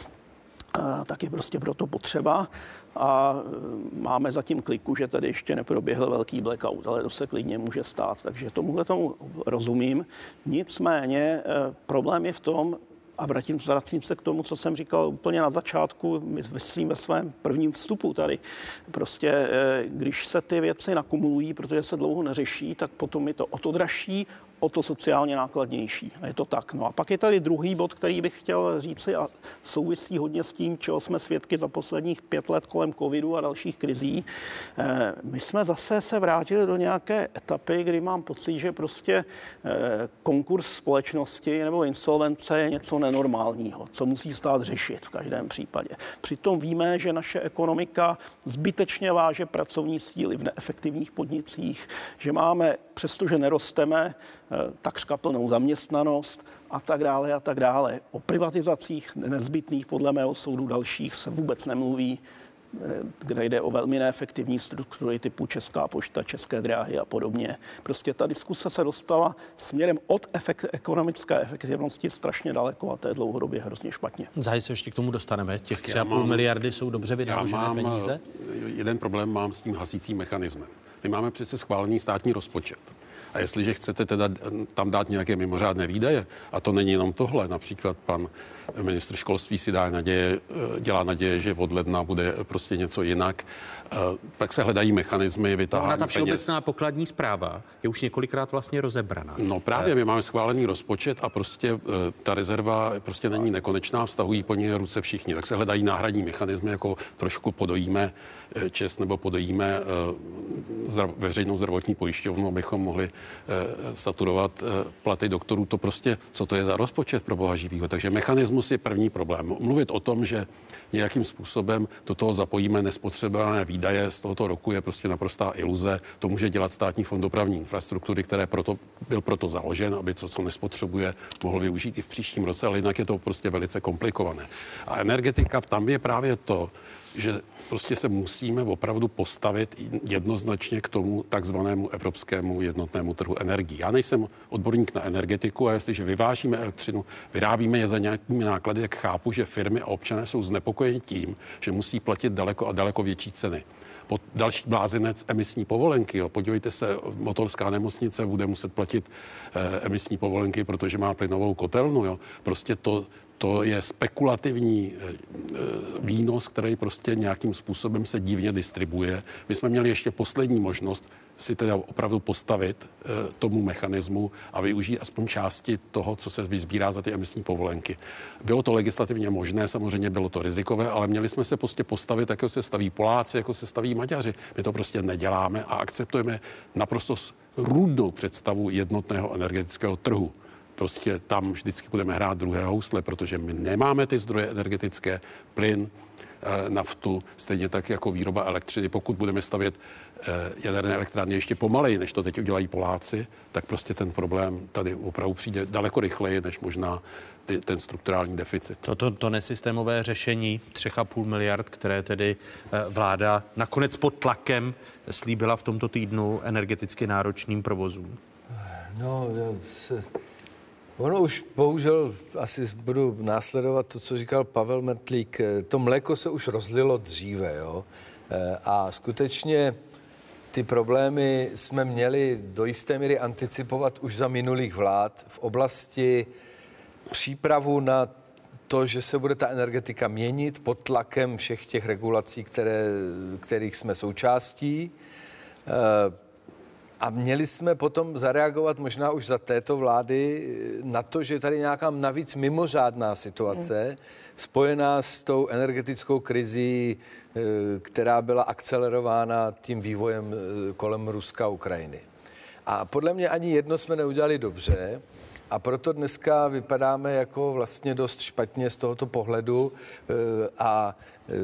Tak je prostě proto potřeba a máme zatím kliku, že tady ještě neproběhl velký blackout, ale to se klidně může stát, takže tomuhle tomu rozumím. Nicméně problém je v tom, a vrátím, vracím se k tomu, co jsem říkal úplně na začátku, myslím ve svém prvním vstupu tady. Prostě když se ty věci nakumulují, protože se dlouho neřeší, tak potom je to o to dražší, o to sociálně nákladnější. A je to tak. No a pak je tady druhý bod, který bych chtěl říci a souvisí hodně s tím, čeho jsme svědky za posledních pět let kolem covidu a dalších krizí. My jsme zase se vrátili do nějaké etapy, kdy mám pocit, že prostě konkurs společnosti nebo insolvence je něco nenormálního, co musí stát řešit v každém případě. Přitom víme, že naše ekonomika zbytečně váže pracovní síly v neefektivních podnicích, že máme, přestože nerosteme, takřka plnou zaměstnanost a tak dále a tak dále. O privatizacích nezbytných podle mého soudu dalších se vůbec nemluví, kde jde o velmi neefektivní struktury typu Česká pošta, České dráhy a podobně. Prostě ta diskuse se dostala směrem od efekt, ekonomické efektivnosti strašně daleko a to je dlouhodobě hrozně špatně. Záhy se ještě k tomu dostaneme. Těch tři a půl miliardy jsou dobře vynaložené peníze? Jeden problém mám s tím hasícím mechanismem. My máme přece schválený státní rozpočet. A jestliže chcete teda tam dát nějaké mimořádné výdaje, a to není jenom tohle, například pan ministr školství si dá naděje, dělá naděje, že od ledna bude prostě něco jinak, pak se hledají mechanismy vytáhání peněz. Ta všeobecná pokladní správa je už několikrát vlastně rozebraná. No právě, my máme schválený rozpočet a prostě ta rezerva prostě není nekonečná, vztahují po ní ruce všichni. Tak se hledají náhradní mechanismy, jako trošku podojíme čest nebo podojíme veřejnou zdravotní pojišťovnu, abychom mohli saturovat platy doktorů. To prostě, co to je za rozpočet pro boha živýho. Takže mechanismus je první problém. Mluvit o tom, že nějakým způsobem do toho zapojíme nespotřebované výdaje z tohoto roku je prostě naprostá iluze. To může dělat Státní fond dopravní infrastruktury, které proto, byl proto založen, aby to, co nespotřebuje, mohl využít i v příštím roce, ale jinak je to prostě velice komplikované. A energetika, tam je právě to, že prostě se musíme opravdu postavit jednoznačně k tomu takzvanému evropskému jednotnému trhu energií. Já nejsem odborník na energetiku a jestliže vyvážíme elektřinu, vyrábíme je za nějakými náklady, jak chápu, že firmy a občané jsou znepokojeni tím, že musí platit daleko a daleko větší ceny. Pod další blázinec emisní povolenky. Jo. Podívejte se, Motolská nemocnice bude muset platit eh, emisní povolenky, protože má plynovou kotelnu. Jo. Prostě to, to je spekulativní eh, výnos, který prostě nějakým způsobem se divně distribuje. My jsme měli ještě poslední možnost si teda opravdu postavit eh, tomu mechanismu a využít aspoň části toho, co se vyzbírá za ty emisní povolenky. Bylo to legislativně možné, samozřejmě bylo to rizikové, ale měli jsme se prostě postavit, jako se staví Poláci, jako se staví Maďaři. My to prostě neděláme a akceptujeme naprosto růdnou představu jednotného energetického trhu. Prostě tam vždycky budeme hrát druhé housle, protože my nemáme ty zdroje energetické, plyn, naftu, stejně tak jako výroba elektřiny. Pokud budeme stavět jaderné elektrárny ještě pomaleji, než to teď udělají Poláci, tak prostě ten problém tady opravdu přijde daleko rychleji, než možná ty, ten strukturální deficit. Toto to nesystémové řešení tři a půl miliard, které tedy vláda nakonec pod tlakem slíbila v tomto týdnu energeticky náročným provozům. No, se... Ono už bohužel asi budu následovat to, co říkal Pavel Mertlík. To mléko se už rozlilo dříve, jo. A skutečně ty problémy jsme měli do jisté míry anticipovat už za minulých vlád v oblasti přípravu na to, že se bude ta energetika měnit pod tlakem všech těch regulací, které, kterých jsme součástí. A měli jsme potom zareagovat možná už za této vlády na to, že tady nějaká navíc mimořádná situace hmm. spojená s tou energetickou krizí, která byla akcelerována tím vývojem kolem Ruska a Ukrajiny. A podle mě ani jedno jsme neudělali dobře a proto dneska vypadáme jako vlastně dost špatně z tohoto pohledu a,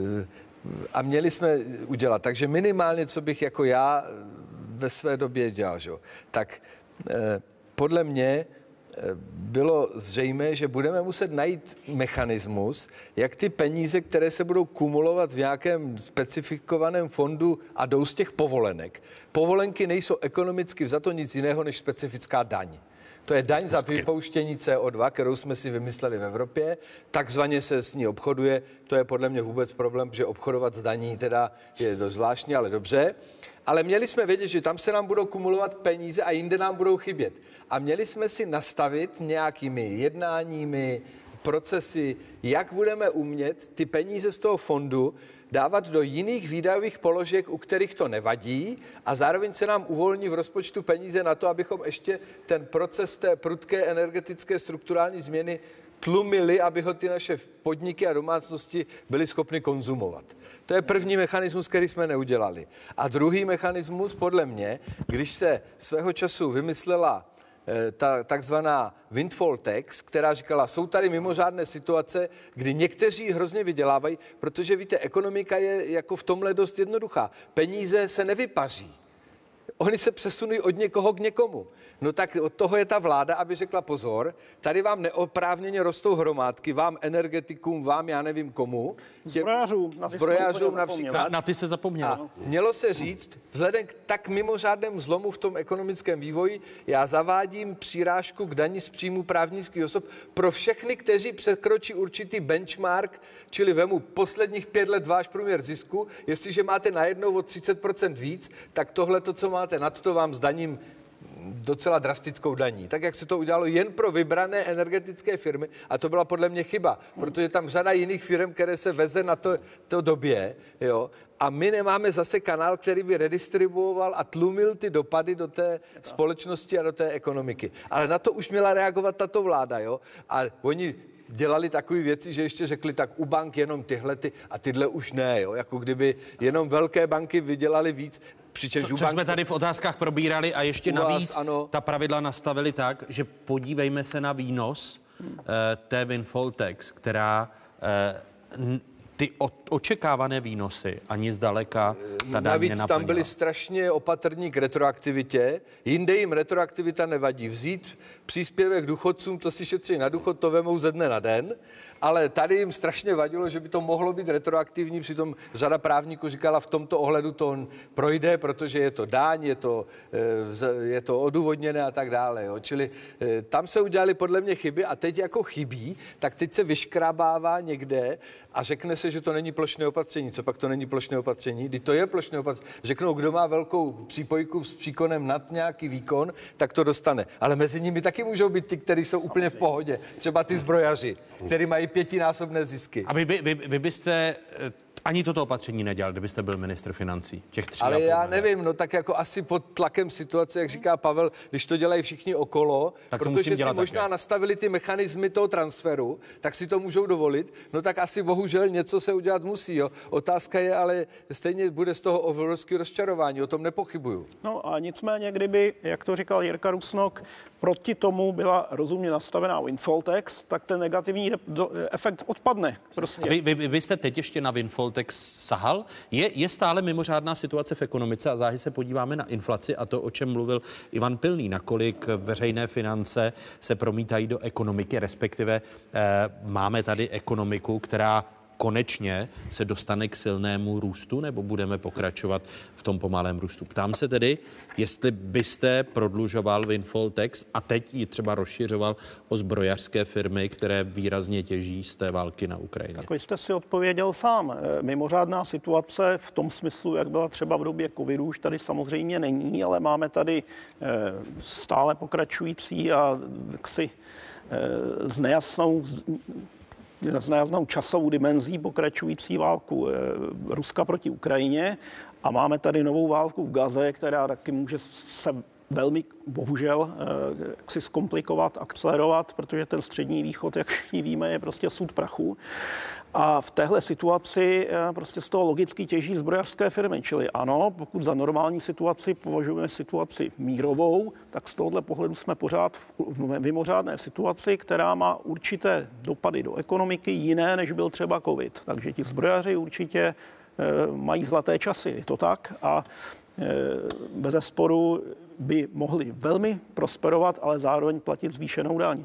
a měli jsme udělat. Takže minimálně, co bych jako já ve své době dělal, že? tak eh, podle mě eh, bylo zřejmé, že budeme muset najít mechanismus, jak ty peníze, které se budou kumulovat v nějakém specifikovaném fondu a jdou z těch povolenek. Povolenky nejsou ekonomicky vzato nic jiného než specifická daň. To je daň za vypouštění C O dva, kterou jsme si vymysleli v Evropě. Takzvaně se s ní obchoduje. To je podle mě vůbec problém, že obchodovat s daní teda je dost zvláštní, ale dobře. Ale měli jsme vědět, že tam se nám budou kumulovat peníze a jinde nám budou chybět. A měli jsme si nastavit nějakými jednáními, procesy, jak budeme umět ty peníze z toho fondu dávat do jiných výdajových položek, u kterých to nevadí a zároveň se nám uvolní v rozpočtu peníze na to, abychom ještě ten proces té prudké energetické strukturální změny tlumili, aby ho ty naše podniky a domácnosti byly schopny konzumovat. To je první mechanismus, který jsme neudělali. A druhý mechanismus, podle mě, když se svého času vymyslela ta takzvaná windfall tax, která říkala, jsou tady mimořádné situace, kdy někteří hrozně vydělávají, protože víte, ekonomika je jako v tomhle dost jednoduchá. Peníze se nevypaří. Oni se přesunují od někoho k někomu. No tak od toho je ta vláda, aby řekla pozor, tady vám neoprávněně rostou hromádky, vám energetikům, vám já nevím komu. Zbrojařům. Na zbrojařům například. Na, na ty se zapomnělo. A mělo se říct, vzhledem k tak mimořádnému zlomu v tom ekonomickém vývoji, já zavádím přirážku k dani z příjmu právnických osob pro všechny, kteří překročí určitý benchmark, čili vemu posledních pět let váš průměr zisku. Jestliže máte najednou o třicet procent víc, tak tohle, to, co máte nad to, vám zdaním docela drastickou daní. Tak, jak se to udělalo jen pro vybrané energetické firmy, a to byla podle mě chyba, protože tam řada jiných firm, které se veze na to, to době, jo, a my nemáme zase kanál, který by redistribuoval a tlumil ty dopady do té společnosti a do té ekonomiky. Ale na to už měla reagovat tato vláda, jo, a oni dělali takové věci, že ještě řekli, tak u bank jenom tyhle ty a tyhle už ne, jo, jako kdyby jenom velké banky vydělali víc. Přičemž Co, co jsme tady v otázkách probírali a ještě navíc vás, ta pravidla nastavili tak, že podívejme se na výnos hmm. uh, té windfall tax, která uh, ty očekávané výnosy ani zdaleka ta daň Navíc nenaplnila. Tam byli strašně opatrní k retroaktivitě, jinde jim retroaktivita nevadí. Vzít příspěvek důchodcům, to si šetří na důchod, to vemou ze dne na den, ale tady jim strašně vadilo, že by to mohlo být retroaktivní, přitom řada právníků říkala, v tomto ohledu to projde, protože je to daň, je to, je to odůvodněné a tak dále. Jo. Čili tam se udělali podle mě chyby a teď jako chybí, tak teď se vyškrabává někde a řekne se, že to není plošné opatření. Co pak to není plošné opatření? Když to je plošné opatření. Řeknou, kdo má velkou přípojku s příkonem nad nějaký výkon, tak to dostane. Ale mezi nimi taky můžou být ty, kteří jsou úplně v pohodě. Třeba ty zbrojaři, kteří mají pětinásobné zisky. A vy, vy, vy byste Ani toto opatření nedělal, kdybyste byl ministr financí. Těch tři Ale já nevím, no tak jako asi pod tlakem situace, jak říká Pavel, když to dělají všichni okolo, tak protože si možná také nastavili ty mechanismy toho transferu, tak si to můžou dovolit, no tak asi bohužel něco se udělat musí. Jo. Otázka je, ale stejně bude z toho obrovský rozčarování, o tom nepochybuju. No a nicméně, kdyby, jak to říkal Jirka Rusnok, proti tomu byla rozumně nastavená windfall tax, tak ten negativní efekt odpadne. Prostě. Vy, vy, vy jste teď ještě na windfall tax sahal? Je, je stále mimořádná situace v ekonomice a záhy se podíváme na inflaci a to, o čem mluvil Ivan Pilný, nakolik veřejné finance se promítají do ekonomiky, respektive eh, máme tady ekonomiku, která konečně se dostane k silnému růstu, nebo budeme pokračovat v tom pomalém růstu? Ptám se tedy, jestli byste prodlužoval windfall tax a teď ji třeba rozšiřoval o zbrojařské firmy, které výrazně těží z té války na Ukrajině. Tak vy jste si odpověděl sám. Mimořádná situace v tom smyslu, jak byla třeba v době covidu, už tady samozřejmě není, ale máme tady stále pokračující a jaksi s nejasnou s nejasnou časovou dimenzí pokračující válku Ruska proti Ukrajině a máme tady novou válku v Gaze, která taky může se velmi bohužel si zkomplikovat, akcelerovat, protože ten střední východ, jak všichni víme, je prostě sud prachu. A v téhle situaci prostě z toho logicky těží zbrojařské firmy. Čili ano, pokud za normální situaci považujeme situaci mírovou, tak z tohohle pohledu jsme pořád v mimořádné situaci, která má určité dopady do ekonomiky jiné, než byl třeba covid. Takže ti zbrojaři určitě mají zlaté časy, je to tak. A bezesporu by mohli velmi prosperovat, ale zároveň platit zvýšenou daň.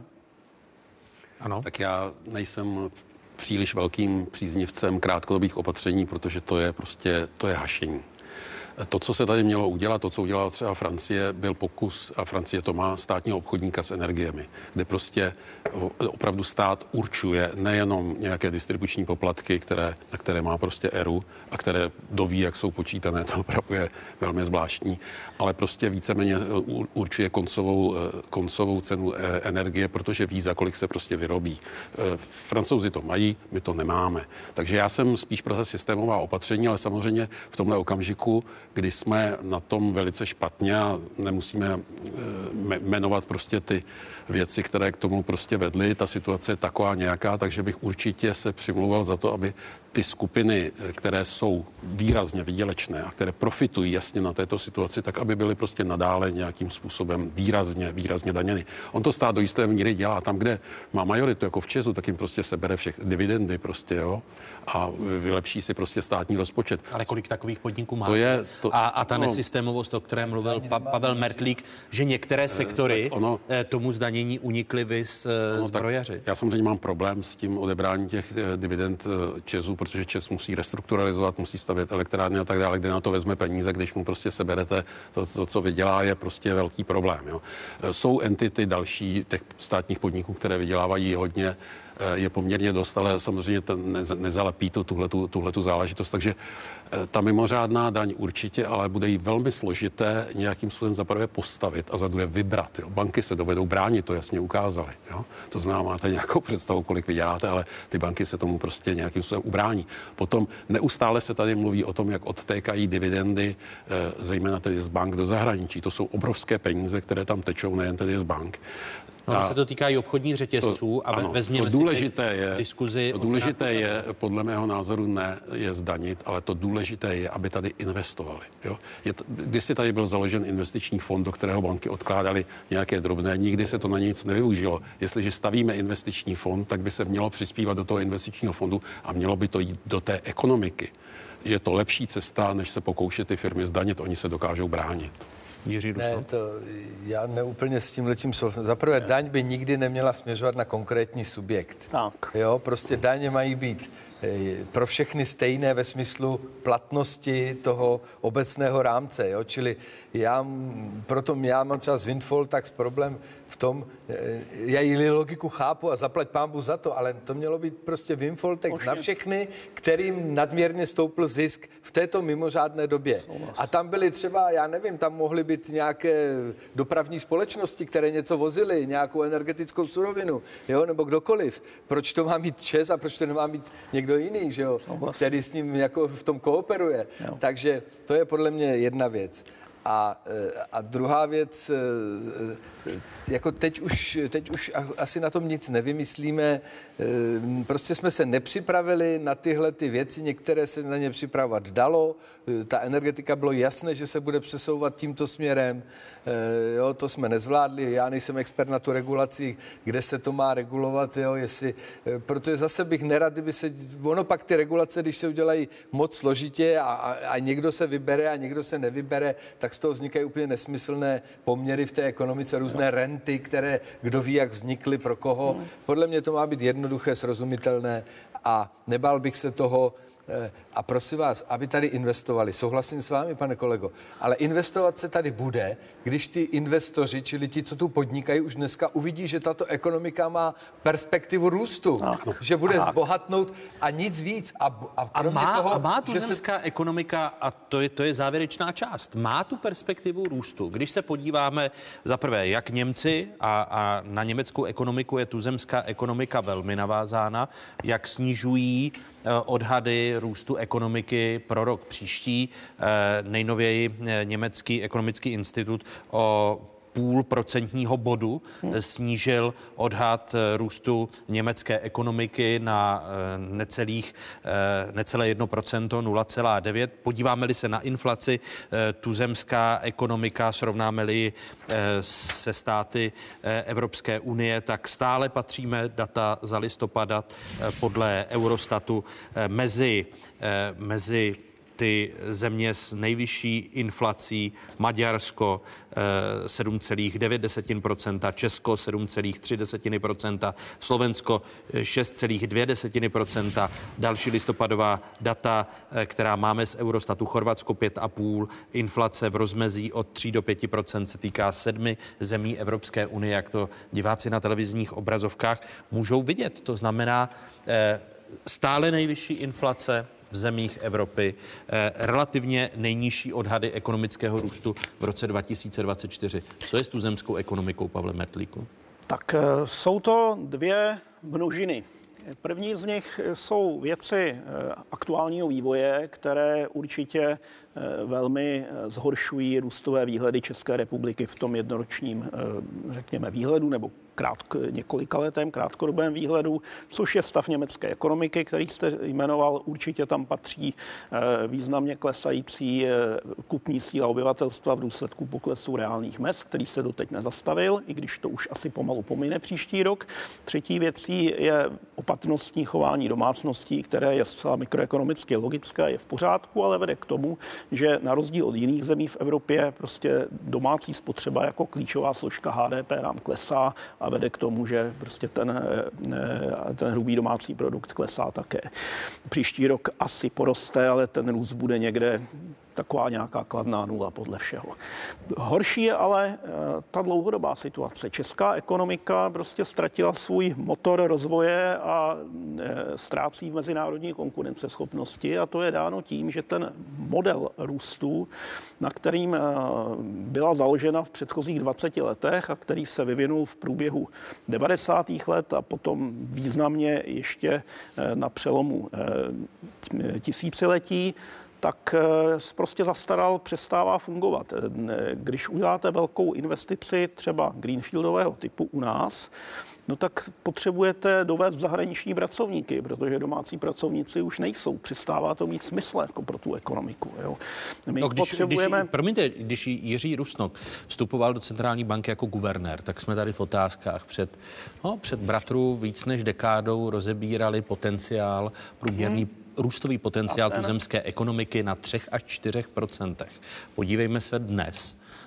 Ano. Tak já nejsem příliš velkým příznivcem krátkodobých opatření, protože to je prostě, to je hašení. To, co se tady mělo udělat, to, co udělala třeba Francie, byl pokus, a Francie to má, státního obchodníka s energiemi, kde prostě opravdu stát určuje nejenom nějaké distribuční poplatky, které, na které má prostě E R U a které doví, jak jsou počítané, to opravdu je velmi zvláštní, ale prostě víceméně určuje koncovou, koncovou cenu energie, protože ví, za kolik se prostě vyrobí. Francouzi to mají, my to nemáme. Takže já jsem spíš pro ta systémová opatření, ale samozřejmě v tomhle okamžiku, kdy jsme na tom velice špatně a nemusíme jmenovat prostě ty věci, které k tomu prostě vedly. Ta situace je taková nějaká, takže bych určitě se přimlouval za to, aby ty skupiny, které jsou výrazně výdělečné a které profitují jasně na této situaci, tak aby byly prostě nadále nějakým způsobem výrazně, výrazně daněny. On to stát do jisté míry dělá. Tam, kde má majoritu, jako v Česu, tak jim prostě sebere všech dividendy prostě, jo, a vylepší si prostě státní rozpočet. Ale kolik takových podniků má? To je, to, a, a ta no, nesystémovost, o které mluvil pa, Pavel Mertlík, že některé sektory ono, tomu zdanění unikly vys no, zbrojaři. Já samozřejmě mám problém s tím odebrání těch dividend Česu, protože Čes musí restrukturalizovat, musí stavět elektrárny a tak dále, kde na to vezme peníze, když mu prostě seberete to, to co vydělá, je prostě velký problém. Jo. Jsou entity další těch státních podniků, které vydělávají hodně, je poměrně dost, ale samozřejmě to nezalepí to tuhletu, tuhletu záležitost. Takže ta mimořádná daň určitě, ale bude jí velmi složité nějakým způsobem za prvé postavit a za druhé vybrat. Jo. Banky se dovedou bránit, to jasně ukázaly. Jo. To znamená, máte nějakou představu, kolik vyděláte, ale ty banky se tomu prostě nějakým způsobem ubrání. Potom neustále se tady mluví o tom, jak odtékají dividendy, zejména tedy z bank do zahraničí. To jsou obrovské peníze, které tam tečou, nejen tedy z bank. No, ta, se to týká i obchodních řetězců to, a ano, vezměme to důležité si je, diskuzi. To důležité je, podle mého názoru, ne je zdanit, ale to důležité je, aby tady investovali. Jo? Je, kdysi tady byl založen investiční fond, do kterého banky odkládaly nějaké drobné, nikdy se to na nic nevyužilo. Jestliže stavíme investiční fond, tak by se mělo přispívat do toho investičního fondu a mělo by to jít do té ekonomiky. Je to lepší cesta, než se pokoušet ty firmy zdanit, oni se dokážou bránit. Jiří Rusnok? Ne, to já neúplně s tím letím souhlasím. Za prvé, daň by nikdy neměla směřovat na konkrétní subjekt. Tak. Jo, prostě daně mají být pro všechny stejné ve smyslu platnosti toho obecného rámce. Jo? Čili já, proto já mám třeba s windfall tax problém v tom, já její logiku chápu a zaplať pánbu za to, ale to mělo být prostě windfall tax na všechny, kterým nadměrně stoupl zisk v této mimořádné době. A tam byly třeba, já nevím, tam mohly být nějaké dopravní společnosti, které něco vozily, nějakou energetickou surovinu, jo, nebo kdokoliv. Proč to má mít ČEZ a proč to nemá mít někdo jiný, že jo, který s ním jako v tom kooperuje. Jo. Takže to je podle mě jedna věc. A, a druhá věc, jako teď už, teď už asi na tom nic nevymyslíme, prostě jsme se nepřipravili na tyhle ty věci, některé se na ně připravovat dalo, ta energetika bylo jasné, že se bude přesouvat tímto směrem, jo, to jsme nezvládli, já nejsem expert na tu regulaci, kde se to má regulovat, jo, jestli, protože zase bych nerad, kdyby se, ono pak ty regulace, když se udělají moc složitě a, a, a někdo se vybere a někdo se nevybere, tak z toho vznikají úplně nesmyslné poměry v té ekonomice, různé renty, které kdo ví, jak vznikly, pro koho. Podle mě to má být jednoduché, srozumitelné a nebál bych se toho. A prosím vás, aby tady investovali. Souhlasím s vámi, pane kolego, ale investovat se tady bude, když ty investoři, čili ti, co tu podnikají, už dneska uvidí, že tato ekonomika má perspektivu růstu, a, že bude a, bohatnout a nic víc. A, a, a, má, toho, a má tu že zemská se... ekonomika, a to je, to je závěrečná část, má tu perspektivu růstu. Když se podíváme za prvé, jak Němci a, a na německou ekonomiku je tuzemská ekonomika velmi navázána, jak snižují odhady růstu ekonomiky pro rok příští. Nejnověji německý ekonomický institut o půl procentního bodu snížil odhad růstu německé ekonomiky na necelých, necelé jedno procento, nula celá devět. Podíváme-li se na inflaci, tuzemská ekonomika, srovnáme-li se státy Evropské unie, tak stále patříme, data za listopad podle Eurostatu, mezi, mezi ty země s nejvyšší inflací: Maďarsko sedm celá devět procenta, Česko sedm celá tři procenta, Slovensko šest celá dvě procenta. Další listopadová data, která máme z Eurostatu: Chorvatsko pět celá pět, inflace v rozmezí od tři do pěti procent se týká sedmi zemí Evropské unie, jak to diváci na televizních obrazovkách můžou vidět. To znamená stále nejvyšší inflace v zemích Evropy, eh, relativně nejnižší odhady ekonomického růstu v roce dva tisíce dvacet čtyři. Co je s tuzemskou ekonomikou, Pavle Metlíku? Tak eh, jsou to dvě množiny. První z nich jsou věci eh, aktuálního vývoje, které určitě eh, velmi zhoršují růstové výhledy České republiky v tom jednoročním, eh, řekněme, výhledu nebo krátko, několikaletém krátkodobém výhledu, což je stav německé ekonomiky, který jste jmenoval. Určitě tam patří e, významně klesající e, kupní síla obyvatelstva v důsledku poklesu reálných mezd, který se doteď nezastavil, i když to už asi pomalu pomine příští rok. Třetí věcí je opatrnostní chování domácností, které je zcela mikroekonomicky logické, je v pořádku, ale vede k tomu, že na rozdíl od jiných zemí v Evropě prostě domácí spotřeba jako klíčová složka H D P nám klesá a vede k tomu, že prostě ten, ten hrubý domácí produkt klesá také. Příští rok asi poroste, ale ten růst bude někde taková nějaká kladná nula podle všeho. Horší je ale ta dlouhodobá situace. Česká ekonomika prostě ztratila svůj motor rozvoje a ztrácí v mezinárodní konkurenceschopnosti a to je dáno tím, že ten model růstu, na kterým byla založena v předchozích dvaceti letech a který se vyvinul v průběhu devadesátých let a potom významně ještě na přelomu tisíciletí, tak prostě zastaral, přestává fungovat. Když uděláte velkou investici třeba greenfieldového typu u nás, no tak potřebujete dovést zahraniční pracovníky, protože domácí pracovníci už nejsou. Přestává to mít smysl jako pro tu ekonomiku. Jo. My no, když, potřebujeme... Když, promiňte, když Jiří Rusnok vstupoval do centrální banky jako guvernér, tak jsme tady v otázkách před, no, před bratru víc než dekádou rozebírali potenciál, průměrný hmm. růstový potenciál tuzemské ekonomiky na třech až čtyřech procentech. Podívejme se dnes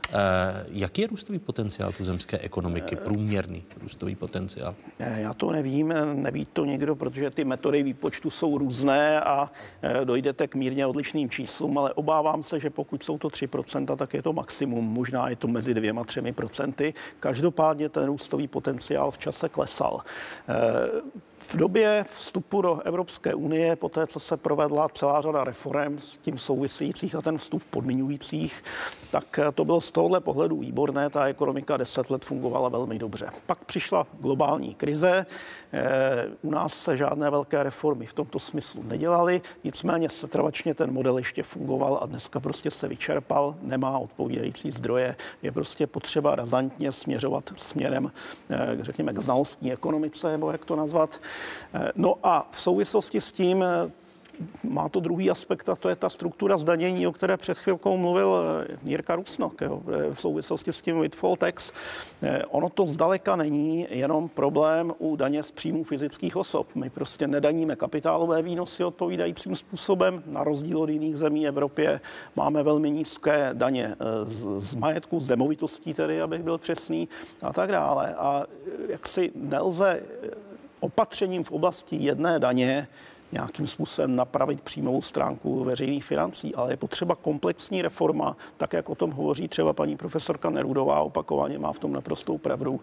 Jaký je růstový potenciál tuzemské ekonomiky, průměrný růstový potenciál? Já to nevím, neví to někdo, protože ty metody výpočtu jsou různé a dojdete k mírně odlišným číslům, ale obávám se, že pokud jsou to tři procenta, tak je to maximum, možná je to mezi dvěma, třemi procenty. Každopádně ten růstový potenciál v čase klesal. V době vstupu do Evropské unie, poté co se provedla celá řada reforem s tím souvisejících a ten vstup podmiňujících, tak to bylo z tohohle pohledu výborné. Ta ekonomika deset let fungovala velmi dobře. Pak přišla globální krize. U nás se žádné velké reformy v tomto smyslu nedělaly, nicméně setrvačně ten model ještě fungoval a dneska prostě se vyčerpal, nemá odpovídající zdroje. Je prostě potřeba razantně směřovat směrem, řekněme, k znalostní ekonomice, nebo jak to nazvat. No a v souvislosti s tím má to druhý aspekt a to je ta struktura zdanění, o které před chvilkou mluvil Jirka Rusnok, jo, v souvislosti s tím windfall tax. Ono to zdaleka není jenom problém u daně z příjmů fyzických osob. My prostě nedaníme kapitálové výnosy odpovídajícím způsobem. Na rozdíl od jiných zemí Evropě máme velmi nízké daně z, z majetku, z nemovitostí tedy, abych byl přesný a tak dále. A jaksi nelze opatřením v oblasti jedné daně nějakým způsobem napravit příjmovou stránku veřejných financí, ale je potřeba komplexní reforma, tak jak o tom hovoří třeba paní profesorka Nerudová, opakovaně má v tom naprostou pravdu.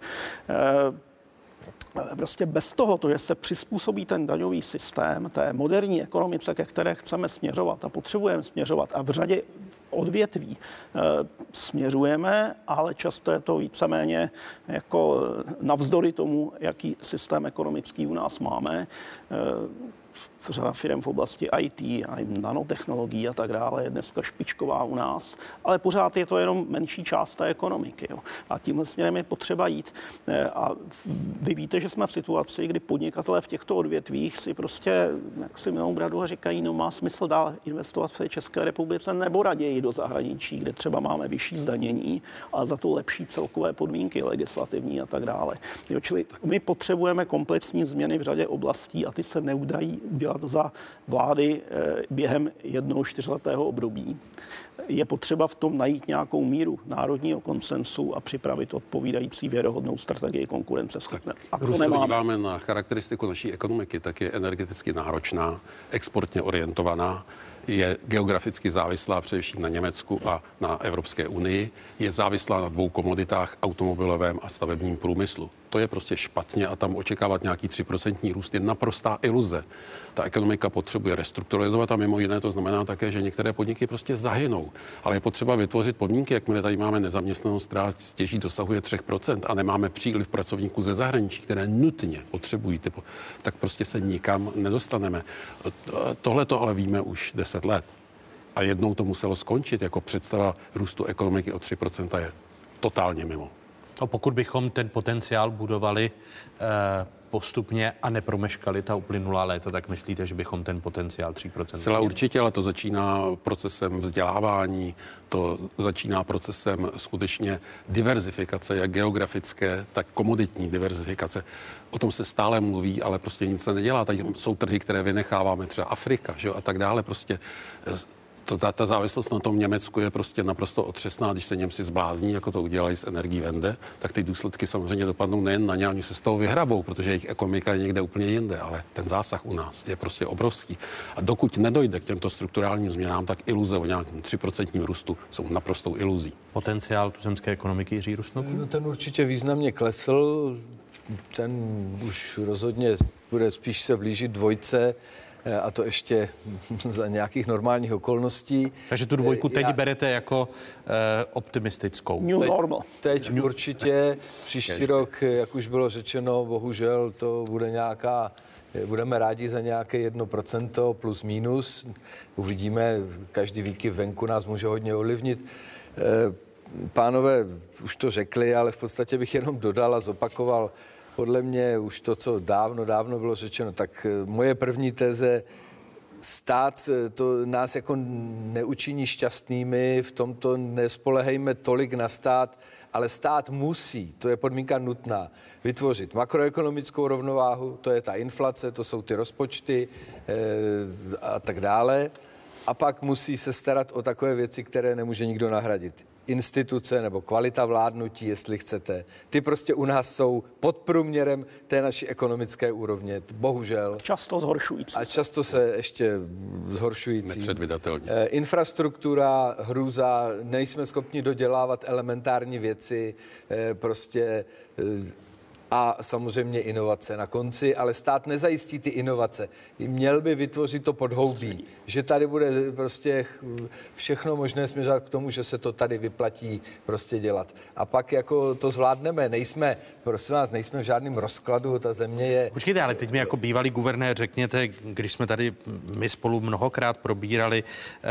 Prostě bez toho, že se přizpůsobí ten daňový systém té moderní ekonomice, ke které chceme směřovat a potřebujeme směřovat a v řadě odvětví e, směřujeme, ale často je to víceméně jako navzdory tomu, jaký systém ekonomický u nás máme. E, řada firm v oblasti í té, nanotechnologií a tak dále je dneska špičková u nás, ale pořád je to jenom menší část té ekonomiky. Jo. A tímhle směrem je potřeba jít. A vy víte, že jsme v situaci, kdy podnikatelé v těchto odvětvích si prostě, jak si minou bradu a říkají, no má smysl dál investovat v té České republice nebo raději do zahraničí, kde třeba máme vyšší zdanění, ale za to lepší celkové podmínky legislativní a tak dále. Jo, čili my potřebujeme komplexní změny v řadě oblastí a ty se neudají udělat za vlády během jednoho čtyřletého období. Je potřeba v tom najít nějakou míru národního konsensu a připravit odpovídající věrohodnou strategii konkurenceschopné. A to Když se nemáme. podíváme na charakteristiku naší ekonomiky, tak je energeticky náročná, exportně orientovaná, je geograficky závislá především na Německu a na Evropské unii, je závislá na dvou komoditách, automobilovém a stavebním průmyslu. To je prostě špatně a tam očekávat nějaký tři procentní růst je naprostá iluze. Ta ekonomika potřebuje restrukturalizovat a mimo jiné to znamená také, že některé podniky prostě zahynou. Ale je potřeba vytvořit podmínky, jakmile tady máme nezaměstnanost, která stěží dosahuje tři procenta a nemáme příliv pracovníků ze zahraničí, které nutně potřebují, typu, tak prostě se nikam nedostaneme. Tohle to ale víme už deset let. A jednou to muselo skončit, jako představa růstu ekonomiky o tři procenta je totálně mimo. A pokud bychom ten potenciál budovali eh, postupně a nepromeškali ta uplynulá léta, tak myslíte, že bychom ten potenciál tři procenta Zcela určitě, ale to začíná procesem vzdělávání, to začíná procesem skutečně diverzifikace, jak geografické, tak komoditní diverzifikace. O tom se stále mluví, ale prostě nic se nedělá. Tady jsou trhy, které vynecháváme, třeba Afrika, že jo, a tak dále. Prostě to, ta, ta závislost na tom Německu je prostě naprosto otřesná. Když se Němci zblázní, jako to udělají s energií Wende, tak ty důsledky samozřejmě dopadnou nejen na ně, oni se z toho vyhrabou, protože jejich ekonomika je někde úplně jinde, ale ten zásah u nás je prostě obrovský. A dokud nedojde k těmto strukturálním změnám, tak iluze o nějakém tři procentním růstu jsou naprostou iluzí. Potenciál tuzemské ekonomiky, Jiří Rusnok? No, ten určitě významně klesl, ten už rozhodně bude spíš se blížit dvojce, a to ještě za nějakých normálních okolností. Takže tu dvojku teď Já... berete jako e, optimistickou. New teď, normal. Teď New... určitě. Příští Jež. rok, jak už bylo řečeno, bohužel to bude nějaká, budeme rádi za nějaké jedno procento plus minus. Uvidíme, každý výkyv venku nás může hodně ovlivnit. E, pánové už to řekli, ale v podstatě bych jenom dodal a zopakoval podle mě už to, co dávno, dávno bylo řečeno, tak moje první teze, stát to nás jako neučiní šťastnými, v tomto nespolehejme tolik na stát, ale stát musí, to je podmínka nutná, vytvořit makroekonomickou rovnováhu, to je ta inflace, to jsou ty rozpočty e, a tak dále. A pak musí se starat o takové věci, které nemůže nikdo nahradit. instituce nebo kvalita vládnutí, jestli chcete, ty prostě u nás jsou pod průměrem té naší ekonomické úrovně, bohužel. Často zhoršující. A často se ještě zhoršující. Nepředvídatelně. E, infrastruktura, hrůza, nejsme schopni dodělávat elementární věci, e, prostě e, a samozřejmě inovace na konci, ale stát nezajistí ty inovace. Měl by vytvořit to podhoubí, že tady bude prostě všechno možné směřovat k tomu, že se to tady vyplatí prostě dělat. A pak jako to zvládneme, nejsme, prosím vás, nejsme v žádném rozkladu, ta země je... Počkejte, ale teď mi jako bývalý guvernér řekněte, když jsme tady my spolu mnohokrát probírali eh,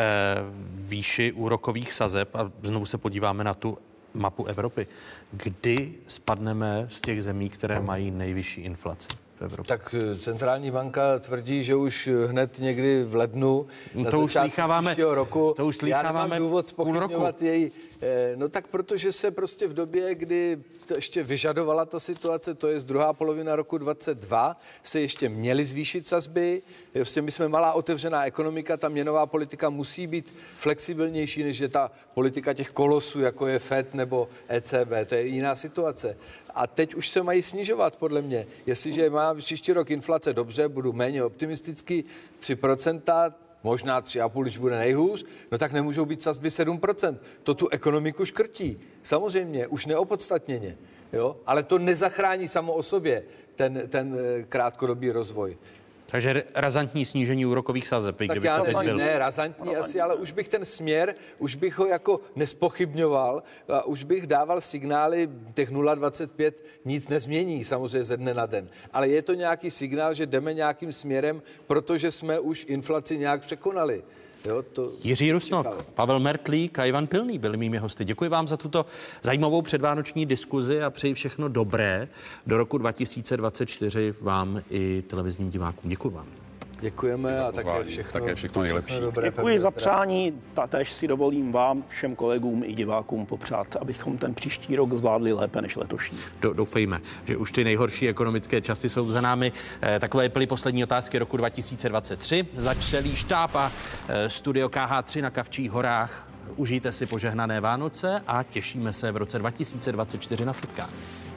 výši úrokových sazeb a znovu se podíváme na tu mapu Evropy. Kdy spadneme z těch zemí, které mají nejvyšší inflaci v Evropě? Tak centrální banka tvrdí, že už hned někdy v lednu, no to už slýcháváme roku. To už slýcháváme Já nemám důvod zpochybňovat její. No tak protože se prostě v době, kdy to ještě vyžadovala ta situace, to je z druhá polovina roku dvacet dva, se ještě měly zvýšit sazby. Prostě my jsme malá otevřená ekonomika, ta měnová politika musí být flexibilnější, než je ta politika těch kolosů, jako je Fed nebo E C B. To je jiná situace. A teď už se mají snižovat, podle mě. Jestliže má příští rok inflace dobře, budu méně optimistický, tři procenta, možná tři a půl, když bude nejhůř, no tak nemůžou být sazby sedm procent. To tu ekonomiku škrtí. Samozřejmě, už neopodstatněně. Jo? Ale to nezachrání samo o sobě ten, ten krátkodobý rozvoj. Takže razantní snížení úrokových sazeb, tak kdybyste já teď byl. Ne, razantní asi, ale už bych ten směr, už bych ho jako nespochybňoval a už bych dával signály, těch nula celá dvacet pět nic nezmění samozřejmě ze dne na den. Ale je to nějaký signál, že jdeme nějakým směrem, protože jsme už inflaci nějak překonali. Jo, to Jiří Rusnok, Pavel Mertlík a Ivan Pilný byli mými hosty. Děkuji vám za tuto zajímavou předvánoční diskuzi a přeji všechno dobré do roku dva tisíce dvacet čtyři vám i televizním divákům. Děkuji vám. Děkujeme a také všechno, také všechno nejlepší. Dobré, Děkuji za přání, tatéž si dovolím vám, všem kolegům i divákům popřát, abychom ten příští rok zvládli lépe než letošní. Do, doufejme, že už ty nejhorší ekonomické časy jsou za námi. E, takové byly poslední otázky roku dva tisíce dvacet tři. Za celý štáb a e, studio K H tři na Kavčích horách. Užijte si požehnané Vánoce a těšíme se v roce dva tisíce dvacet čtyři na setkání.